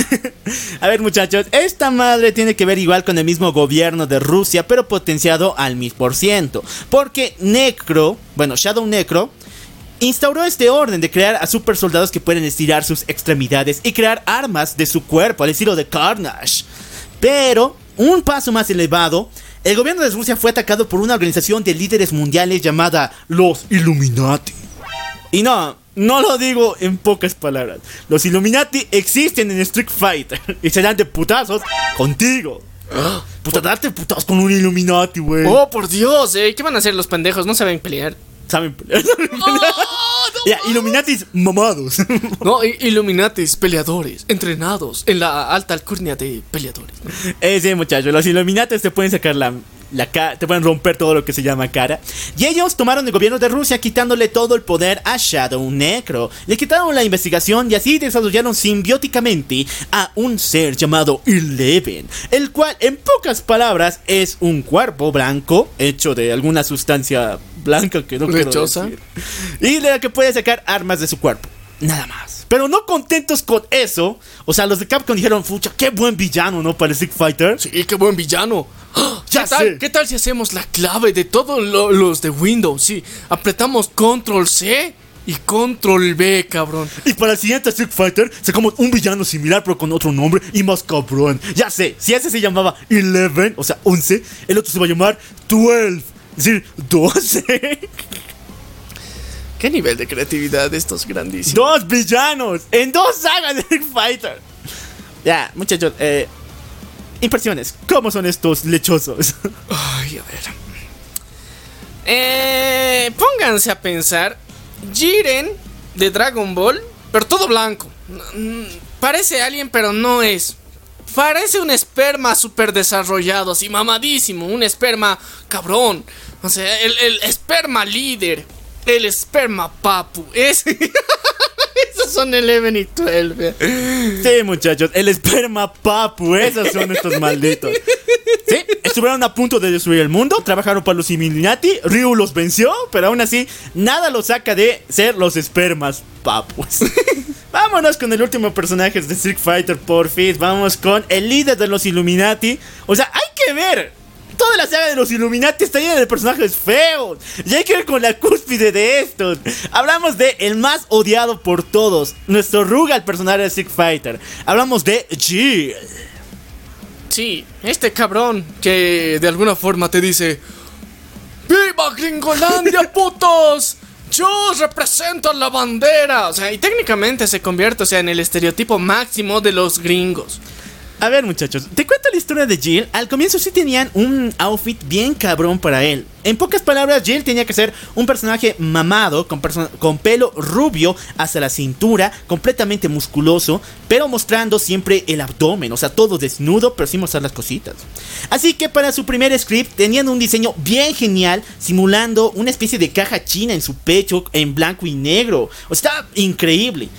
A ver, muchachos, esta madre tiene que ver igual con el mismo gobierno de Rusia, pero potenciado al mil por ciento. Porque Necro, bueno, Shadow Necro, instauró este orden de crear a super soldados que pueden estirar sus extremidades y crear armas de su cuerpo al estilo de Carnage. Pero, un paso más elevado, el gobierno de Rusia fue atacado por una organización de líderes mundiales llamada los Illuminati. Y no, no lo digo en pocas palabras. Los Illuminati existen en Street Fighter y se dan de putazos contigo. Puta, darte putazos con un Illuminati, güey. Oh, por Dios, eh, ¿qué van a hacer los pendejos? No saben pelear. Saben pelear. saben pelear. Ya, Illuminatis mamados. No, i- Illuminatis, peleadores, entrenados en la alta alcurnia de peleadores. Eh, sí, muchachos, los Illuminatis te pueden sacar la, la cara, te pueden romper todo lo que se llama cara. Y ellos tomaron el gobierno de Rusia quitándole todo el poder a Shadow Necro. Le quitaron la investigación y así desarrollaron simbióticamente a un ser llamado Eleven, el cual en pocas palabras es un cuerpo blanco hecho de alguna sustancia blanca que no quiero Lechosa. decir. Y de la que puede sacar armas de su cuerpo. Nada más. Pero no contentos con eso, o sea, los de Capcom dijeron, fucha, qué buen villano, ¿no? Para Street Fighter. Sí, qué buen villano. ¡Ah! Ya ¿Qué tal, sé. ¿Qué tal si hacemos la clave de todos lo- los de Windows? Sí, apretamos control C y control B, cabrón. Y para el siguiente Street Fighter sacamos un villano similar pero con otro nombre y más cabrón. Ya sé, si ese se llamaba once, o sea, once, el otro se va a llamar doce, es decir, doce. Qué nivel de creatividad de estos grandísimos. Dos villanos en dos sagas de Street Fighter. Ya, muchachos, eh, impresiones, ¿cómo son estos lechosos? Ay, a ver. Eh, pónganse a pensar. Jiren de Dragon Ball, pero todo blanco. Mm, Parece alien, pero no es. Parece un esperma súper desarrollado, así mamadísimo. Un esperma cabrón. O sea, el, el esperma líder. El esperma papu. Es... Esos son once y doce. Sí, muchachos, el esperma papu, esos son estos malditos. Sí, estuvieron a punto de destruir el mundo, trabajaron para los Illuminati, Ryu los venció, pero aún así, nada los saca de ser los espermas papus. Vámonos con el último personaje de Street Fighter, porfis. Vamos con el líder de los Illuminati. O sea, hay que ver. Toda la saga de los Illuminati está llena de personajes feos. Y hay que ver con la cúspide de estos. Hablamos de el más odiado por todos, nuestro Rugal, personaje de Street Fighter. Hablamos de Jill. Sí, este cabrón que de alguna forma te dice: ¡Viva Gringolandia, putos! Yo represento la bandera. O sea, y técnicamente se convierte, o sea, en el estereotipo máximo de los gringos. A ver, muchachos, te cuento la historia de Jill. Al comienzo sí tenían un outfit bien cabrón para él. En pocas palabras, Jill tenía que ser un personaje mamado, con, perso- con pelo rubio hasta la cintura, completamente musculoso, pero mostrando siempre el abdomen, o sea, todo desnudo, pero sin mostrar las cositas. Así que para su primer script tenían un diseño bien genial, simulando una especie de caja china en su pecho en blanco y negro. O sea, estaba increíble.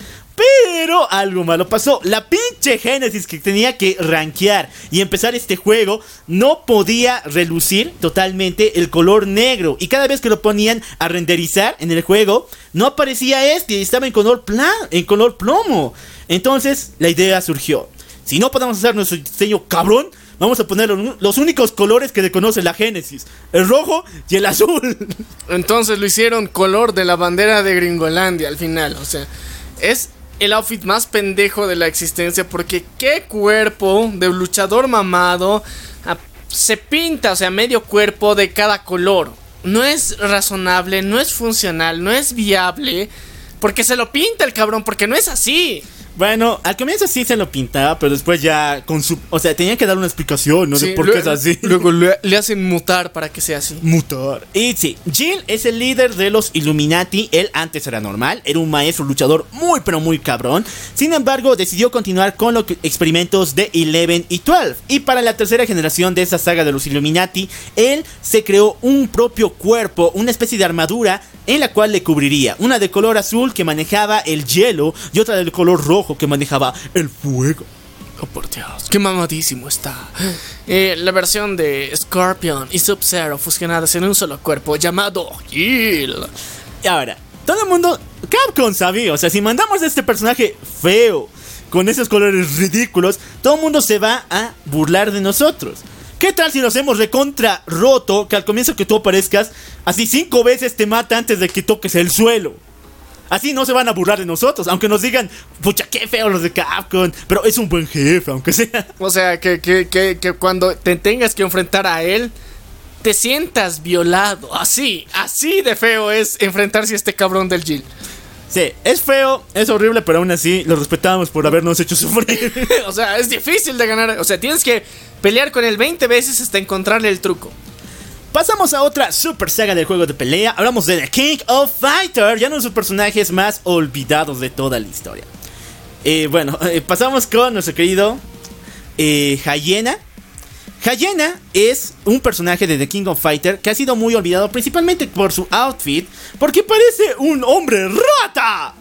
Pero algo malo pasó. La pinche Genesis que tenía que rankear y empezar este juego no podía relucir totalmente el color negro. Y cada vez que lo ponían a renderizar en el juego, no aparecía este, estaba en color, plan, en color plomo. Entonces la idea surgió: si no podemos hacer nuestro diseño cabrón, vamos a poner los, los únicos colores que reconoce la Genesis: el rojo y el azul. Entonces lo hicieron color de la bandera de Gringolandia al final. O sea, es el outfit más pendejo de la existencia, porque qué cuerpo de luchador mamado a, se pinta, o sea, medio cuerpo de cada color. No es razonable, no es funcional, no es viable, porque se lo pinta el cabrón, porque no es así. Bueno, al comienzo sí se lo pintaba, pero después ya con su... O sea, tenían que dar una explicación, ¿no? Sí, de por lue- qué es así. Luego le, le hacen mutar para que sea así. Mutar. Y sí, Jill es el líder de los Illuminati. Él antes era normal, era un maestro luchador muy pero muy cabrón. Sin embargo, decidió continuar con los experimentos de once y doce. Y para la tercera generación de esa saga de los Illuminati, él se creó un propio cuerpo, una especie de armadura en la cual le cubriría. Una de color azul que manejaba el hielo y otra de color rojo que manejaba el fuego. Oh, por Dios, qué mamadísimo está. Eh, la versión de Scorpion y Sub-Zero fusionadas en un solo cuerpo llamado Jill. Y ahora, todo el mundo, Capcom sabía, o sea, si mandamos a este personaje feo, con esos colores ridículos, todo el mundo se va a burlar de nosotros. ¿Qué tal si lo hacemos recontra roto, que al comienzo que tú aparezcas, así cinco veces te mata antes de que toques el suelo? Así no se van a burlar de nosotros, aunque nos digan, pucha, qué feo los de Capcom, pero es un buen jefe, aunque sea. O sea, que, que, que, que cuando te tengas que enfrentar a él, te sientas violado. Así, así de feo es enfrentarse a este cabrón del Jill. Sí, es feo, es horrible, pero aún así lo respetamos por habernos hecho sufrir. O sea, es difícil de ganar. O sea, tienes que pelear con él veinte veces hasta encontrarle el truco. Pasamos a otra super saga del juego de pelea. Hablamos de The King of Fighters, ya uno de sus personajes más olvidados de toda la historia. Eh, bueno, eh, pasamos con nuestro querido eh, Hyena. Hyena es un personaje de The King of Fighters que ha sido muy olvidado principalmente por su outfit, porque parece un hombre rata.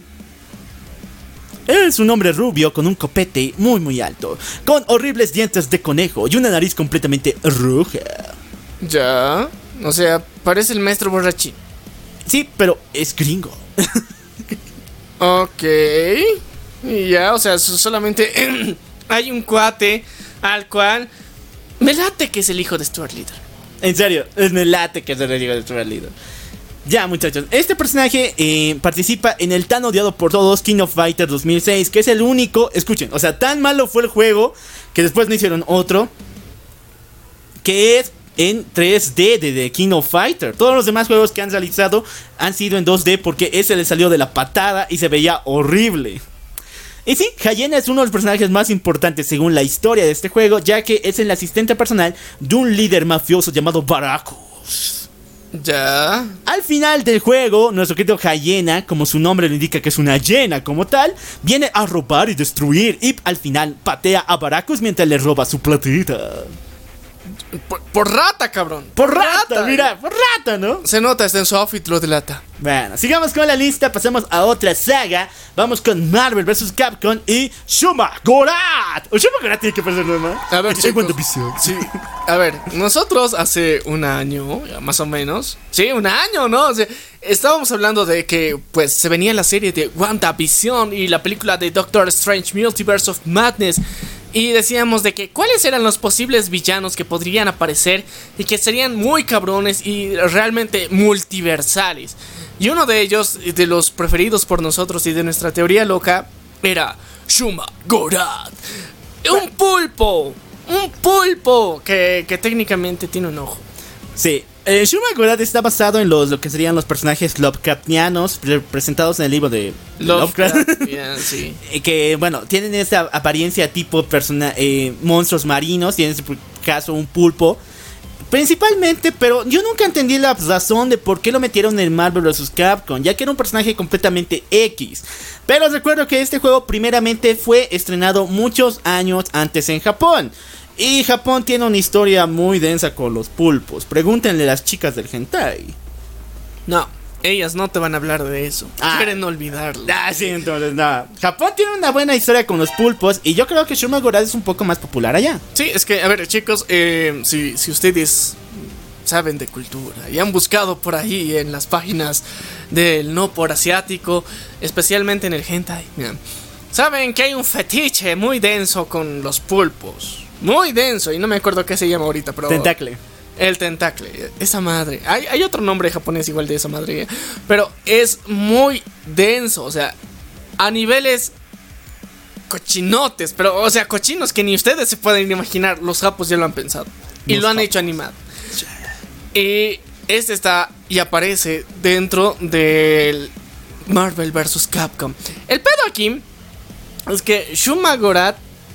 Es un hombre rubio con un copete muy muy alto, con horribles dientes de conejo y una nariz completamente roja. Ya, o sea, parece el maestro borrachín. Sí, pero es gringo. Ok. Y ya, o sea, solamente hay un cuate al cual me late que es el hijo de Stuart Little. En serio, me late que es el hijo de Stuart Little. Ya, muchachos, este personaje eh, participa en el tan odiado por todos King of Fighters dos mil seis, que es el único, escuchen, o sea, tan malo fue el juego que después no hicieron otro, que es en tres D de, de King of Fighters. Todos los demás juegos que han realizado han sido en dos D porque ese le salió de la patada y se veía horrible. Y sí, Hyena es uno de los personajes más importantes según la historia de este juego, ya que es el asistente personal de un líder mafioso llamado Baracus. Ya. Al final del juego, nuestro querido Hyena, como su nombre lo indica que es una hiena como tal, viene a robar y destruir y al final patea a Baracus mientras le roba su platita. Por, por rata, cabrón. Por rata, mira, por rata, ¿no? Se nota, está en su outfit, lo delata. Bueno, sigamos con la lista, pasamos a otra saga. Vamos con Marvel versus. Capcom y Shuma Gorath. O Shuma Gorath tiene que pasar nomás. A ver, chicos, visión. sí. A ver, nosotros hace un año, más o menos. Sí, un año, ¿no? O sea, estábamos hablando de que, pues, se venía la serie de WandaVision y la película de Doctor Strange Multiverse of Madness. Y decíamos de que cuáles eran los posibles villanos que podrían aparecer y que serían muy cabrones y realmente multiversales. Y uno de ellos, de los preferidos por nosotros y de nuestra teoría loca, era Shuma Gorath. Un pulpo, un pulpo que, que técnicamente tiene un ojo. Sí, eh, Shuma Gorath está basado en los, lo que serían los personajes Lovecraftianos presentados en el libro de Lovecraft. Lovecraft yeah, sí. Que, bueno, tienen esa apariencia tipo persona, eh, monstruos marinos, y en este caso un pulpo. Principalmente, pero yo nunca entendí la razón de por qué lo metieron en Marvel versus. Capcom, ya que era un personaje completamente X. Pero recuerdo que este juego primeramente fue estrenado muchos años antes en Japón. Y Japón tiene una historia muy densa con los pulpos. Pregúntenle a las chicas del hentai. No, ellas no te van a hablar de eso. Ah, quieren olvidarlo. Ah, sí, entonces nada. Japón tiene una buena historia con los pulpos. Y yo creo que Shuma Gorath es un poco más popular allá. Sí, es que, a ver, chicos, eh, si, si ustedes saben de cultura y han buscado por ahí en las páginas del no por asiático, especialmente en el hentai, yeah, saben que hay un fetiche muy denso con los pulpos. Muy denso, y no me acuerdo qué se llama ahorita, pero... Tentacle. El tentacle, esa madre. Hay, hay otro nombre japonés igual de esa madre, pero es muy denso, o sea, a niveles cochinotes, pero, o sea, cochinos que ni ustedes se pueden imaginar. Los japos ya lo han pensado y Los lo han japos. hecho animado. Y este está y aparece dentro del Marvel versus. Capcom. El pedo aquí es que Shuma Gorath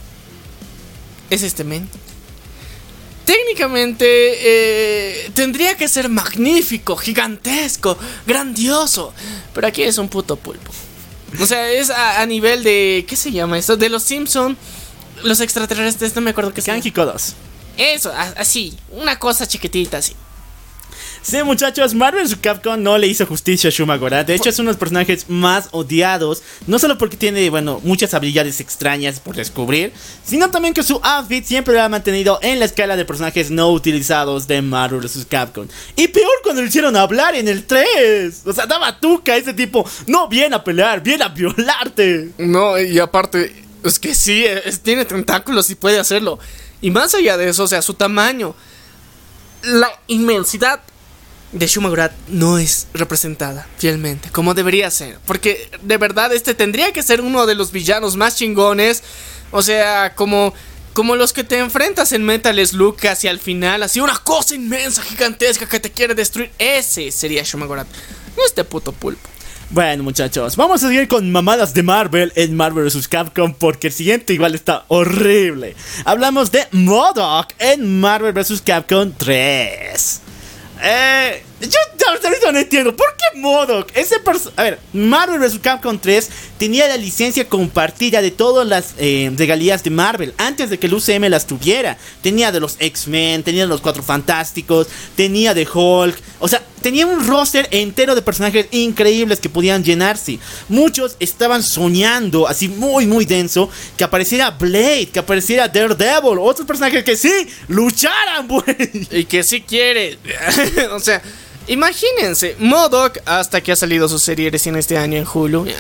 es este men. Técnicamente eh, tendría que ser magnífico, gigantesco, grandioso, pero aquí es un puto pulpo. O sea, es a, a nivel de... ¿Qué se llama esto? De los Simpson, los extraterrestres, no me acuerdo qué se llama. Kanji Kodos. Eso, a, así, una cosa chiquitita así. Sí, muchachos, Marvel versus. Capcom no le hizo justicia a Shuma Gorath. De hecho, es uno de los personajes más odiados. No solo porque tiene, bueno, muchas habilidades extrañas por descubrir, sino también que su outfit siempre lo ha mantenido en la escala de personajes no utilizados de Marvel versus. Capcom. Y peor cuando le hicieron hablar en el tres. O sea, daba tuca ese tipo. No viene a pelear, viene a violarte. No, y aparte, es que sí, es, tiene tentáculos y puede hacerlo. Y más allá de eso, o sea, su tamaño, la inmensidad de Shuma Gorath no es representada fielmente como debería ser, porque de verdad este tendría que ser uno de los villanos más chingones. O sea, como, como los que te enfrentas en Metal Slug hacia el final, así una cosa inmensa, gigantesca que te quiere destruir. Ese sería Shuma Gorath, no este puto pulpo. Bueno, muchachos, vamos a seguir con mamadas de Marvel en Marvel versus. Capcom, porque el siguiente igual está horrible. Hablamos de MODOK en Marvel versus. Capcom tres. Eh, yo ahorita no entiendo ¿por qué MODOK? Ese perso- A ver, Marvel versus. Capcom tres tenía la licencia compartida de todas las eh, regalías de Marvel antes de que el U C M las tuviera. Tenía de los X-Men, tenía de los Cuatro Fantásticos, tenía de Hulk. O sea, tenía un roster entero de personajes increíbles que podían llenarse. Muchos estaban soñando, así muy muy denso, que apareciera Blade, que apareciera Daredevil, otros personajes que sí lucharan, güey. Y que sí quiere. O sea, imagínense, MODOK, hasta que ha salido su serie recién este año en Hulu,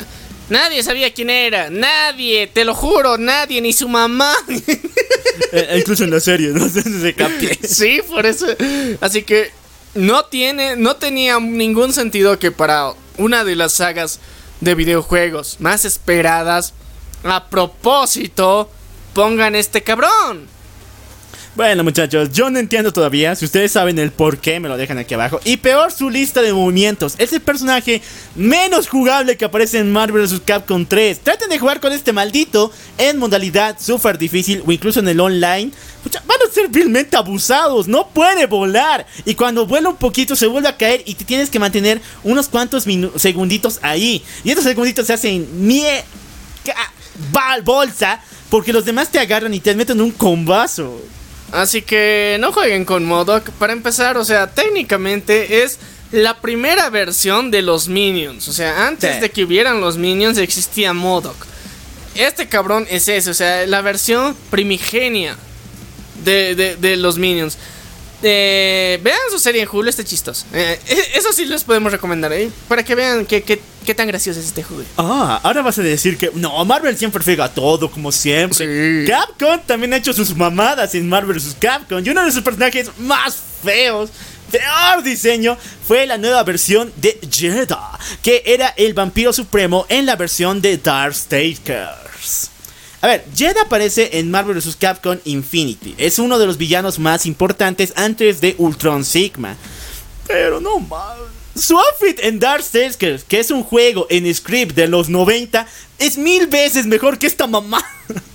Nadie sabía quién era, nadie, te lo juro, nadie, ni su mamá. Eh, incluso en la serie, no sé si se capte. Sí, por eso. Así que no tiene, no tenía ningún sentido que para una de las sagas de videojuegos más esperadas, a propósito, pongan este cabrón. Bueno, muchachos, yo no entiendo todavía. Si ustedes saben el por qué, me lo dejan aquí abajo. Y peor, su lista de movimientos. Es el personaje menos jugable que aparece en Marvel versus. Capcom tres. Traten de jugar con este maldito en modalidad super difícil o incluso en el online. Pucha, van a ser vilmente abusados. No puede volar. Y cuando vuela un poquito se vuelve a caer y te tienes que mantener unos cuantos segunditos ahí. Y estos segunditos se hacen mie... bolsa porque los demás te agarran y te meten un combazo. Así que no jueguen con M O D O K. Para empezar, o sea, técnicamente es la primera versión de los Minions. O sea, antes sí. de que hubieran los Minions existía M O D O K. Este cabrón es ese, o sea, la versión primigenia de, de, de los Minions. Eh, vean su serie en Hulu, está chistoso. Eh, eso sí les podemos recomendar, ¿eh? Para que vean qué que, que tan gracioso es este juego. Ah, ahora vas a decir que no, Marvel siempre pega todo, como siempre. Sí. Capcom también ha hecho sus mamadas en Marvel versus. Capcom. Y uno de sus personajes más feos, peor diseño, fue la nueva versión de Jedha, que era el vampiro supremo en la versión de Darkstalkers. A ver, Jedha aparece en Marvel versus. Capcom Infinity. Es uno de los villanos más importantes antes de Ultron Sigma. Pero no más. Su outfit en Darkstalkers, que es un juego en script de los noventa, es mil veces mejor que esta mamá.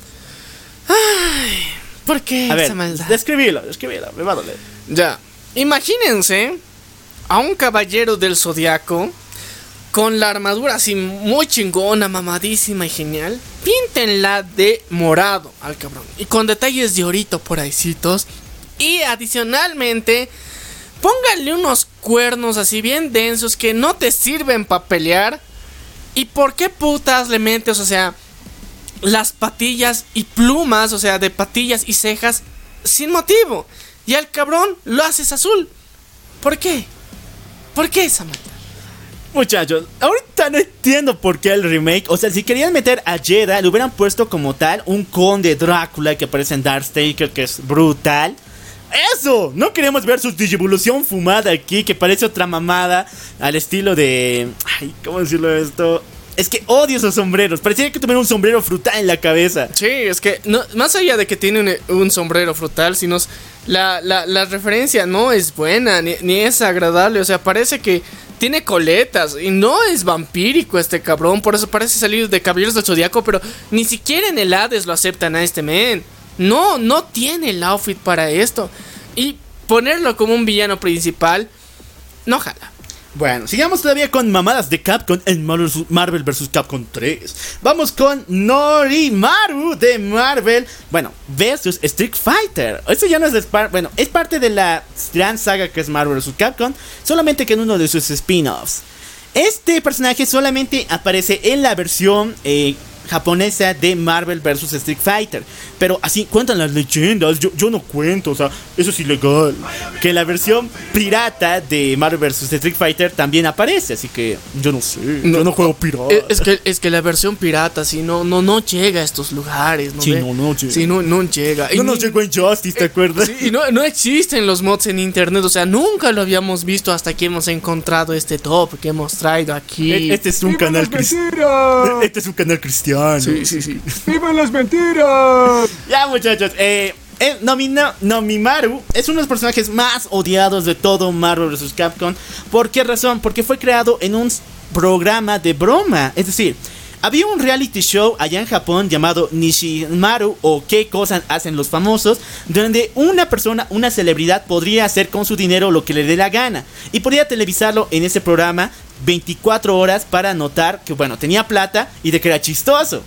Ay, ¿por qué A ver, esa maldad? describilo, describilo, me va a doler. Ya, imagínense a un caballero del zodiaco con la armadura así muy chingona, mamadísima y genial. Píntenla de morado al cabrón y con detalles de orito por ahícitos. Y adicionalmente pónganle unos cuernos así bien densos que no te sirven para pelear. ¿Y por qué putas le metes, o sea, las patillas y plumas, o sea, de patillas y cejas sin motivo? Y al cabrón lo haces azul. ¿Por qué? ¿Por qué esa maldad? Muchachos, ahorita no entiendo por qué el remake. O sea, si querían meter a Jedha, le hubieran puesto como tal un conde Drácula que aparece en Darkstalkers, que es brutal. ¡Eso! No queremos ver su digivolución fumada aquí, que parece otra mamada al estilo de... Ay, ¿cómo decirlo esto? Es que odio esos sombreros. Parecía que tuviera un sombrero frutal en la cabeza. Sí, es que no, más allá de que tiene un, un sombrero frutal, sino la, la, la referencia no es buena, ni, ni es agradable. O sea, parece que tiene coletas y no es vampírico este cabrón. Por eso parece salir de Caballeros del Zodiaco, pero ni siquiera en el Hades lo aceptan a este men. No, no tiene el outfit para esto. Y ponerlo como un villano principal, no jala. Bueno, sigamos todavía con mamadas de Capcom en Marvel versus. Capcom tres. Vamos con Norimaru de Marvel, bueno, versus Street Fighter. Esto ya no es de Spar- bueno, es parte de la gran saga que es Marvel versus. Capcom, solamente que en uno de sus spin-offs. Este personaje solamente aparece en la versión eh, japonesa de Marvel versus. Street Fighter, pero así cuentan las leyendas. Yo, yo no cuento, o sea, eso es ilegal. Que la versión pirata de Marvel versus. Street Fighter también aparece, así que yo no sé. No, yo no juego pirata. Es, es que es que la versión pirata sí no no no llega a estos lugares, ¿no? Sí, ve? no, no llega. Sí, no, no llega. No Y nos ni- llegó Injustice, ¿te acuerdas? Sí, y no, no existen los mods en internet, o sea, nunca lo habíamos visto hasta que hemos encontrado este top que hemos traído aquí. E- Este es un ¡Vivan canal las cristiano. mentiras! Este es un canal cristiano. Sí, sí, sí. ¡Vivan las mentiras! Ya, muchachos, eh, eh, Nomina- Nomimaru es uno de los personajes más odiados de todo Marvel versus. Capcom. ¿Por qué razón? Porque fue creado en un s- programa de broma. Es decir, había un reality show allá en Japón llamado Nishimaru o qué cosas hacen los famosos, donde una persona, una celebridad podría hacer con su dinero lo que le dé la gana y podría televisarlo en ese programa veinticuatro horas para notar que, bueno, tenía plata y de que era chistoso.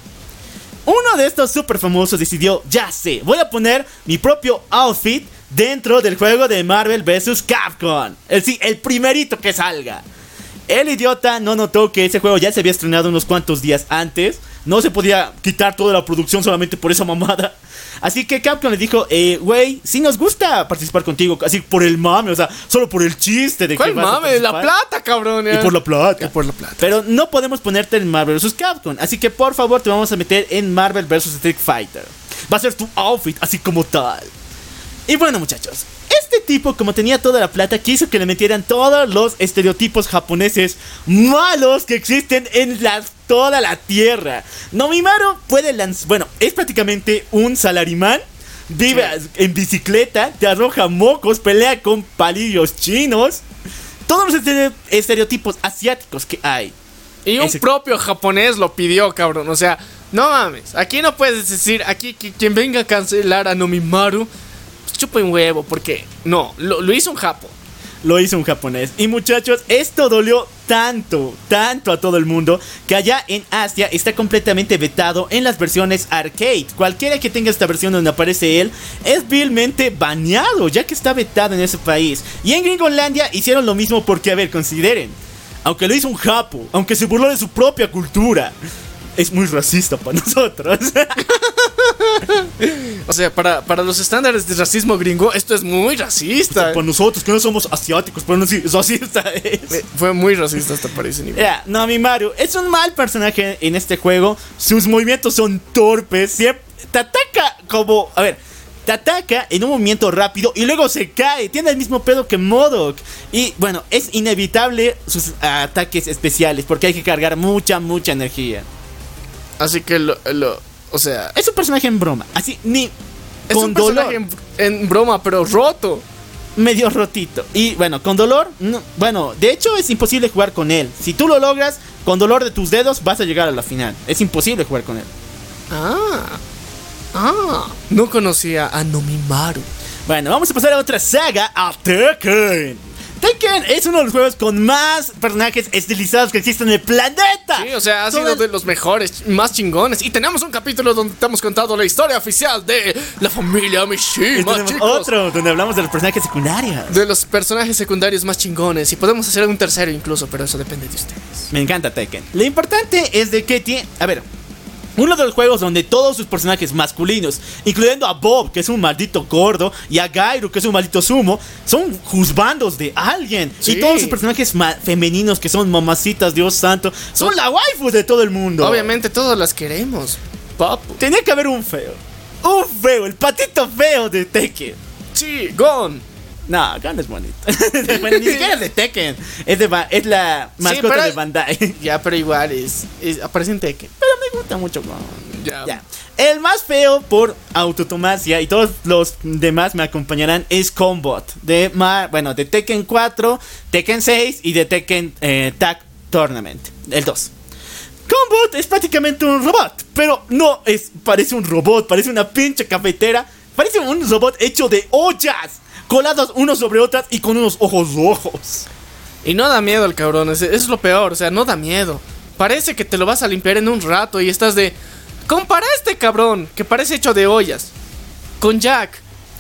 Uno de estos super famosos decidió, ya sé, voy a poner mi propio outfit dentro del juego de Marvel versus. Capcom. El, sí, el primerito que salga. El idiota no notó que ese juego ya se había estrenado unos cuantos días antes. No se podía quitar toda la producción solamente por esa mamada. Así que Capcom le dijo, eh, güey, sí nos gusta participar contigo, así por el mame, o sea, solo por el chiste de que ¿Cuál vas a mame? La participar. plata, cabrón. Y por la plata. Y por la plata. Pero no podemos ponerte en Marvel versus. Capcom. Así que por favor te vamos a meter en Marvel versus. Street Fighter. Va a ser tu outfit así como tal. Y bueno, muchachos, este tipo, como tenía toda la plata, quiso que le metieran todos los estereotipos japoneses malos que existen en la, toda la tierra. Nomimaru puede lanzar... Bueno, es prácticamente un salarimán. Vive sí. en bicicleta, te arroja mocos, pelea con palillos chinos. Todos los estereotipos asiáticos que hay. Y un Ese... propio japonés lo pidió, cabrón. O sea, no mames. Aquí no puedes decir, aquí que, quien venga a cancelar a Nomimaru, pues chupa un huevo, porque no, lo, lo hizo un japo. Lo hizo un japonés. Y muchachos, esto dolió tanto, tanto a todo el mundo, que allá en Asia está completamente vetado en las versiones arcade. Cualquiera que tenga esta versión donde aparece él es vilmente baneado, ya que está vetado en ese país. Y en Gringolandia hicieron lo mismo porque, a ver, consideren, aunque lo hizo un japo, aunque se burló de su propia cultura, es muy racista para nosotros. O sea, para, para los estándares de racismo gringo, esto es muy racista. O sea, para nosotros, que no somos asiáticos, pero no sí, racista es. Eh, Fue muy racista hasta para ese nivel. Yeah, Nomimaru es un mal personaje en este juego. Sus movimientos son torpes. Siempre te ataca como... A ver, te ataca en un movimiento rápido y luego se cae. Tiene el mismo pedo que MODOK. Y bueno, es inevitable sus uh, ataques especiales porque hay que cargar mucha, mucha energía. Así que lo... lo o sea... Es un personaje en broma. Así, ni... Es con un dolor. personaje en, en broma, pero roto. Medio rotito. Y bueno, con dolor, no, bueno, de hecho es imposible jugar con él. Si tú lo logras, con dolor de tus dedos vas a llegar a la final. Es imposible jugar con él. Ah. Ah. No conocía a Nomimaru. Bueno, vamos a pasar a otra saga, a Tekken. Tekken es uno de los juegos con más personajes estilizados que existen en el planeta. Sí, o sea, ha Todo sido el... de los mejores, más chingones. Y tenemos un capítulo donde te hemos contado la historia oficial de la familia Mishima, chicos. Otro donde hablamos de los personajes secundarios. De los personajes secundarios más chingones. Y podemos hacer un tercero incluso, pero eso depende de ustedes. Me encanta Tekken. Lo importante es de que tiene... A ver... Uno de los juegos donde todos sus personajes masculinos, incluyendo a Bob, que es un maldito gordo, y a Gairu, que es un maldito sumo, son juzbandos de alguien. Sí. Y todos sus personajes femeninos, que son mamacitas, Dios santo, son la waifu de todo el mundo. Obviamente todos las queremos, papu. Tenía que haber un feo. Un feo, el patito feo de Tekken. Sí, Gon. No, Gon es bonito. Bueno, ni siquiera es de Tekken. Es, de ba- es la mascota pero- de Bandai. Ya, pero igual es, es aparece en Tekken. Pero me gusta mucho Gon. Ya. Ya. El más feo por autotomacia, y todos los demás me acompañarán, es Combot. De, ma- bueno, de Tekken cuatro, Tekken seis y de Tekken eh, Tag Tournament. El dos. Combot es prácticamente un robot, pero no es, parece un robot, parece una pinche cafetera. Parece un robot hecho de ollas, colados unos sobre otras y con unos ojos rojos. Y no da miedo el cabrón, eso es lo peor, o sea, no da miedo. Parece que te lo vas a limpiar en un rato y estás de... Compara a este cabrón, que parece hecho de ollas, con Jack.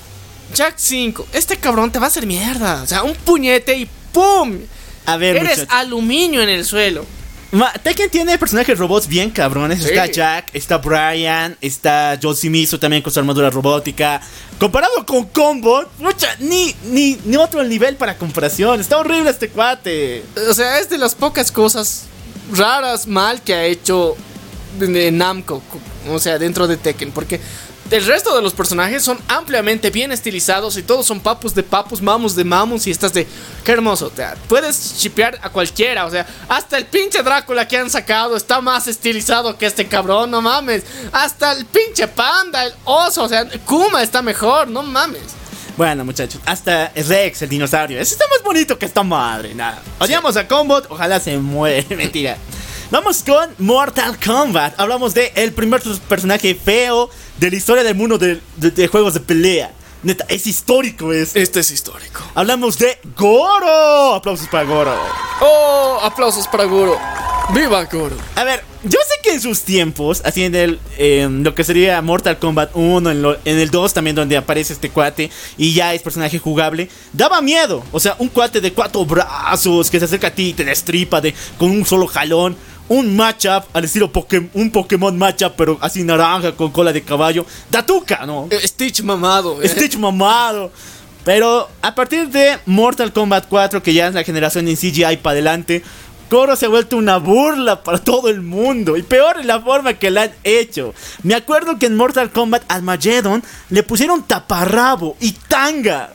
Jack cinco, este cabrón te va a hacer mierda. O sea, un puñete y ¡pum! A ver, Eres muchachos. aluminio en el suelo. Ma- Tekken tiene personajes robots bien cabrones. Sí. Está Jack, está Brian, está Yoshimizu también con su armadura robótica. Comparado con Combo, mucha, ni, ni, ni otro nivel para comparación. Está horrible este cuate. O sea, es de las pocas cosas raras, mal que ha hecho de- de Namco. O sea, dentro de Tekken. Porque el resto de los personajes son ampliamente bien estilizados y todos son papus de papus, mamus de mamus. Y estás de, qué hermoso. O sea, puedes shipear a cualquiera. O sea, hasta el pinche Drácula que han sacado está más estilizado que este cabrón, no mames. Hasta el pinche panda, el oso. O sea, Kuma está mejor, no mames. Bueno, muchachos, hasta Rex, el dinosaurio. Ese está más bonito que esta madre. Nada. Odiamos a Combot, ojalá se muere. Mentira. Vamos con Mortal Kombat. Hablamos de el primer personaje feo de la historia del mundo de, de, de juegos de pelea. Neta, es histórico es. Este es histórico. Hablamos de Goro. Aplausos para Goro. Oh, aplausos para Goro. ¡Viva Goro! A ver, yo sé que en sus tiempos, así en el eh, lo que sería Mortal Kombat uno, en, lo, en el dos también donde aparece este cuate y ya es personaje jugable, daba miedo. O sea, un cuate de cuatro brazos que se acerca a ti y te destripa de, con un solo jalón. un matchup al estilo Poké- un Pokémon matchup, pero así naranja con cola de caballo. Datuka, ¿no? Eh, Stitch mamado. eh. Stitch mamado. Pero a partir de Mortal Kombat cuatro, que ya es la generación en C G I para adelante, Goro se ha vuelto una burla para todo el mundo. Y peor en la forma que la han hecho. Me acuerdo que en Mortal Kombat Armageddon le pusieron taparrabo y tanga.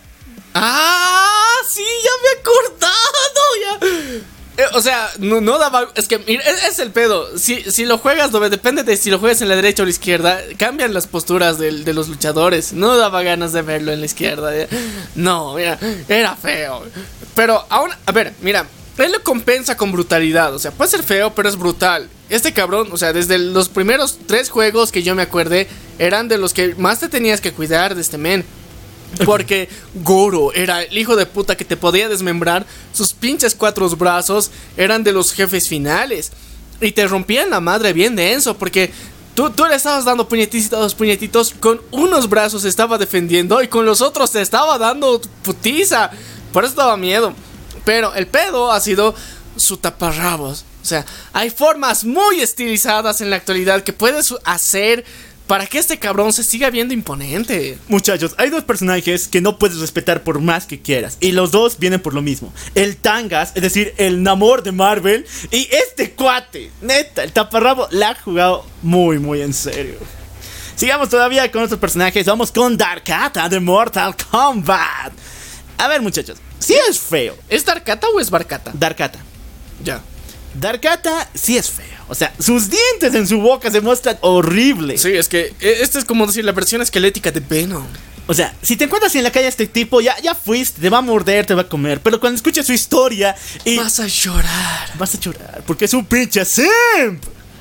Ah, sí, ya me he acordado. Ya. Eh, o sea, no, no daba. Es que mira, es, es el pedo. Si, si lo juegas, lo, depende de si lo juegas en la derecha o la izquierda. Cambian las posturas del- de los luchadores. No daba ganas de verlo en la izquierda. ya. No, mira, era feo. Pero aún, a ver, mira. Él lo compensa con brutalidad. O sea, puede ser feo, pero es brutal. Este cabrón, o sea, desde los primeros tres juegos que yo me acuerde, eran de los que más te tenías que cuidar de este men. Porque Goro era el hijo de puta que te podía desmembrar. Sus pinches cuatro brazos eran de los jefes finales. Y te rompían la madre bien denso. Porque tú, tú le estabas dando puñetitos, puñetitos. Con unos brazos se estaba defendiendo y con los otros te estaba dando putiza. Por eso daba miedo. Pero el pedo ha sido su taparrabos. O sea, hay formas muy estilizadas en la actualidad que puedes hacer para que este cabrón se siga viendo imponente. Muchachos, hay dos personajes que no puedes respetar por más que quieras. Y los dos vienen por lo mismo. El Tangas, es decir, el Namor de Marvel. Y este cuate, neta, el taparrabo la ha jugado muy, muy en serio. Sigamos todavía con otros personajes. Vamos con Darkata de Mortal Kombat. A ver, muchachos, sí es feo. ¿Es Darkata o es Barkata? Darkata. Ya. Darkata sí es feo. O sea, sus dientes en su boca se muestran horribles. Sí, es que eh, este es como decir la versión esquelética de Venom. O sea, si te encuentras en la calle a este tipo, ya, ya fuiste, te va a morder, te va a comer. Pero cuando escuchas su historia y... Vas a llorar. Vas a llorar, porque es un pinche simp.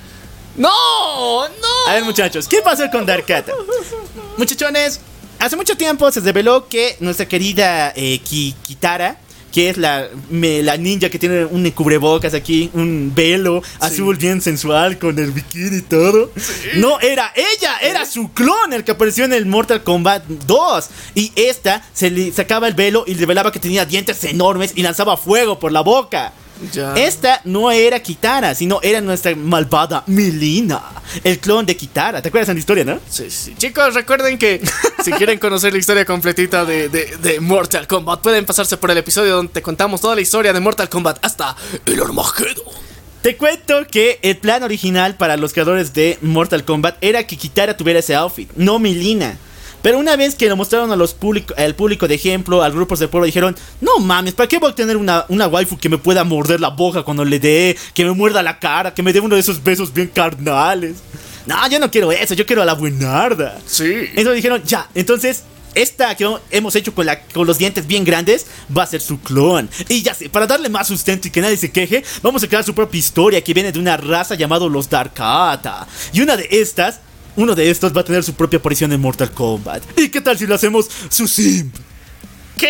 ¡No! ¡No! A ver, muchachos, ¿qué pasa con Darkata? Muchachones, hace mucho tiempo se reveló que nuestra querida eh, Ki- Kitara, que es la, me- la ninja que tiene un cubrebocas aquí, un velo azul bien sensual con el bikini y todo. No era ella, era su clon el que apareció en el Mortal Kombat dos. Y esta se le sacaba el velo y revelaba que tenía dientes enormes y lanzaba fuego por la boca. Ya. Esta no era Kitara, sino era nuestra malvada Mileena, el clon de Kitara. ¿Te acuerdas de la historia, no? Sí, sí. Chicos, recuerden que si quieren conocer la historia completita de, de, de Mortal Kombat, pueden pasarse por el episodio donde te contamos toda la historia de Mortal Kombat hasta el Armageddon. Te cuento que el plan original para los creadores de Mortal Kombat era que Kitara tuviera ese outfit, no Mileena. Pero una vez que lo mostraron a los público, al público de ejemplo, a grupos del pueblo, dijeron: no mames, ¿para qué voy a tener una, una waifu que me pueda morder la boca cuando le dé, que me muerda la cara, que me dé uno de esos besos bien carnales? No, yo no quiero eso, yo quiero a la buenarda. Sí. Entonces dijeron: ya, entonces esta que hemos hecho con, la, con los dientes bien grandes va a ser su clon. Y ya sé, para darle más sustento y que nadie se queje, vamos a crear su propia historia que viene de una raza llamada los Darkata. Y una de estas... Uno de estos va a tener su propia aparición en Mortal Kombat. ¿Y qué tal si lo hacemos su simp? ¿Qué?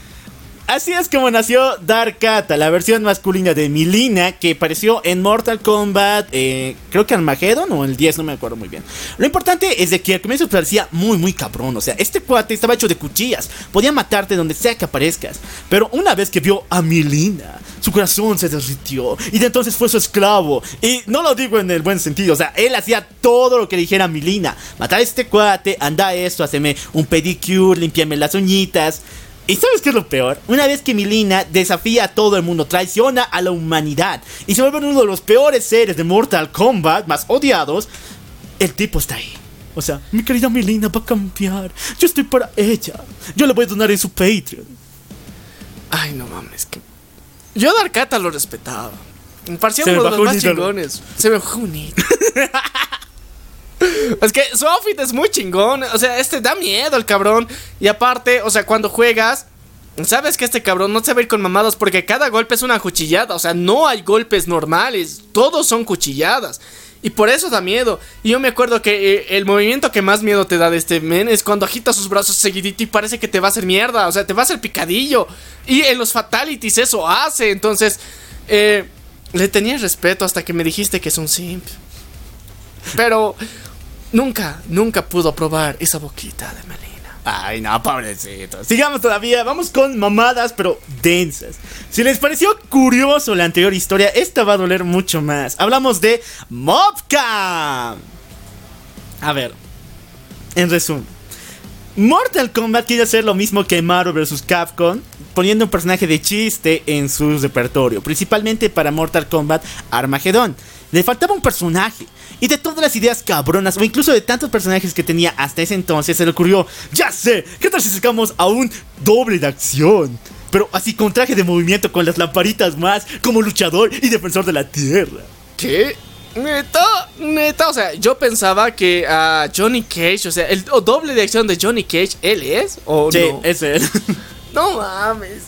Así es como nació Darkata, la versión masculina de Mileena, que apareció en Mortal Kombat, eh, creo que Armageddon o el diez, no me acuerdo muy bien. Lo importante es de que al comienzo parecía muy muy cabrón, o sea, este cuate estaba hecho de cuchillas, podía matarte donde sea que aparezcas. Pero una vez que vio a Mileena, su corazón se derritió y de entonces fue su esclavo. Y no lo digo en el buen sentido, o sea, él hacía todo lo que dijera Mileena. Matar a este cuate, anda a esto, haceme un pedicure, limpiame las uñitas. ¿Y sabes qué es lo peor? Una vez que Mileena desafía a todo el mundo, traiciona a la humanidad y se vuelve uno de los peores seres de Mortal Kombat, más odiados, el tipo está ahí. O sea, mi querida Mileena va a cambiar. Yo estoy para ella. Yo le voy a donar en su Patreon. Ay, no mames, que... Yo a Darkata lo respetaba. Me parecía Se uno me de los bajó más un ídolo. chingones. Se me bajó un ídolo. Es que su outfit es muy chingón. O sea, este da miedo el cabrón. Y aparte, o sea, cuando juegas, sabes que este cabrón no se va a ir con mamadas porque cada golpe es una cuchillada. O sea, no hay golpes normales. Todos son cuchilladas. Y por eso da miedo. Y yo me acuerdo que eh, el movimiento que más miedo te da de este men es cuando agita sus brazos seguidito y parece que te va a hacer mierda. O sea, te va a hacer picadillo. Y en los fatalities eso hace. Entonces, eh, le tenía respeto hasta que me dijiste que es un simp. Pero nunca, nunca pudo probar esa boquita de Mileena. Ay, no, pobrecito. Sigamos todavía, vamos con mamadas, pero densas. Si les pareció curioso la anterior historia, esta va a doler mucho más. Hablamos de Mobcam. A ver, en resumen, Mortal Kombat quiere hacer lo mismo que Marvel versus. Capcom, poniendo un personaje de chiste en su repertorio, principalmente para Mortal Kombat Armageddon. Le faltaba un personaje, y de todas las ideas cabronas, o incluso de tantos personajes que tenía hasta ese entonces, se le ocurrió: ya sé, ¿qué tal si sacamos a un doble de acción? Pero así con traje de movimiento, con las lamparitas más, como luchador y defensor de la tierra. ¿Qué? Neta, neta, o sea, yo pensaba que a Johnny Cage, o sea, el o doble de acción de Johnny Cage, ¿él es? ¿O Sí, no? es él. No mames.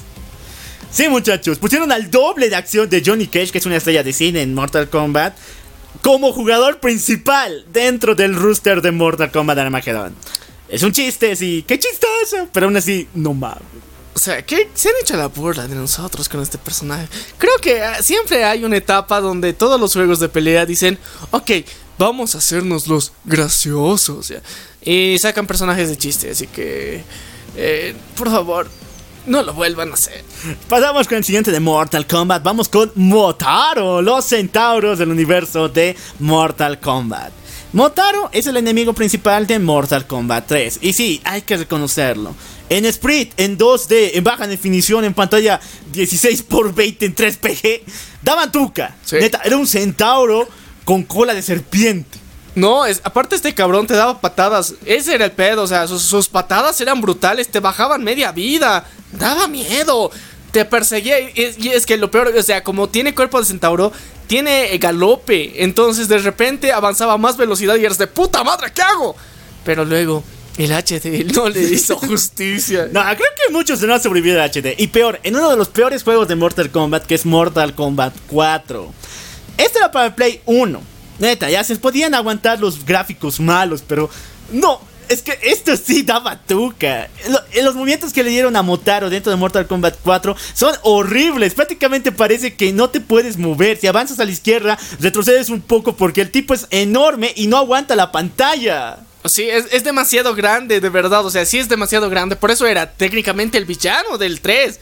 Sí, muchachos, pusieron al doble de acción de Johnny Cage, que es una estrella de cine en Mortal Kombat, como jugador principal dentro del roster de Mortal Kombat Armageddon. Es un chiste, sí, qué chistoso, pero aún así, no mames. O sea, que se han hecho la burla de nosotros con este personaje. Creo que uh, siempre hay una etapa donde todos los juegos de pelea dicen: ok, vamos a hacernos los graciosos, ¿ya? Y sacan personajes de chiste, así que eh, por favor, no lo vuelvan a hacer. Pasamos con el siguiente de Mortal Kombat. Vamos con Motaro, los centauros del universo de Mortal Kombat. Motaro es el enemigo principal de Mortal Kombat tres. Y sí, hay que reconocerlo. En Sprite, en dos D, en baja definición, en pantalla dieciséis por veinte, en tres P G, daban tuca. Sí. Neta, era un centauro con cola de serpiente. No, es, aparte este cabrón te daba patadas. Ese era el pedo, o sea, sus, sus patadas eran brutales, te bajaban media vida. Daba miedo, te perseguía. Y, y es que lo peor, o sea, como tiene cuerpo de centauro, tiene galope. Entonces de repente avanzaba a más velocidad y eres de puta madre, ¿qué hago? Pero luego el H D no le hizo justicia. No, creo que muchos no han sobrevivido al H D. Y peor, en uno de los peores juegos de Mortal Kombat, que es Mortal Kombat cuatro. Este era para el Play uno. Neta, ya se podían aguantar los gráficos malos, pero no, es que esto sí daba tuca. Lo, los movimientos que le dieron a Motaro dentro de Mortal Kombat cuatro son horribles. Prácticamente parece que no te puedes mover. Si avanzas a la izquierda, retrocedes un poco porque el tipo es enorme y no aguanta la pantalla. Sí, es, es demasiado grande, de verdad. O sea, sí es demasiado grande. Por eso era técnicamente el villano del tres.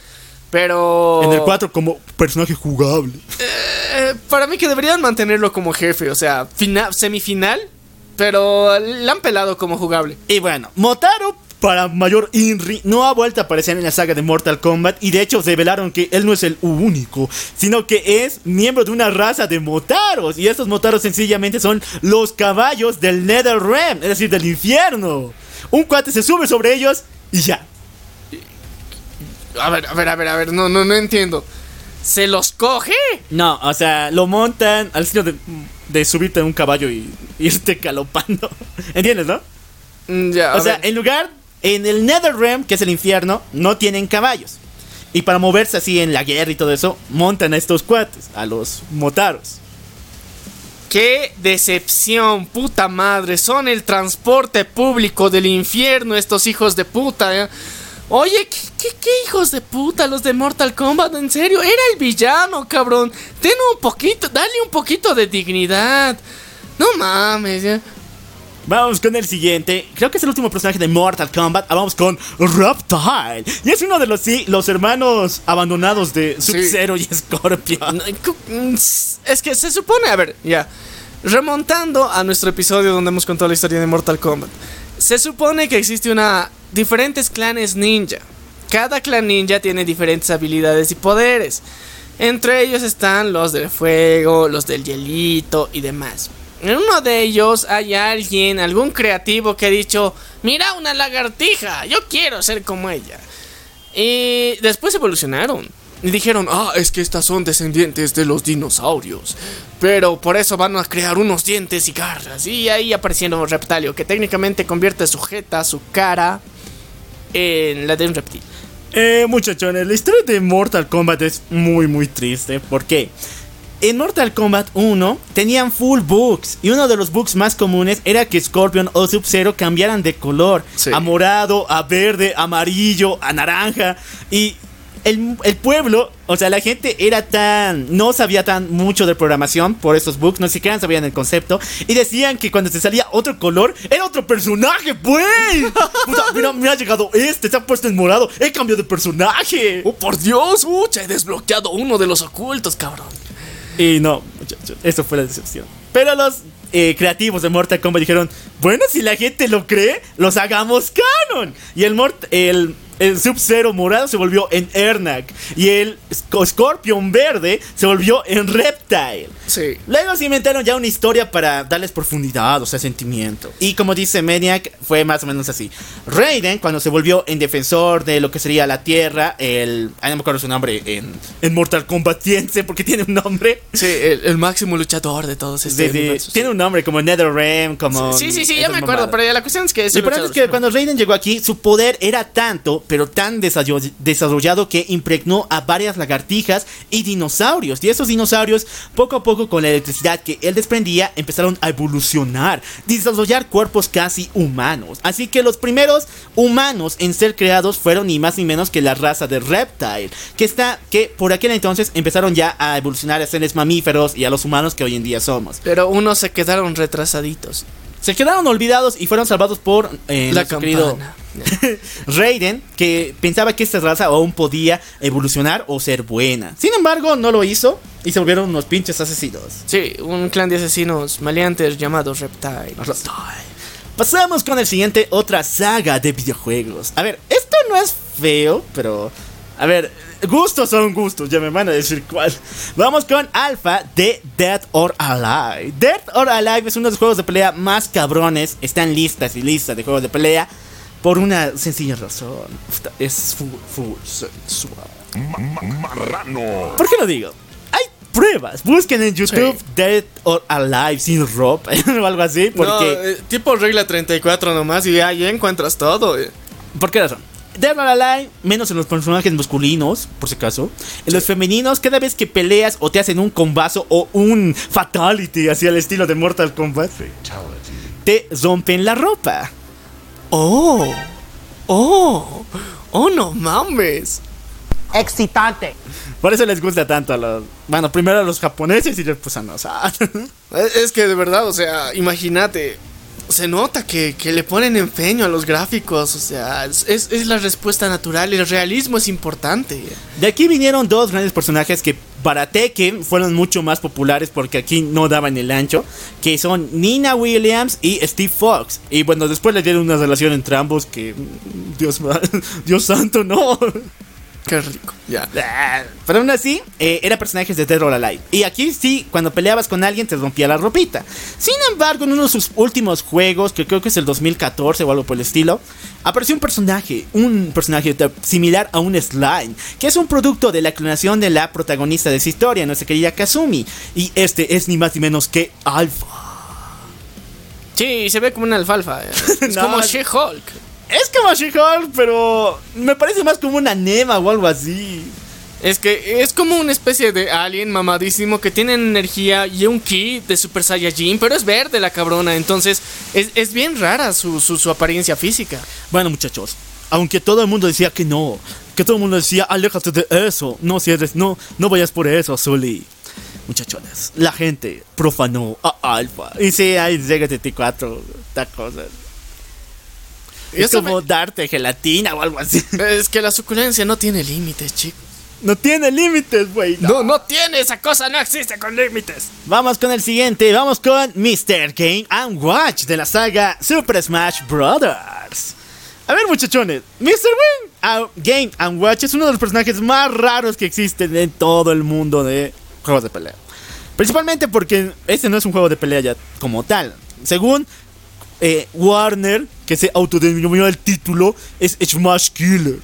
Pero en el cuatro como personaje jugable. eh, Para mí que deberían mantenerlo como jefe. O sea, final, semifinal. Pero le han pelado como jugable. Y bueno, Motaro, para mayor inri, no ha vuelto a aparecer en la saga de Mortal Kombat. Y de hecho revelaron que él no es el único, sino que es miembro de una raza de Motaros. Y estos Motaros sencillamente son los caballos del Netherrealm, es decir, del infierno. Un cuate se sube sobre ellos y ya. A ver, a ver, a ver, a ver, no, no, no entiendo. ¿Se los coge? No, o sea, lo montan al estilo de, de subirte en un caballo y irte galopando. ¿Entiendes, no? Mm, ya, O a sea, ver. en lugar, en el Netherrealm, que es el infierno, no tienen caballos. Y para moverse así en la guerra y todo eso, montan a estos cuates, a los Motaros. ¡Qué decepción, puta madre! Son el transporte público del infierno estos hijos de puta, ¿eh? Oye, ¿qué, qué, qué hijos de puta los de Mortal Kombat? En serio, era el villano, cabrón. Ten un poquito, dale un poquito de dignidad. No mames, ya. Vamos con el siguiente. Creo que es el último personaje de Mortal Kombat. Vamos con Reptile. Y es uno de los, sí, los hermanos abandonados de Sub-Zero y Scorpion. No, es que se supone, a ver, ya. Remontando a nuestro episodio donde hemos contado la historia de Mortal Kombat. Se supone que existe una diferentes clanes ninja. Cada clan ninja tiene diferentes habilidades y poderes. Entre ellos están los del fuego, los del hielito y demás. En uno de ellos hay alguien, algún creativo que ha dicho: mira, una lagartija, yo quiero ser como ella. Y después evolucionaron y dijeron: ah, es que estas son descendientes de los dinosaurios, pero por eso van a crear unos dientes y garras. Y ahí aparecieron Reptilio, que técnicamente convierte su jeta, su cara, en la de un reptil. Eh, muchachones, la historia de Mortal Kombat es muy muy triste. ¿Por qué? En Mortal Kombat uno tenían full bugs. Y uno de los bugs más comunes era que Scorpion o Sub-Zero cambiaran de color. Sí. A morado, a verde, amarillo, a naranja. Y el, el pueblo, o sea, la gente era tan... No sabía tan mucho de programación por estos bugs, no siquiera sabían el concepto. Y decían que cuando te salía otro color, era otro personaje, pues. Puta, mira, me ha llegado este, se ha puesto en morado, he cambiado de personaje. ¡Oh, por Dios! ¡Ucha! He desbloqueado uno de los ocultos, cabrón. Y no, muchachos, eso fue la decepción. Pero los eh, creativos de Mortal Kombat dijeron, bueno, si la gente lo cree, los hagamos canon. Y el Mort el, el Sub-Zero morado se volvió en Ernak. Y el Scorpion verde se volvió en Reptile. Sí. Luego se inventaron ya una historia para darles profundidad, o sea, sentimiento. Y como dice Maniac, fue más o menos así. Raiden, cuando se volvió en defensor de lo que sería la Tierra, el... Ah, no me acuerdo su nombre en, en Mortal Kombatiense, porque tiene un nombre. Sí, el, el máximo luchador de todos estos. Sí, sí. Tiene un nombre como NetherRealm, como... Sí, sí, sí, ya me acuerdo, mamadas. Pero la cuestión es que... Lo importante es que cuando Raiden llegó aquí, su poder era tanto, pero tan desarrollado que impregnó a varias lagartijas y dinosaurios. Y esos dinosaurios, poco a poco, con la electricidad que él desprendía, empezaron a evolucionar, desarrollar cuerpos casi humanos. Así que los primeros humanos en ser creados fueron ni más ni menos que la raza de Reptile, que está, que por aquel entonces empezaron ya a evolucionar a seres mamíferos y a los humanos que hoy en día somos. Pero unos se quedaron retrasaditos. Se quedaron olvidados y fueron salvados por eh, la nuestro querido Raiden, que pensaba que esta raza aún podía evolucionar o ser buena. Sin embargo, no lo hizo y se volvieron unos pinches asesinos. Sí, un clan de asesinos maleantes llamados Reptile. Reptile. Pasamos con el siguiente, otra saga de videojuegos. A ver, esto no es feo, pero... A ver, gustos son gustos, ya me van a decir cuál. Vamos con Alpha de Dead or Alive. Dead or Alive es uno de los juegos de pelea más cabrones. Están listas y listas de juegos de pelea por una sencilla razón. Es full, full sensual. Marrano. ¿Por qué lo digo? Hay pruebas. Busquen en YouTube sí. Dead or Alive sin ropa o algo así. Porque... No, eh, tipo regla treinta y cuatro nomás y ahí encuentras todo. Eh. ¿Por qué razón? Dead or Alive, menos en los personajes masculinos, por si acaso. En sí. Los femeninos, cada vez que peleas o te hacen un combazo o un fatality, así al estilo de Mortal Kombat, fatality, te rompen la ropa. Oh, oh, oh, no mames. Excitante. Por eso les gusta tanto a los... Bueno, primero a los japoneses y después a nosotros. Es que de verdad, o sea, imagínate... Se nota que, que le ponen empeño a los gráficos, o sea, es, es la respuesta natural, el realismo es importante. De aquí vinieron dos grandes personajes que para Tekken fueron mucho más populares porque aquí no daban el ancho, que son Nina Williams y Steve Fox. Y bueno, después le dieron una relación entre ambos que... Dios, Dios santo, no... Qué rico, ya. Pero aún así, eh, eran personajes de Dead or Alive. Y aquí sí, cuando peleabas con alguien te rompía la ropita. Sin embargo, en uno de sus últimos juegos, que creo que es el dos mil catorce o algo por el estilo, apareció un personaje, un personaje similar a un slime, que es un producto de la clonación de la protagonista de esa historia, nuestra querida Kazumi. Y este es ni más ni menos que Alpha. Sí, se ve como una alfalfa. Es No, como She-Hulk. Es como She-Hulk, pero me parece más como una Nema o algo así. Es que es como una especie de alien mamadísimo que tiene energía y un ki de Super Saiyajin, pero es verde la cabrona, entonces es, es bien rara su, su, su apariencia física. Bueno, muchachos, aunque todo el mundo decía que no, que todo el mundo decía, aléjate de eso, no cierres, no, no vayas por eso, Zully. Muchachones, la gente profanó a Alpha. Y sí, hay Sega setenta y cuatro, estas cosas. Es como me... darte gelatina o algo así. Es que la suculencia no tiene límites, chicos. No tiene límites, güey. No. no, no tiene, esa cosa no existe con límites. Vamos con el siguiente, vamos con mister Game and Watch de la saga Super Smash Brothers. A ver, muchachones, mister Game and Watch es uno de los personajes más raros que existen en todo el mundo de juegos de pelea. Principalmente porque este no es un juego de pelea ya como tal. Según eh, Warner, que se autodenominó el título, es Smash Killer.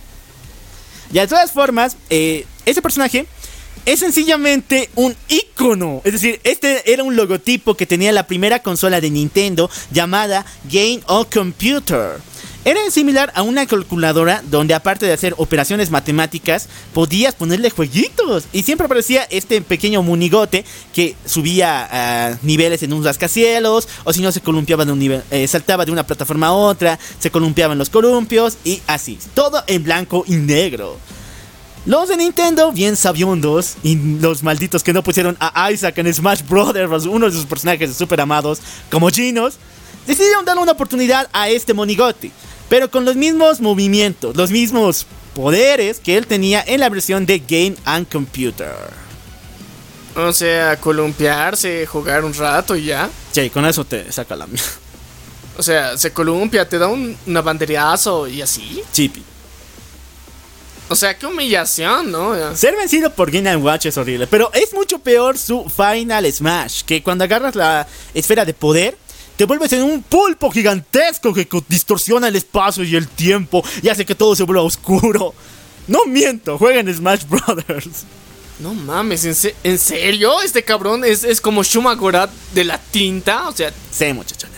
Y de todas formas, eh, ese personaje es sencillamente un icono. Es decir, este era un logotipo que tenía la primera consola de Nintendo llamada Game of Computer. Era similar a una calculadora donde, aparte de hacer operaciones matemáticas, podías ponerle jueguitos. Y siempre aparecía este pequeño monigote que subía uh, niveles en un rascacielos, o si no se columpiaba de un nivel, eh, saltaba de una plataforma a otra, se columpiaban los columpios y así. Todo en blanco y negro. Los de Nintendo, bien sabiondos, y los malditos que no pusieron a Isaac en Smash Brothers, uno de sus personajes super amados, como Genos, decidieron darle una oportunidad a este monigote, pero con los mismos movimientos, los mismos poderes que él tenía en la versión de Game and Computer. O sea, columpiarse, jugar un rato y ya. Sí, con eso te saca la mierda. O sea, se columpia, te da un una banderiazo y así. Chippy. O sea, qué humillación, ¿no? Ser vencido por Game and Watch es horrible, pero es mucho peor su Final Smash, que cuando agarras la esfera de poder, te vuelves en un pulpo gigantesco que distorsiona el espacio y el tiempo y hace que todo se vuelva oscuro. No miento, juega en Smash Brothers. No mames, ¿en, se ¿en serio? Este cabrón es, es como Shuma Gorath de la tinta, o sea... Sí, muchachones.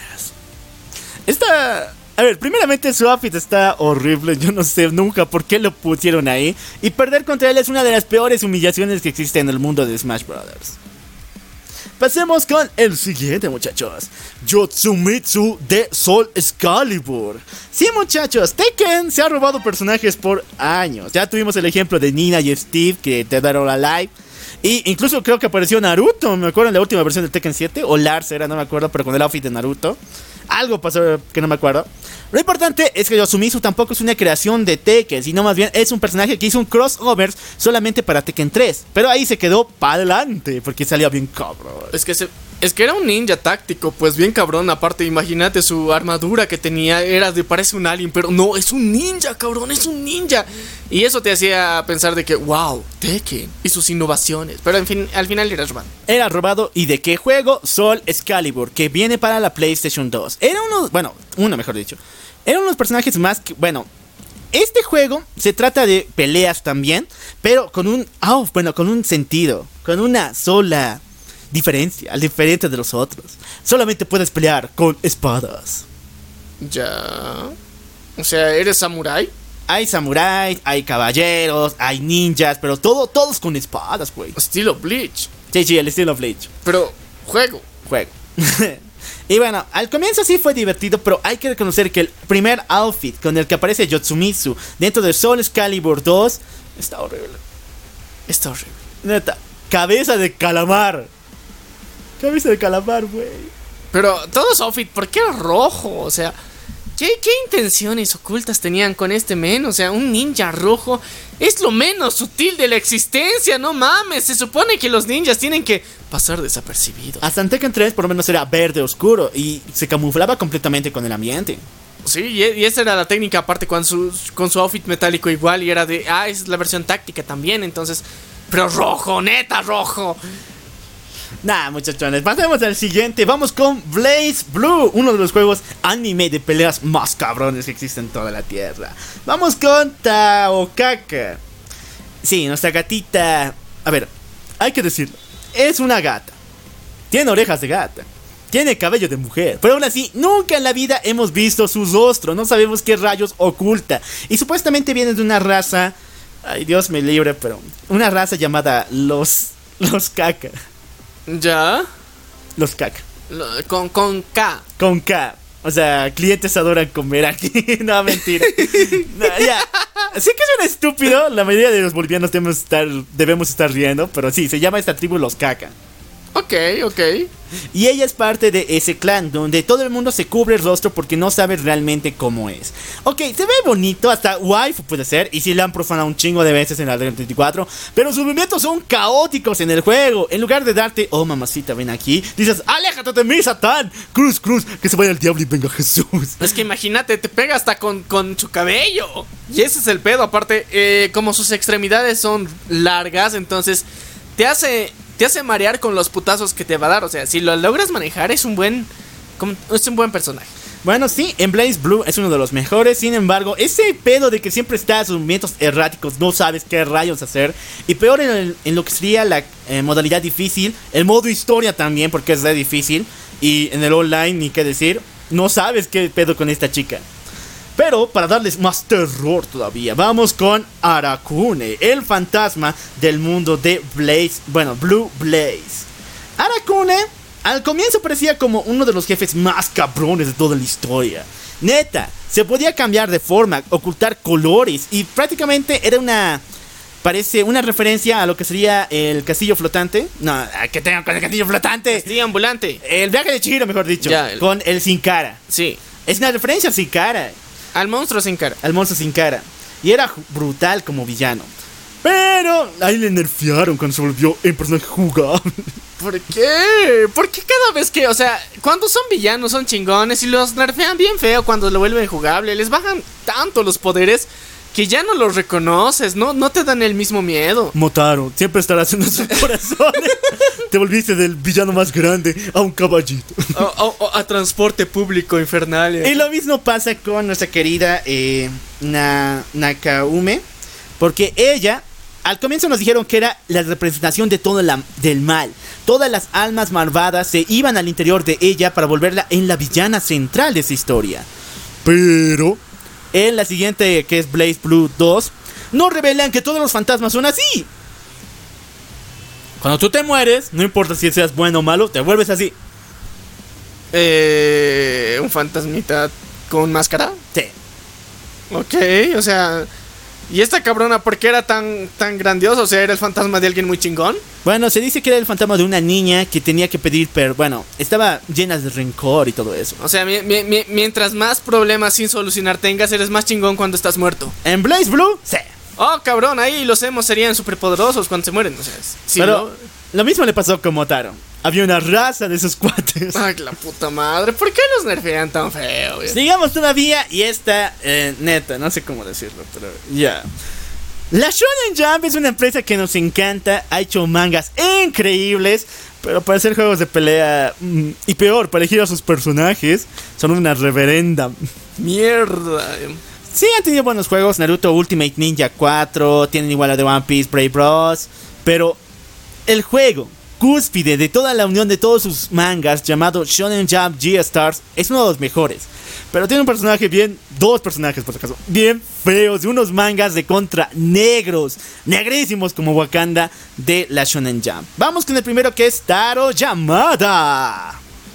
Esta... A ver, primeramente su outfit está horrible, yo no sé nunca por qué lo pusieron ahí. Y perder contra él es una de las peores humillaciones que existe en el mundo de Smash Brothers. Pasemos con el siguiente, muchachos. Yotsumitsu de Soul Excalibur. Sí, muchachos, Tekken se ha robado personajes por años. Ya tuvimos el ejemplo de Nina y Steve, que te Dead or Alive. Y incluso creo que apareció Naruto, me acuerdo, en la última versión de Tekken siete. O Lars era, no me acuerdo, pero con el outfit de Naruto. Algo pasó que no me acuerdo. Lo importante es que Yotsumitsu tampoco es una creación de Tekken, sino más bien es un personaje que hizo un crossover solamente para Tekken tres. Pero ahí se quedó para adelante, porque salía bien cabrón. Es que, se, es que era un ninja táctico, pues bien cabrón. Aparte, imagínate su armadura que tenía, era de parece un alien, pero no, es un ninja, cabrón, es un ninja. Y eso te hacía pensar de que, wow, Tekken y sus innovaciones. Pero en fin, al final era robado. Era robado, ¿y de qué juego? Soul Excalibur, que viene para la PlayStation dos. Era uno, bueno, uno mejor dicho. Era uno de los personajes más que, bueno, este juego se trata de peleas también, pero con un, oh, bueno, con un sentido, con una sola diferencia, al diferente de los otros. Solamente puedes pelear con espadas. Ya. O sea, ¿eres samurái? Hay samuráis, hay caballeros, hay ninjas, pero todo, todos con espadas, güey. Estilo Bleach. Sí, sí, el estilo Bleach. Pero, juego. Juego. Y bueno, al comienzo sí fue divertido, pero hay que reconocer que el primer outfit con el que aparece Yotsumitsu dentro de Soul Excalibur dos está horrible. Está horrible. Neta, cabeza de calamar. Cabeza de calamar, güey. Pero todo su outfit, ¿por qué era rojo? O sea, ¿qué, ¿qué intenciones ocultas tenían con este men? O sea, un ninja rojo es lo menos sutil de la existencia, no mames. Se supone que los ninjas tienen que pasar desapercibidos. Hasta en Tekken tres por lo menos era verde oscuro y se camuflaba completamente con el ambiente. Sí, y, y esa era la técnica, aparte con su, con su outfit metálico igual. Y era de, ah, esa es la versión táctica también, entonces... Pero rojo, neta, rojo. Nah, muchachones, pasemos al siguiente. Vamos con Blaze Blue, uno de los juegos anime de peleas más cabrones que existen en toda la tierra. Vamos con Taokaka. Sí, nuestra gatita. A ver, hay que decirlo, es una gata. Tiene orejas de gata, tiene cabello de mujer, pero aún así nunca en la vida hemos visto su rostro. No sabemos qué rayos oculta. Y supuestamente viene de una raza, ay, Dios me libre, pero una raza llamada los Los Caca. ¿Ya? Los caca. Lo, con, con K. Con K. O sea, clientes adoran comer aquí. No, mentira. No, ya. Sí que suena estúpido. La mayoría de los bolivianos debemos estar, debemos estar riendo. Pero sí, se llama esta tribu Los Caca. Ok, ok. Y ella es parte de ese clan donde todo el mundo se cubre el rostro porque no sabe realmente cómo es. Ok, se ve bonito, hasta waifu puede ser, y si la han profanado un chingo de veces en la treinta y cuatro, pero sus movimientos son caóticos en el juego. En lugar de darte, oh mamacita, ven aquí, dices, aléjate de mí, Satán, cruz, cruz, que se vaya el diablo y venga Jesús. Es que imagínate, te pega hasta con, con su cabello. Y ese es el pedo, aparte, eh, como sus extremidades son largas, entonces te hace... Te hace marear con los putazos que te va a dar. O sea, si lo logras manejar, es un buen es un buen personaje. Bueno, sí, en Blaze Blue es uno de los mejores. Sin embargo, ese pedo de que siempre está a sus movimientos erráticos, no sabes qué rayos hacer. Y peor en, el, en lo que sería la eh, modalidad difícil, el modo historia también, porque es de difícil. Y en el online, ni qué decir, no sabes qué pedo con esta chica. Pero para darles más terror todavía, vamos con Arakune, el fantasma del mundo de Blaze, bueno, Blue Blaze. Arakune al comienzo parecía como uno de los jefes más cabrones de toda la historia. Neta, se podía cambiar de forma, ocultar colores y prácticamente era una parece una referencia a lo que sería el castillo flotante. No, que tengan con el castillo flotante. Castillo ambulante. El viaje de Chihiro, mejor dicho. Ya, el... Con el sin cara. Sí. Es una referencia al sin cara. Al monstruo sin cara. Al monstruo sin cara. Y era brutal como villano. Pero ahí le nerfearon cuando se volvió en personaje jugable. ¿Por qué? ¿Por qué cada vez que, o sea, cuando son villanos son chingones y los nerfean bien feo cuando lo vuelven jugable? Les bajan tanto los poderes que ya no los reconoces, no, no te dan el mismo miedo. Motaro, siempre estarás en nuestros corazones. Te volviste del villano más grande a un caballito. O, o, o a transporte público infernal. Y lo mismo pasa con nuestra querida eh, Na, Nakaume. Porque ella, al comienzo nos dijeron que era la representación de todo la, del mal. Todas las almas malvadas se iban al interior de ella para volverla en la villana central de esa historia. Pero en la siguiente, que es Blaze Blue dos, nos revelan que todos los fantasmas son así. Cuando tú te mueres, no importa si seas bueno o malo, te vuelves así. Eh, ¿Un fantasmita con máscara? Sí. Ok, o sea... ¿Y esta cabrona por qué era tan, tan grandiosa? O sea, ¿era el fantasma de alguien muy chingón? Bueno, se dice que era el fantasma de una niña que tenía que pedir per... Bueno, estaba llena de rencor y todo eso. O sea, mi, mi, mi, mientras más problemas sin solucionar tengas, eres más chingón cuando estás muerto. ¿En Blaze Blue? Sí. Oh, cabrón, ahí los emos serían superpoderosos cuando se mueren, o sea... Sí, pero ¿no? Lo mismo le pasó con Motaro. Había una raza de esos cuates. Ay, la puta madre, ¿por qué los nerfean tan feo? Güey? Sigamos todavía y esta, eh, neta, no sé cómo decirlo, pero ya. Yeah. La Shonen Jump es una empresa que nos encanta, ha hecho mangas increíbles, pero para hacer juegos de pelea, mm, y peor, para elegir a sus personajes, son una reverenda mierda. Sí, han tenido buenos juegos, Naruto Ultimate Ninja cuatro, tienen igual a de One Piece, Brave Bros, pero el juego cúspide de toda la unión de todos sus mangas, llamado Shonen Jump G-Stars, es uno de los mejores. Pero tiene un personaje bien, dos personajes por si acaso, bien feos, de unos mangas de contra negros, negrísimos como Wakanda, de la Shonen Jump. Vamos con el primero, que es Taro Yamada.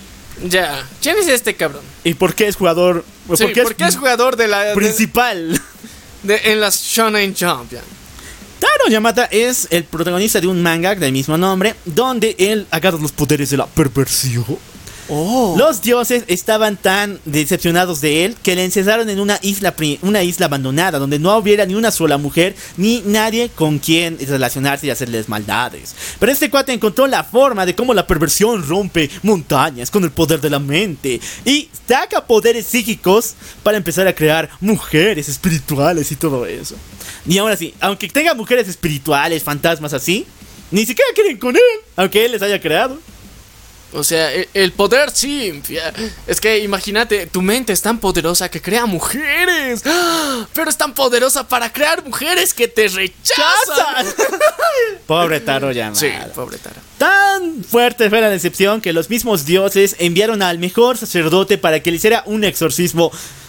Ya, ¿quién es este cabrón? ¿Y por qué es jugador? Sí, ¿por qué, ¿por es, qué es jugador de la principal? De, de, en las Shonen Jump, ya. Taro Yamada es el protagonista de un manga del mismo nombre, donde él agarra los poderes de la perversión. Oh. Los dioses estaban tan decepcionados de él que le encerraron en una isla, una isla abandonada, donde no hubiera ni una sola mujer ni nadie con quien relacionarse y hacerles maldades. Pero este cuate encontró la forma de cómo la perversión rompe montañas con el poder de la mente y saca poderes psíquicos para empezar a crear mujeres espirituales y todo eso. Y ahora sí, aunque tenga mujeres espirituales, fantasmas así, ni siquiera quieren con él, aunque él les haya creado. O sea, el, el poder sí. Es que imagínate, tu mente es tan poderosa que crea mujeres. ¡Ah! Pero es tan poderosa para crear mujeres que te rechazan. Pobre Taro Yamada. Sí, pobre Taro. Tan fuerte fue la decepción que los mismos dioses enviaron al mejor sacerdote para que le hiciera un exorcismo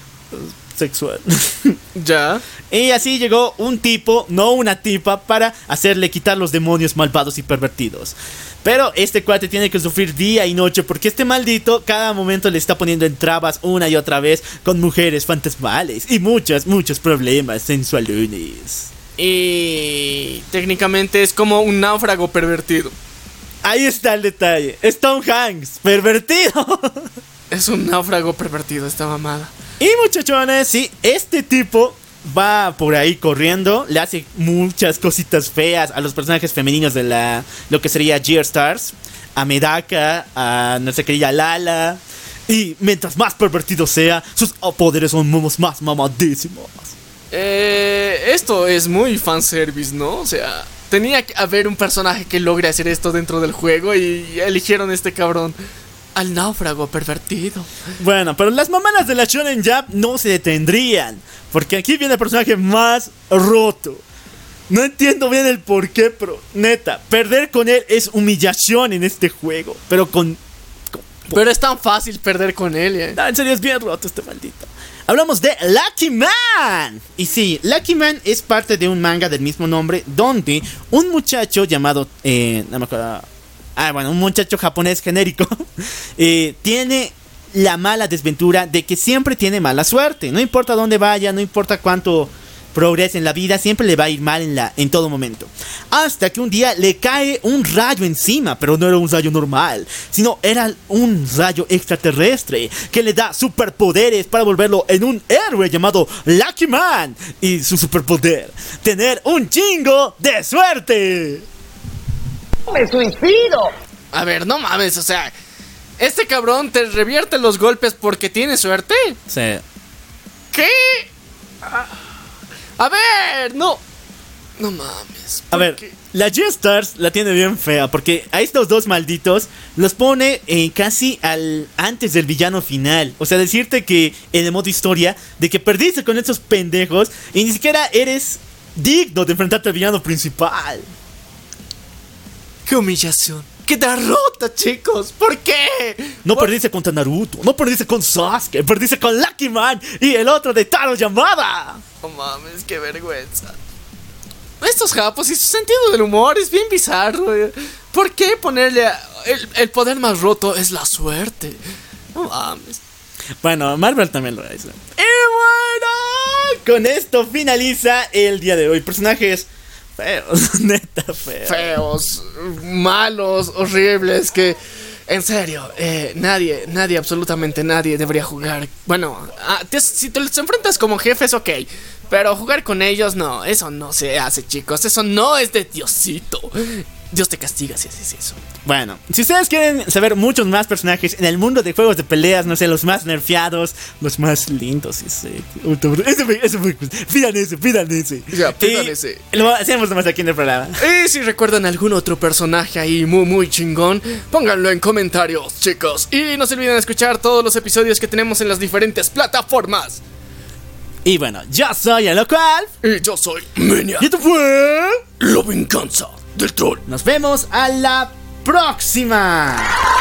sexual. Ya. Y así llegó un tipo, no una tipa, para hacerle quitar los demonios malvados y pervertidos. Pero este cuate tiene que sufrir día y noche porque este maldito cada momento le está poniendo en trabas una y otra vez con mujeres fantasmales y muchos, muchos problemas sensualones. Y técnicamente es como un náufrago pervertido. Ahí está el detalle. Es Tom Hanks, pervertido. Es un náufrago pervertido esta mamada. Y muchachones, sí, este tipo va por ahí corriendo, le hace muchas cositas feas a los personajes femeninos de la lo que sería G-Stars, a Medaka, a nuestra querida Lala. Y mientras más pervertido sea, sus poderes son más mamadísimos. Eh, esto es muy fanservice, ¿no? O sea, tenía que haber un personaje que logre hacer esto dentro del juego y eligieron este cabrón. Al náufrago pervertido. Bueno, pero las mamanas de la Shonen Jump no se detendrían, porque aquí viene el personaje más roto. No entiendo bien el por qué, pero neta, perder con él es humillación en este juego. Pero con... con pero es tan fácil perder con él, ¿eh? No, en serio es bien roto este maldito. Hablamos de Lucky Man. Y sí, Lucky Man es parte de un manga del mismo nombre, donde un muchacho llamado... Eh, no me acuerdo... Ah, bueno, un muchacho japonés genérico eh, tiene la mala desventura de que siempre tiene mala suerte. No importa dónde vaya, no importa cuánto progrese en la vida, siempre le va a ir mal en, la, en todo momento. Hasta que un día le cae un rayo encima, pero no era un rayo normal, sino era un rayo extraterrestre que le da superpoderes para volverlo en un héroe llamado Lucky Man. Y su superpoder, tener un chingo de suerte. ¡Me suicido! A ver, no mames, o sea, ¿este cabrón te revierte los golpes porque tiene suerte? Sí. ¿Qué? A, a ver, no. No mames. A ver, qué? la G-Stars la tiene bien fea porque a estos dos malditos los pone eh, casi al antes del villano final. O sea, decirte que en el modo historia, de que perdiste con estos pendejos y ni siquiera eres digno de enfrentarte al villano principal. ¡Qué humillación! ¡Qué derrota, chicos! ¿Por qué? No ¿Por... perdiste contra Naruto, no perdiste con Sasuke, perdiste con Lucky Man y el otro de Taro Yamada. No mames, qué vergüenza. Estos japos y su sentido del humor es bien bizarro. ¿Por qué ponerle a... el, el poder más roto es la suerte? No mames. Bueno, Marvel también lo hizo. Y bueno, con esto finaliza el día de hoy. Personajes feos, neta feos. Feos, malos, horribles, que... En serio, eh, nadie, nadie, absolutamente nadie debería jugar. Bueno, ah, te, si te los enfrentas como jefes, ok. Pero jugar con ellos, no, eso no se hace, chicos. Eso no es de Diosito. Dios te castiga si haces eso. Bueno, si ustedes quieren saber muchos más personajes en el mundo de juegos de peleas, no sé, los más nerfeados, los más lindos, ese, ese, ese, pidan ese, pidan ese. Ya, pidan y ese. Lo hacemos nomás aquí en el programa. Y si recuerdan algún otro personaje ahí muy, muy chingón, pónganlo en comentarios, chicos. Y no se olviden escuchar todos los episodios que tenemos en las diferentes plataformas. Y bueno, yo soy el local. Y yo soy Menia. Y esto fue La venganza del troll. Nos vemos a la próxima.